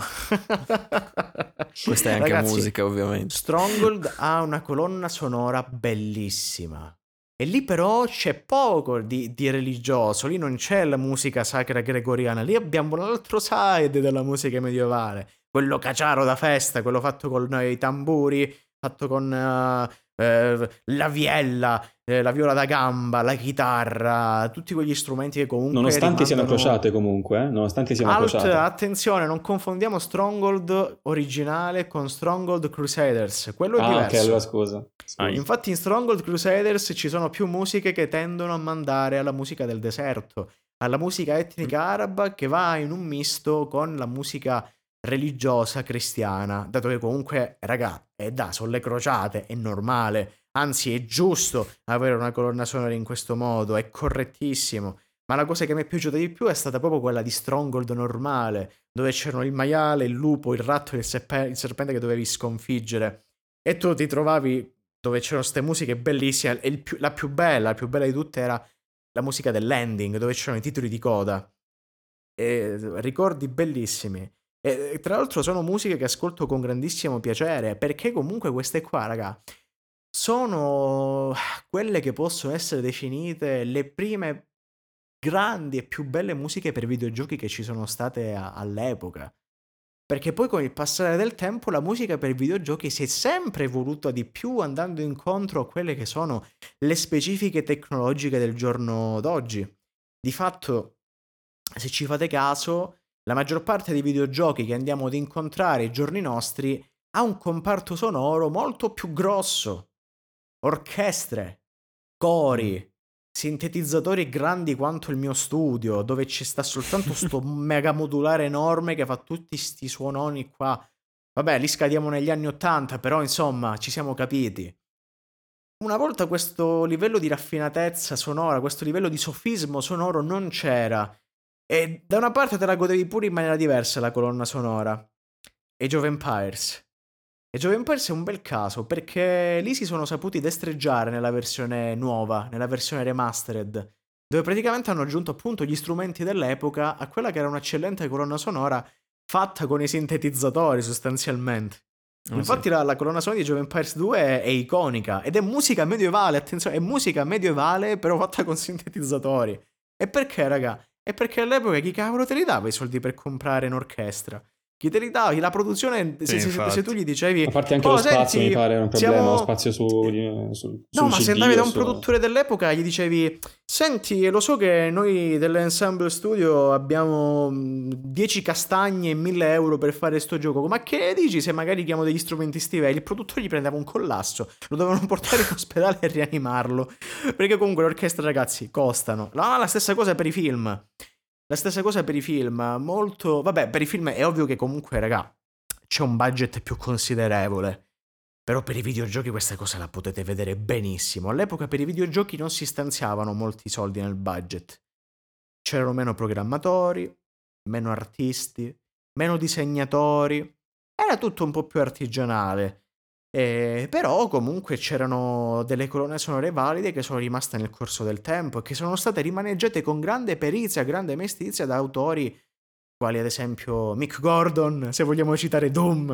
Questa è anche Ragazzi, musica, ovviamente. Stronghold ha una colonna sonora bellissima. E lì però c'è poco di, di religioso, lì non c'è la musica sacra gregoriana, lì abbiamo un altro side della musica medievale, quello caciaro da festa, quello fatto con eh, i tamburi, fatto con eh, eh, la viella, eh, la viola da gamba, la chitarra, tutti quegli strumenti che comunque Nonostante siano rimandano- crociate comunque, eh? Nonostante siano Alt, crociate. attenzione, non confondiamo Stronghold originale con Stronghold Crusaders, quello è Ah, ok, diverso. allora scusa. Scusa. Infatti in Stronghold Crusaders ci sono più musiche che tendono a mandare alla musica del deserto, alla musica etnica araba che va in un misto con la musica religiosa cristiana, dato che comunque, raga, è da, sono le crociate, è normale, anzi è giusto avere una colonna sonora in questo modo, è correttissimo. Ma la cosa che mi è piaciuta di più è stata proprio quella di Stronghold normale, dove c'erano il maiale, il lupo, il ratto e il, serpe- il serpente che dovevi sconfiggere. E tu ti trovavi dove c'erano queste musiche bellissime, e il più- la più bella, la più bella di tutte era la musica dell'ending, dove c'erano i titoli di coda. E ricordi bellissimi. E, e tra l'altro sono musiche che ascolto con grandissimo piacere, perché comunque queste qua, raga, sono quelle che possono essere definite le prime grandi e più belle musiche per videogiochi che ci sono state a- all'epoca. Perché poi con il passare del tempo la musica per videogiochi si è sempre evoluta di più, andando incontro a quelle che sono le specifiche tecnologiche del giorno d'oggi. Di fatto, se ci fate caso, la maggior parte dei videogiochi che andiamo ad incontrare ai giorni nostri ha un comparto sonoro molto più grosso. Orchestre, cori, sintetizzatori grandi quanto il mio studio, dove ci sta soltanto sto mega modulare enorme che fa tutti sti suononi qua. Vabbè, li scadiamo negli anni ottanta, però insomma, ci siamo capiti. Una volta questo livello di raffinatezza sonora, questo livello di sofismo sonoro non c'era. E da una parte te la godevi pure in maniera diversa la colonna sonora. Age of Empires. Age of Empires è un bel caso, perché lì si sono saputi destreggiare nella versione nuova, nella versione remastered, dove praticamente hanno aggiunto appunto gli strumenti dell'epoca a quella che era un'eccellente colonna sonora fatta con i sintetizzatori sostanzialmente. Ah, Infatti sì. la, la colonna sonora di Age of Empires due è, è iconica ed è musica medievale, attenzione, è musica medievale però fatta con sintetizzatori. E perché, raga? È perché all'epoca chi cavolo te li dava i soldi per comprare in orchestra? Chi te li dava? La produzione, se, Sì, se- se infatti. tu gli dicevi... A parte anche "Oh, lo spazio, senti, mi pare un problema, siamo- lo spazio su, su, No, ma sul se C D andavi da o un su- produttore dell'epoca gli dicevi senti, lo so che noi dell'Ensemble Studio abbiamo mh, dieci castagne e mille euro per fare sto gioco, ma che dici se magari chiamo degli strumentisti veri? Il produttore gli prendeva un collasso, lo dovevano portare in ospedale e rianimarlo, perché comunque le orchestre, ragazzi, costano. No, la stessa cosa per i film, la stessa cosa per i film, molto... Vabbè, per i film è ovvio che comunque, raga, c'è un budget più considerevole. Però per i videogiochi questa cosa la potete vedere benissimo. All'epoca per i videogiochi non si stanziavano molti soldi nel budget. c'erano meno programmatori, meno artisti, meno disegnatori, era tutto un po' più artigianale. Eh, però comunque c'erano delle colonne sonore valide che sono rimaste nel corso del tempo e che sono state rimaneggiate con grande perizia, grande mestizia da autori quali ad esempio Mick Gordon, se vogliamo citare Doom.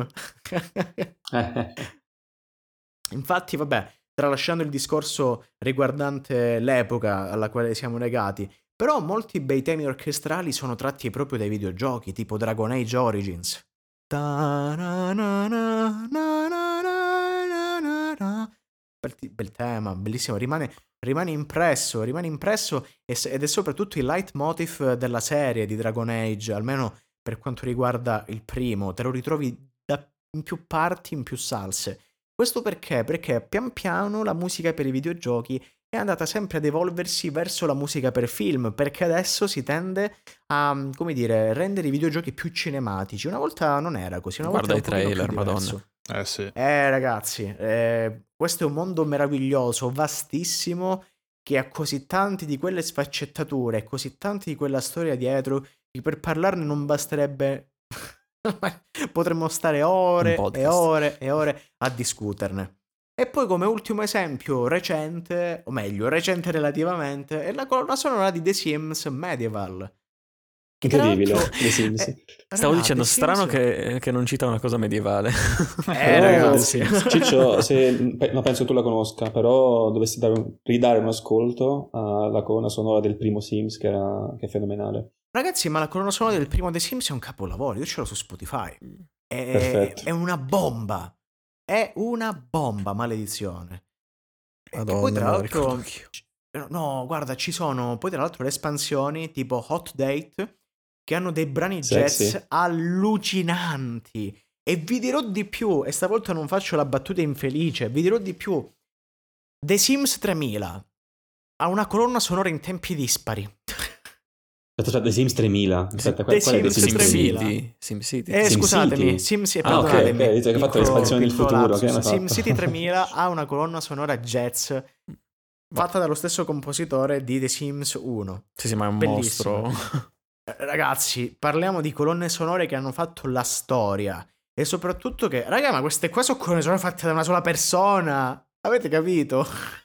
Infatti, vabbè, tralasciando il discorso riguardante l'epoca alla quale siamo legati, però molti bei temi orchestrali sono tratti proprio dai videogiochi, tipo Dragon Age Origins. Bel, bel tema, bellissimo, rimane, rimane impresso, rimane impresso ed è soprattutto il leitmotiv della serie di Dragon Age, almeno per quanto riguarda il primo, te lo ritrovi da, in più parti, in più salse. Questo perché? Perché pian piano la musica per i videogiochi è andata sempre ad evolversi verso la musica per film, perché adesso si tende a, come dire, rendere i videogiochi più cinematici. Una volta non era così, una Guarda volta i era un trailer, pochino più madonna. diverso. Eh sì. Eh ragazzi, eh, questo è un mondo meraviglioso, vastissimo, che ha così tanti di quelle sfaccettature, così tanti di quella storia dietro, che per parlarne non basterebbe... Potremmo stare ore e ore e ore a discuterne. E poi come ultimo esempio recente, o meglio, recente relativamente, è la colonna sonora di The Sims Medieval. Incredibile, The Sims. Eh, Stavo raga, dicendo The strano Sims... che, che non cita una cosa medievale. Eh ragazzi. Ciccio, se, no, penso tu la conosca, però dovresti dare un, ridare un ascolto alla colonna sonora del primo Sims che, era, che è fenomenale. Ragazzi, ma la colonna sonora del primo The Sims è un capolavoro, io ce l'ho su Spotify. È, Perfetto. è una bomba. È una bomba, maledizione. Madonna, e poi tra me la l'altro... ricordo anch'io. No, guarda, ci sono poi tra l'altro le espansioni tipo Hot Date che hanno dei brani Sexy. jazz allucinanti. E vi dirò di più, e stavolta non faccio la battuta infelice, vi dirò di più. The Sims tremila ha una colonna sonora in tempi dispari. Aspetta, The Sims tremila. Aspetta, qual, The qual è The Sims Sims tremila. tremila? SimCity. Eh, Sim scusatemi, City? SimCity, Ah, ok, perdonatemi. ok, dice che ha fatto l'espansione del piccolo futuro, lapsus. che hanno fatto? SimCity tremila ha una colonna sonora jazz fatta dallo stesso compositore di The Sims uno. Sì, sì, ma è un Bellissimo. mostro. Ragazzi, parliamo di colonne sonore che hanno fatto la storia. E soprattutto che, raga, ma queste qua sono colonne sonore fatte da una sola persona. Avete capito?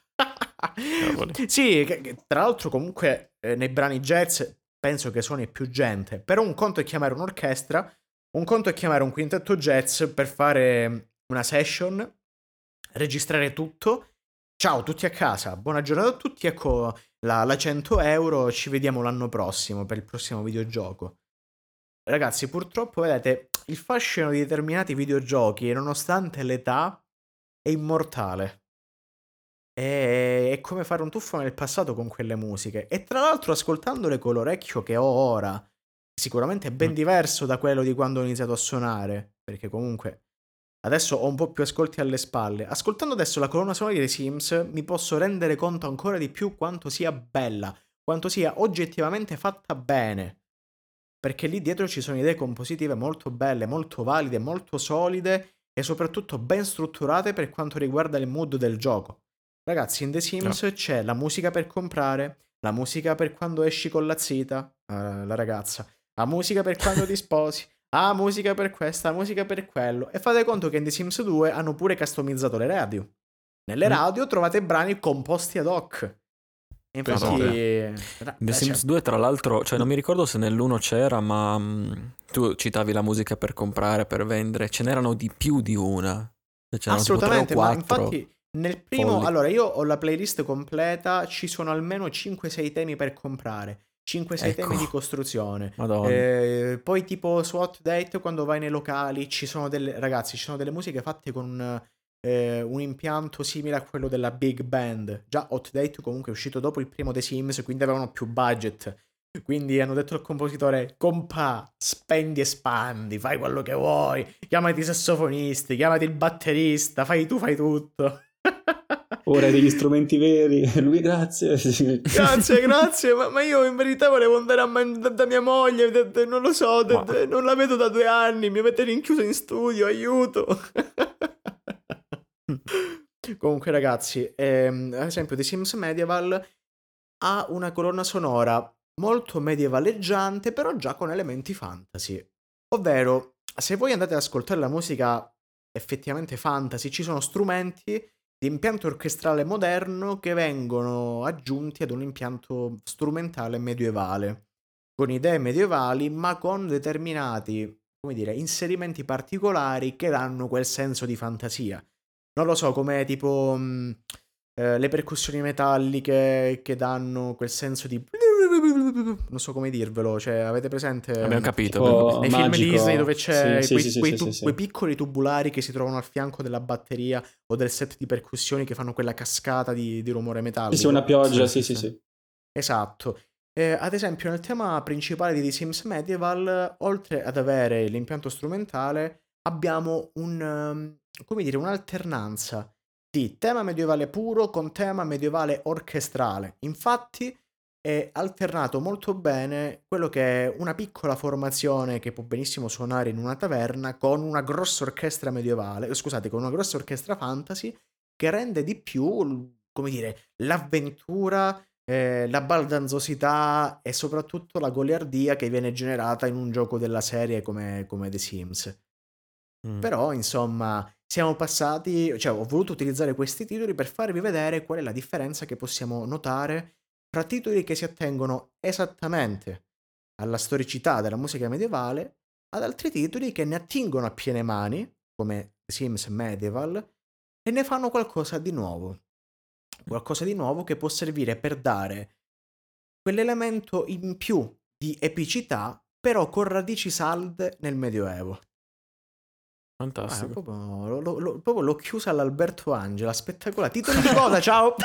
Sì, che, che, tra l'altro comunque eh, nei brani jazz penso che suoni più gente. Però un conto è chiamare un'orchestra, un conto è chiamare un quintetto jazz per fare una session, registrare tutto. Ciao, tutti a casa, buona giornata a tutti, ecco la, la cento euro, ci vediamo l'anno prossimo per il prossimo videogioco. Ragazzi, purtroppo, vedete, il fascino di determinati videogiochi, nonostante l'età, è immortale. È, è come fare un tuffo nel passato con quelle musiche. E tra l'altro, ascoltandole con l'orecchio che ho ora, sicuramente è ben diverso da quello di quando ho iniziato a suonare, perché comunque... Adesso ho un po' più ascolti alle spalle. Ascoltando adesso la colonna sonora di The Sims mi posso rendere conto ancora di più quanto sia bella, quanto sia oggettivamente fatta bene. Perché lì dietro ci sono idee compositive molto belle, molto valide, molto solide e soprattutto ben strutturate per quanto riguarda il mood del gioco. Ragazzi, in The Sims no. c'è la musica per comprare, la musica per quando esci con la zita, uh, la ragazza, la musica per quando ti sposi. Ah, musica per questa, musica per quello. E fate conto che in The Sims due hanno pure customizzato le radio. Nelle radio mm. trovate brani composti ad hoc. E infatti... in The Sims due, tra l'altro, cioè non mi ricordo se nell'uno c'era, ma mh, tu citavi la musica per comprare, per vendere. Ce n'erano di più di una. C'erano assolutamente, ma infatti nel primo... folli. Allora, io ho la playlist completa, ci sono almeno cinque sei temi per comprare. cinque sei ecco. temi di costruzione. Eh, poi tipo su Hot Date quando vai nei locali ci sono delle ragazzi ci sono delle musiche fatte con eh, un impianto simile a quello della Big Band. Già Hot Date comunque è uscito dopo il primo The Sims, quindi avevano più budget, quindi hanno detto al compositore: compa, spendi e spandi, fai quello che vuoi, chiamati i sassofonisti, chiamati il batterista, fai tu fai tutto. Ora hai degli strumenti veri, lui grazie. Grazie, grazie, ma, ma io in verità volevo andare a man- da, da mia moglie, da, da, non lo so, da, da, non la vedo da due anni, mi avete rinchiuso in studio, aiuto. Comunque ragazzi, ehm, ad esempio The Sims Medieval ha una colonna sonora molto medievaleggiante, però già con elementi fantasy. Ovvero, se voi andate ad ascoltare la musica effettivamente fantasy, ci sono strumenti di impianto orchestrale moderno che vengono aggiunti ad un impianto strumentale medievale, con idee medievali, ma con determinati, come dire, inserimenti particolari che danno quel senso di fantasia. Non lo so, come tipo mh, eh, le percussioni metalliche che danno quel senso di... non so come dirvelo, cioè avete presente? Abbiamo capito. Tipo abbiamo capito. Nei film magico. Disney dove c'è Sì, sì, quei, sì, sì, quei sì, tu- sì, sì. quei piccoli tubulari che si trovano al fianco della batteria o del set di percussioni che fanno quella cascata di, di rumore metallico. Sì, sì, una pioggia, Sì, sì, sì, sì, sì. sì. Esatto. Eh, ad esempio nel tema principale di The Sims Medieval, oltre ad avere l'impianto strumentale, abbiamo un, um, come dire, un'alternanza di tema medievale puro con tema medievale orchestrale. Infatti è alternato molto bene quello che è una piccola formazione che può benissimo suonare in una taverna con una grossa orchestra medievale, eh, scusate, con una grossa orchestra fantasy che rende di più, come dire, l'avventura, eh, la baldanzosità e soprattutto la goliardia che viene generata in un gioco della serie come, come The Sims. Mm. Però, insomma, siamo passati, cioè ho voluto utilizzare questi titoli per farvi vedere qual è la differenza che possiamo notare tra titoli che si attengono esattamente alla storicità della musica medievale ad altri titoli che ne attingono a piene mani, come Sims Medieval, e ne fanno qualcosa di nuovo. Qualcosa di nuovo che può servire per dare quell'elemento in più di epicità, però con radici salde nel Medioevo. Ah, Fantastico. proprio, lo- lo- lo- proprio l'ho chiusa all'Alberto Angela, spettacolare. Titoli di coda, ciao!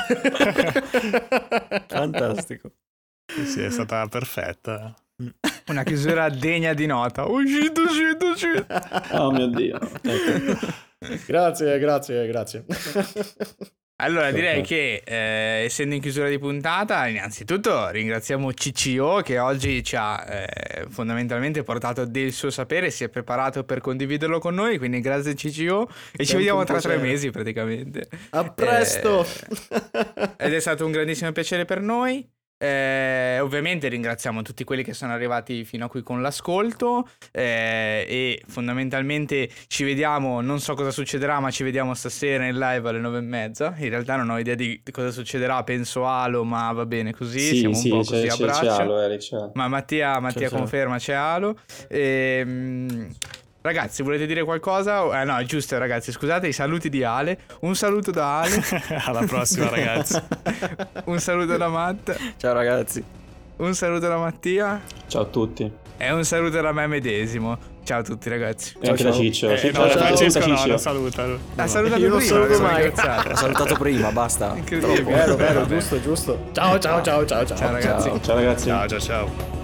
Fantastico. Sì, sì, è stata perfetta. Una chiusura degna di nota. Uscito, uscito, uscito. Oh mio Dio. Ecco. Grazie, grazie, grazie. Allora direi che eh, essendo in chiusura di puntata, innanzitutto ringraziamo C C O che oggi ci ha eh, fondamentalmente portato del suo sapere e si è preparato per condividerlo con noi, quindi grazie C C O e ci vediamo un tra tre piacere. mesi praticamente. A presto! Eh, ed è stato un grandissimo piacere per noi. Eh, ovviamente ringraziamo tutti quelli che sono arrivati fino a qui con l'ascolto eh, e fondamentalmente ci vediamo, non so cosa succederà, ma ci vediamo stasera in live alle nove e mezza. In realtà non ho idea di cosa succederà, penso Halo, ma va bene così, Sì, siamo sì, un po' c'è, così a c'è, c'è braccio. Halo, Eric, c'è. Ma Mattia, Mattia C'è, c'è. conferma, c'è Halo. Ehm, Ragazzi, volete dire qualcosa? Eh no, è giusto ragazzi, scusate i saluti di Ale. Un saluto da Ale. Alla prossima, ragazzi. Un saluto da Matt. Ciao ragazzi. Un saluto da Mattia. Ciao a tutti. E un saluto da me medesimo. Ciao a tutti ragazzi. E anche da Ciccio. Eh, Ciccio, no, saluta Francesco no, Ciccio. lo salutalo. Ha salutato Io non prima, saluto mi sono mai. ringraziato. L'ho salutato prima, basta. Incredibile. Troppo. Vero, vero, Vabbè. giusto, giusto. Ciao, ciao, ciao, ciao, ciao. Ciao ragazzi. Ciao ragazzi. Ciao, ciao, ciao.